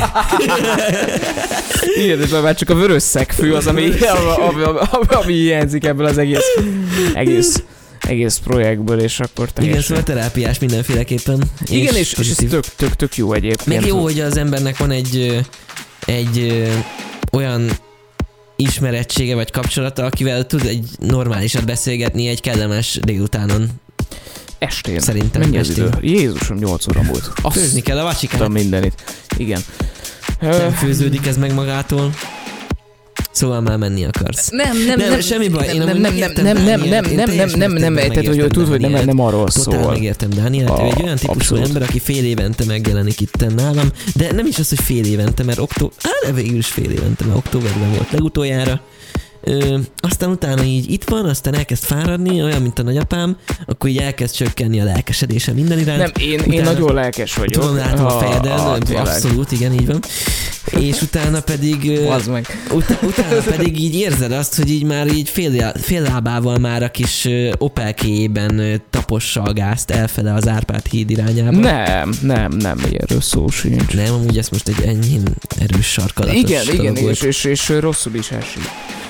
Igen, és már csak a vörös szegfű az, ami, ami, ami, ami hiányzik ebből az egész, egész, egész projektből, és akkor teljesen... Igen, szóval terápiás mindenféleképpen. Igen, és, és ez tök, tök, tök jó egyébként. Meg jó, hogy az embernek van egy, egy olyan ismerettsége vagy kapcsolata, akivel tud egy normálisat beszélgetni egy kellemes délutánon. Estén. Szerintem mennyi az estén. idő? Jézusom, nyolc óra múlt. Azt főzni kell a vacsikát. Tudom mindenit. Igen. Nem főződik ez meg magától. Szóval már menni akarsz. Nem, nem, nem, nem semmi baj. Én nem, nem, nem, nem, nem, nem, nem, nem, nem, nem, tehát hogy tudod, hogy nem, nem arról szól. Totál megértem Dánielt, ő egy olyan típusú ember, aki fél évente megjelenik itt nálam, de nem is az, hogy fél évente, mert október, hát végül is fél évente, mert októberben volt legutoljára. Ö, aztán utána így itt van, aztán elkezd fáradni, olyan, mint a nagyapám, akkor így elkezd csökkenni a lelkesedése minden iránt. Nem, én, utána, én nagyon lelkes vagyok. Tudom, látom a fejeden, ah, abszolút, igen, így van. És utána pedig meg. Ut- utána pedig így érzed azt, hogy így már így fél, fél lábával már a kis Opelkéjében tapossa a gázt elfele az Árpád híd irányába. Nem, nem, nem, ilyenről szó sincs. Nem, amúgy ez most egy enyhén erős sarkalatos Igen, igen, és, és, és rosszul is esik.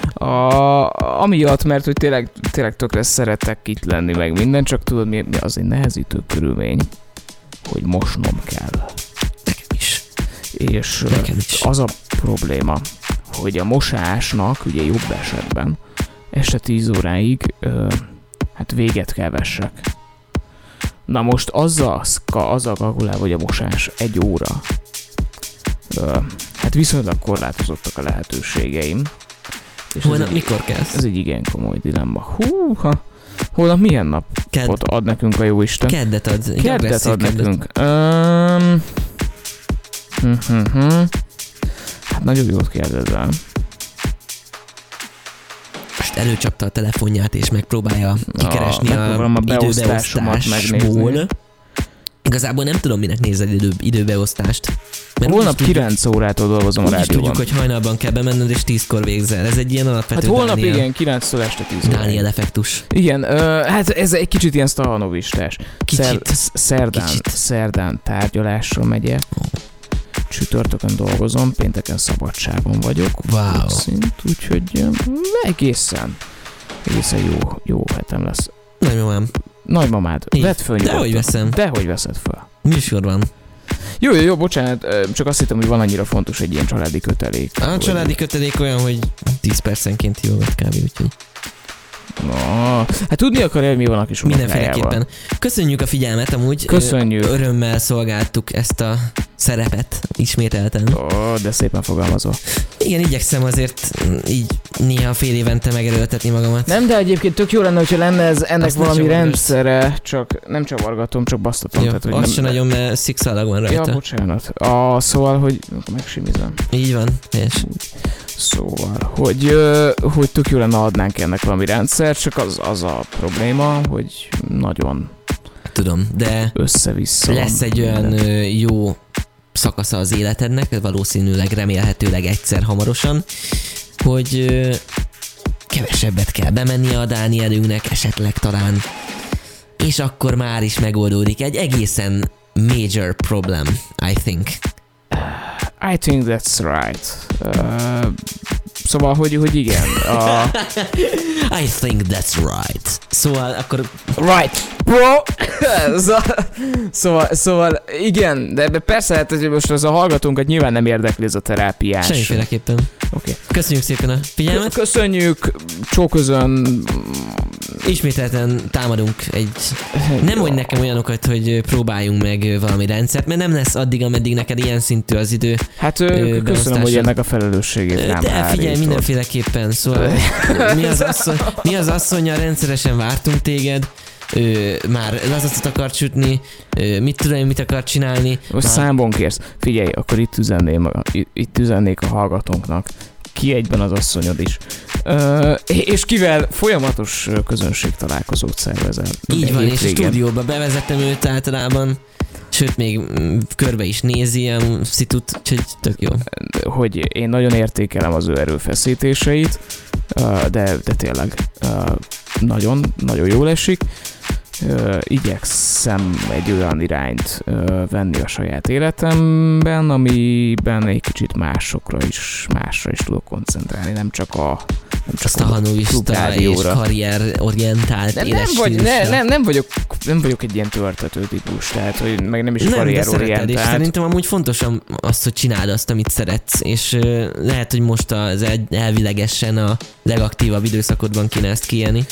A, amiatt, mert hogy tényleg, tényleg tökre szeretek itt lenni, meg minden, csak tudod, mi, mi az egy nehezítő körülmény, hogy mosnom kell. Nekem is. És Nekem is. Az a probléma, hogy a mosásnak, ugye jobb esetben, este tíz óráig ö, hát véget kell vessek. Na most azzal, azzal kalkulálva, hogy a mosás egy óra, ö, hát viszonylag korlátozottak a lehetőségeim. És Holnap egy, mikor kezd? Ez egy igen komoly dilemma. Húha! Holnap milyen napot ad nekünk a jóisten? Keddet ad. Keddet ad nekünk. Um, uh-huh. Hát nagyon jót kérdezel. Most előcsapta a telefonját és megpróbálja kikeresni a, a időbeosztásból. Igazából nem tudom, minek nézed idő, időbeosztást. Mert holnap kilenc órától dolgozom a rádióban. Tudjuk, hogy hajnalban kell bemenned és tízkor végzel. Ez egy ilyen alapvető Hát holnap Dániel, igen, kilenctől este tíz óráig. Dániel effektus. Igen, ö, hát ez egy kicsit ilyen Stahanovistás. Kicsit. Szer- szerdán, Kicsit. szerdán tárgyalásra megyek. Csütörtökön dolgozom, pénteken szabadságon vagyok. Wow. Szint, úgyhogy ö, egészen, egészen jó, jó hetem lesz. Nagymamám. Nagymamád, Így. vedd föl nyugodtan. Dehogy veszem. Dehogy veszed föl. Műsor van. Jó, jó, jó, bocsánat, csak azt hittem, hogy van annyira fontos egy ilyen családi kötelék. A családi kötelék olyan, hogy tíz percenként hívogat kb. Úgyhogy no, hát tudni akarja, hogy mi van a kis mindenféleképpen. Köszönjük a figyelmet, amúgy. Köszönjük. Örömmel szolgáltuk ezt a szerepet ismételten. Ó, de szépen fogalmazol. Igen, igyekszem azért így néha fél évente megerőltetni magamat. Nem, de egyébként tök jó lenne, hogyha lenne ez, ennek Azt ne valami csavargass. rendszere, csak nem csavargatom, csak basztatom. Jó, tehát, hogy azt nem, sem nagyon, mert szikszalag van rajta. Ja, bocsánat. A, szóval, hogy megsimizem. Így van, helyes. Szóval, hogy, ö, hogy tök jó lenne, adnánk ennek valami rendszer, csak az, az a probléma, hogy nagyon Tudom, de össze-vissza. lesz egy olyan minden. ö, jó szakasza az életednek, valószínűleg remélhetőleg egyszer hamarosan, hogy, ö, kevesebbet kell bemenni a Dánielünknek, esetleg talán, és akkor már is megoldódik egy egészen major problem, I think. I think that's right. Uh, szóval, hogy, hogy igen. A... I think that's right. Szóval akkor... Right, bro! szóval, szóval, igen, de persze, hát hogy most az a hallgatónkat nyilván nem érdekli ez a terápiás. Semmiféleképpen. Oké. Okay. Köszönjük szépen a figyelmet. Köszönjük, csóközön. Ismételten támadunk egy... Nem mondj nekem olyanokat, hogy próbáljunk meg valami rendszert, mert nem lesz addig, ameddig neked ilyen szintű az idő. Hát ö, köszönöm, hogy ennek a felelősségét rám De figyelj, mindenféleképpen, szóval mi az, asszony, mi az asszonnyal rendszeresen vártunk téged, Ö, már lazacot akart sütni, ö, mit tudom én, mit akart csinálni. Most már... számon kérsz. Figyelj, akkor itt üzenném, itt üzennék a hallgatónknak. Ki egyben az asszonyod is. Ö, és kivel folyamatos közönség találkozót szervezel. Így van, és a stúdióba bevezettem őt általában, sőt még körbe is nézi ilyen szitut, úgyhogy tök jó. Hogy én nagyon értékelem az ő erőfeszítéseit, de, de tényleg nagyon, nagyon jól esik. Igyekszem egy olyan irányt venni a saját életemben, amiben egy kicsit másokra is, másra is tudok koncentrálni, nem csak a nem csak azt a hanuista és karrierorientált nem, éles nem, vagy, ne, nem, nem, vagyok, nem vagyok egy ilyen törtető típus, tehát hogy meg nem is karrierorientált. És szerintem amúgy fontos azt, hogy csináld azt, amit szeretsz, és uh, lehet, hogy most az elvilegesen a legaktívabb időszakodban kéne ezt kiélni.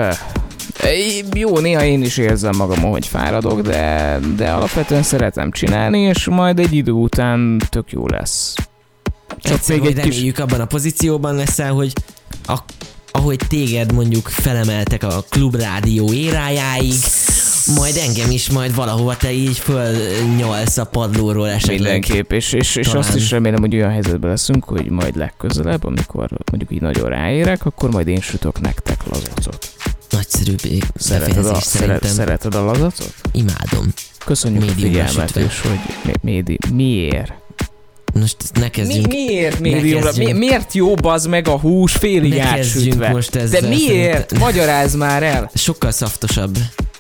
Jó, néha én is érzem magam, hogy fáradok, de, de alapvetően szeretem csinálni, és majd egy idő után tök jó lesz. Csak Egyszer, még egy reméljük kis... abban a pozícióban leszel, hogy a, ahogy téged mondjuk felemeltek a klubrádió érájáig, majd engem is majd valahova te így fölnyalsz a padlóról esetleg. Mindenképp, és, és, és azt is remélem, hogy olyan helyzetben leszünk, hogy majd legközelebb, amikor mondjuk így nagyon ráérek, akkor majd én sütök nektek lazacot. Nagyszerű szereted a, szeret, szereted a lazacot? Imádom. Köszönjük médium a figyelmet, és hogy mi, médi, miért? Most ne kezdjünk. Mi, miért médiumra? Mi, miért jobb az meg a hús félig átsütve? Most ezzel. De miért? Szerint... Magyarázz már el. Sokkal szaftosabb.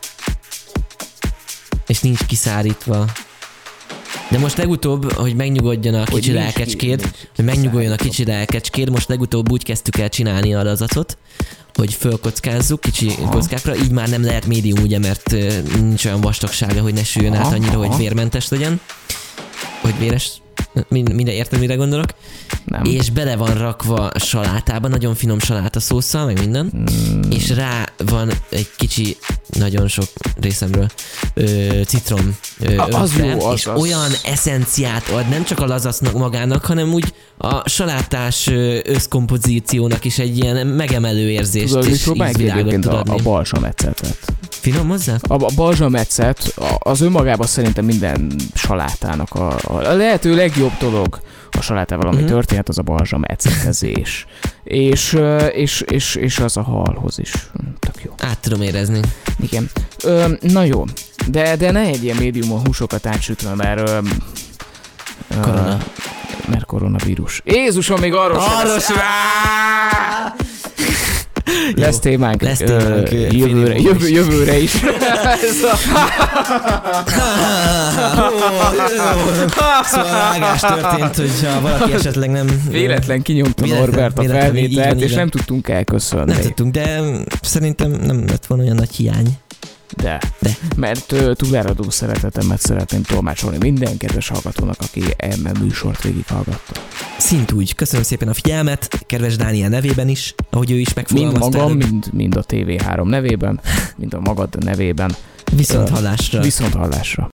És nincs kiszárítva. De most legutóbb, hogy megnyugodjon a kicsi lelkecskéd, hogy megnyugodjon a kicsi lelkecskéd, most legutóbb úgy kezdtük el csinálni a lazacot, hogy fölkockázzuk kicsi Aha. kockákra, így már nem lehet médium, ugye, mert nincs olyan vastagsága, hogy ne süljön át annyira, Aha. hogy vérmentes legyen, hogy véres, minden érted, mire gondolok. Nem. És bele van rakva salátában, nagyon finom saláta szósszal, meg minden, mm. és rá van egy kicsi, nagyon sok részemről ö, citrom ö, a, az öntve, jó, az, és az. olyan eszenciát ad nem csak a lazacnak magának, hanem úgy a salátás összkompozíciónak is egy ilyen megemelő érzést tudod, és ízvilágot tud adni. A, a balzsamecetet. Finom hozzá? A, a balzsamecet az önmagában szerintem minden salátának a, a lehető legjobb dolog a salátával, ami uh-huh. történhet, az a balzsamecetezés. és, és, és, és az a halhoz is. Tök jó. Át tudom érezni. Igen. Ö, na jó, de, de ne egy ilyen médiumon húsokat átsütve, mert... Ö, Korona. Ö, mert koronavírus. Jézusom, még arról sem arról sem. Lesz témánk, lesz témánk ö, jövőre, jövő, jövőre is. Szóval vágás történt, hogyha valaki esetleg nem... Véletlen kinyomta Norbert a felvételt, és nem tudtunk elköszönni. Nem tudtunk, de szerintem nem lett volna olyan nagy hiány. De, de. mert uh, túláradó szeretetemet szeretném tolmácsolni minden kedves hallgatónak, aki ebben műsort végighallgatta. Szint úgy. Köszönöm szépen a figyelmet, kedves Dániel nevében is, ahogy ő is megfogalmazta. Mind magam, mind, mind a té vé három nevében, mind a magad nevében. Viszont hallásra. Viszont hallásra.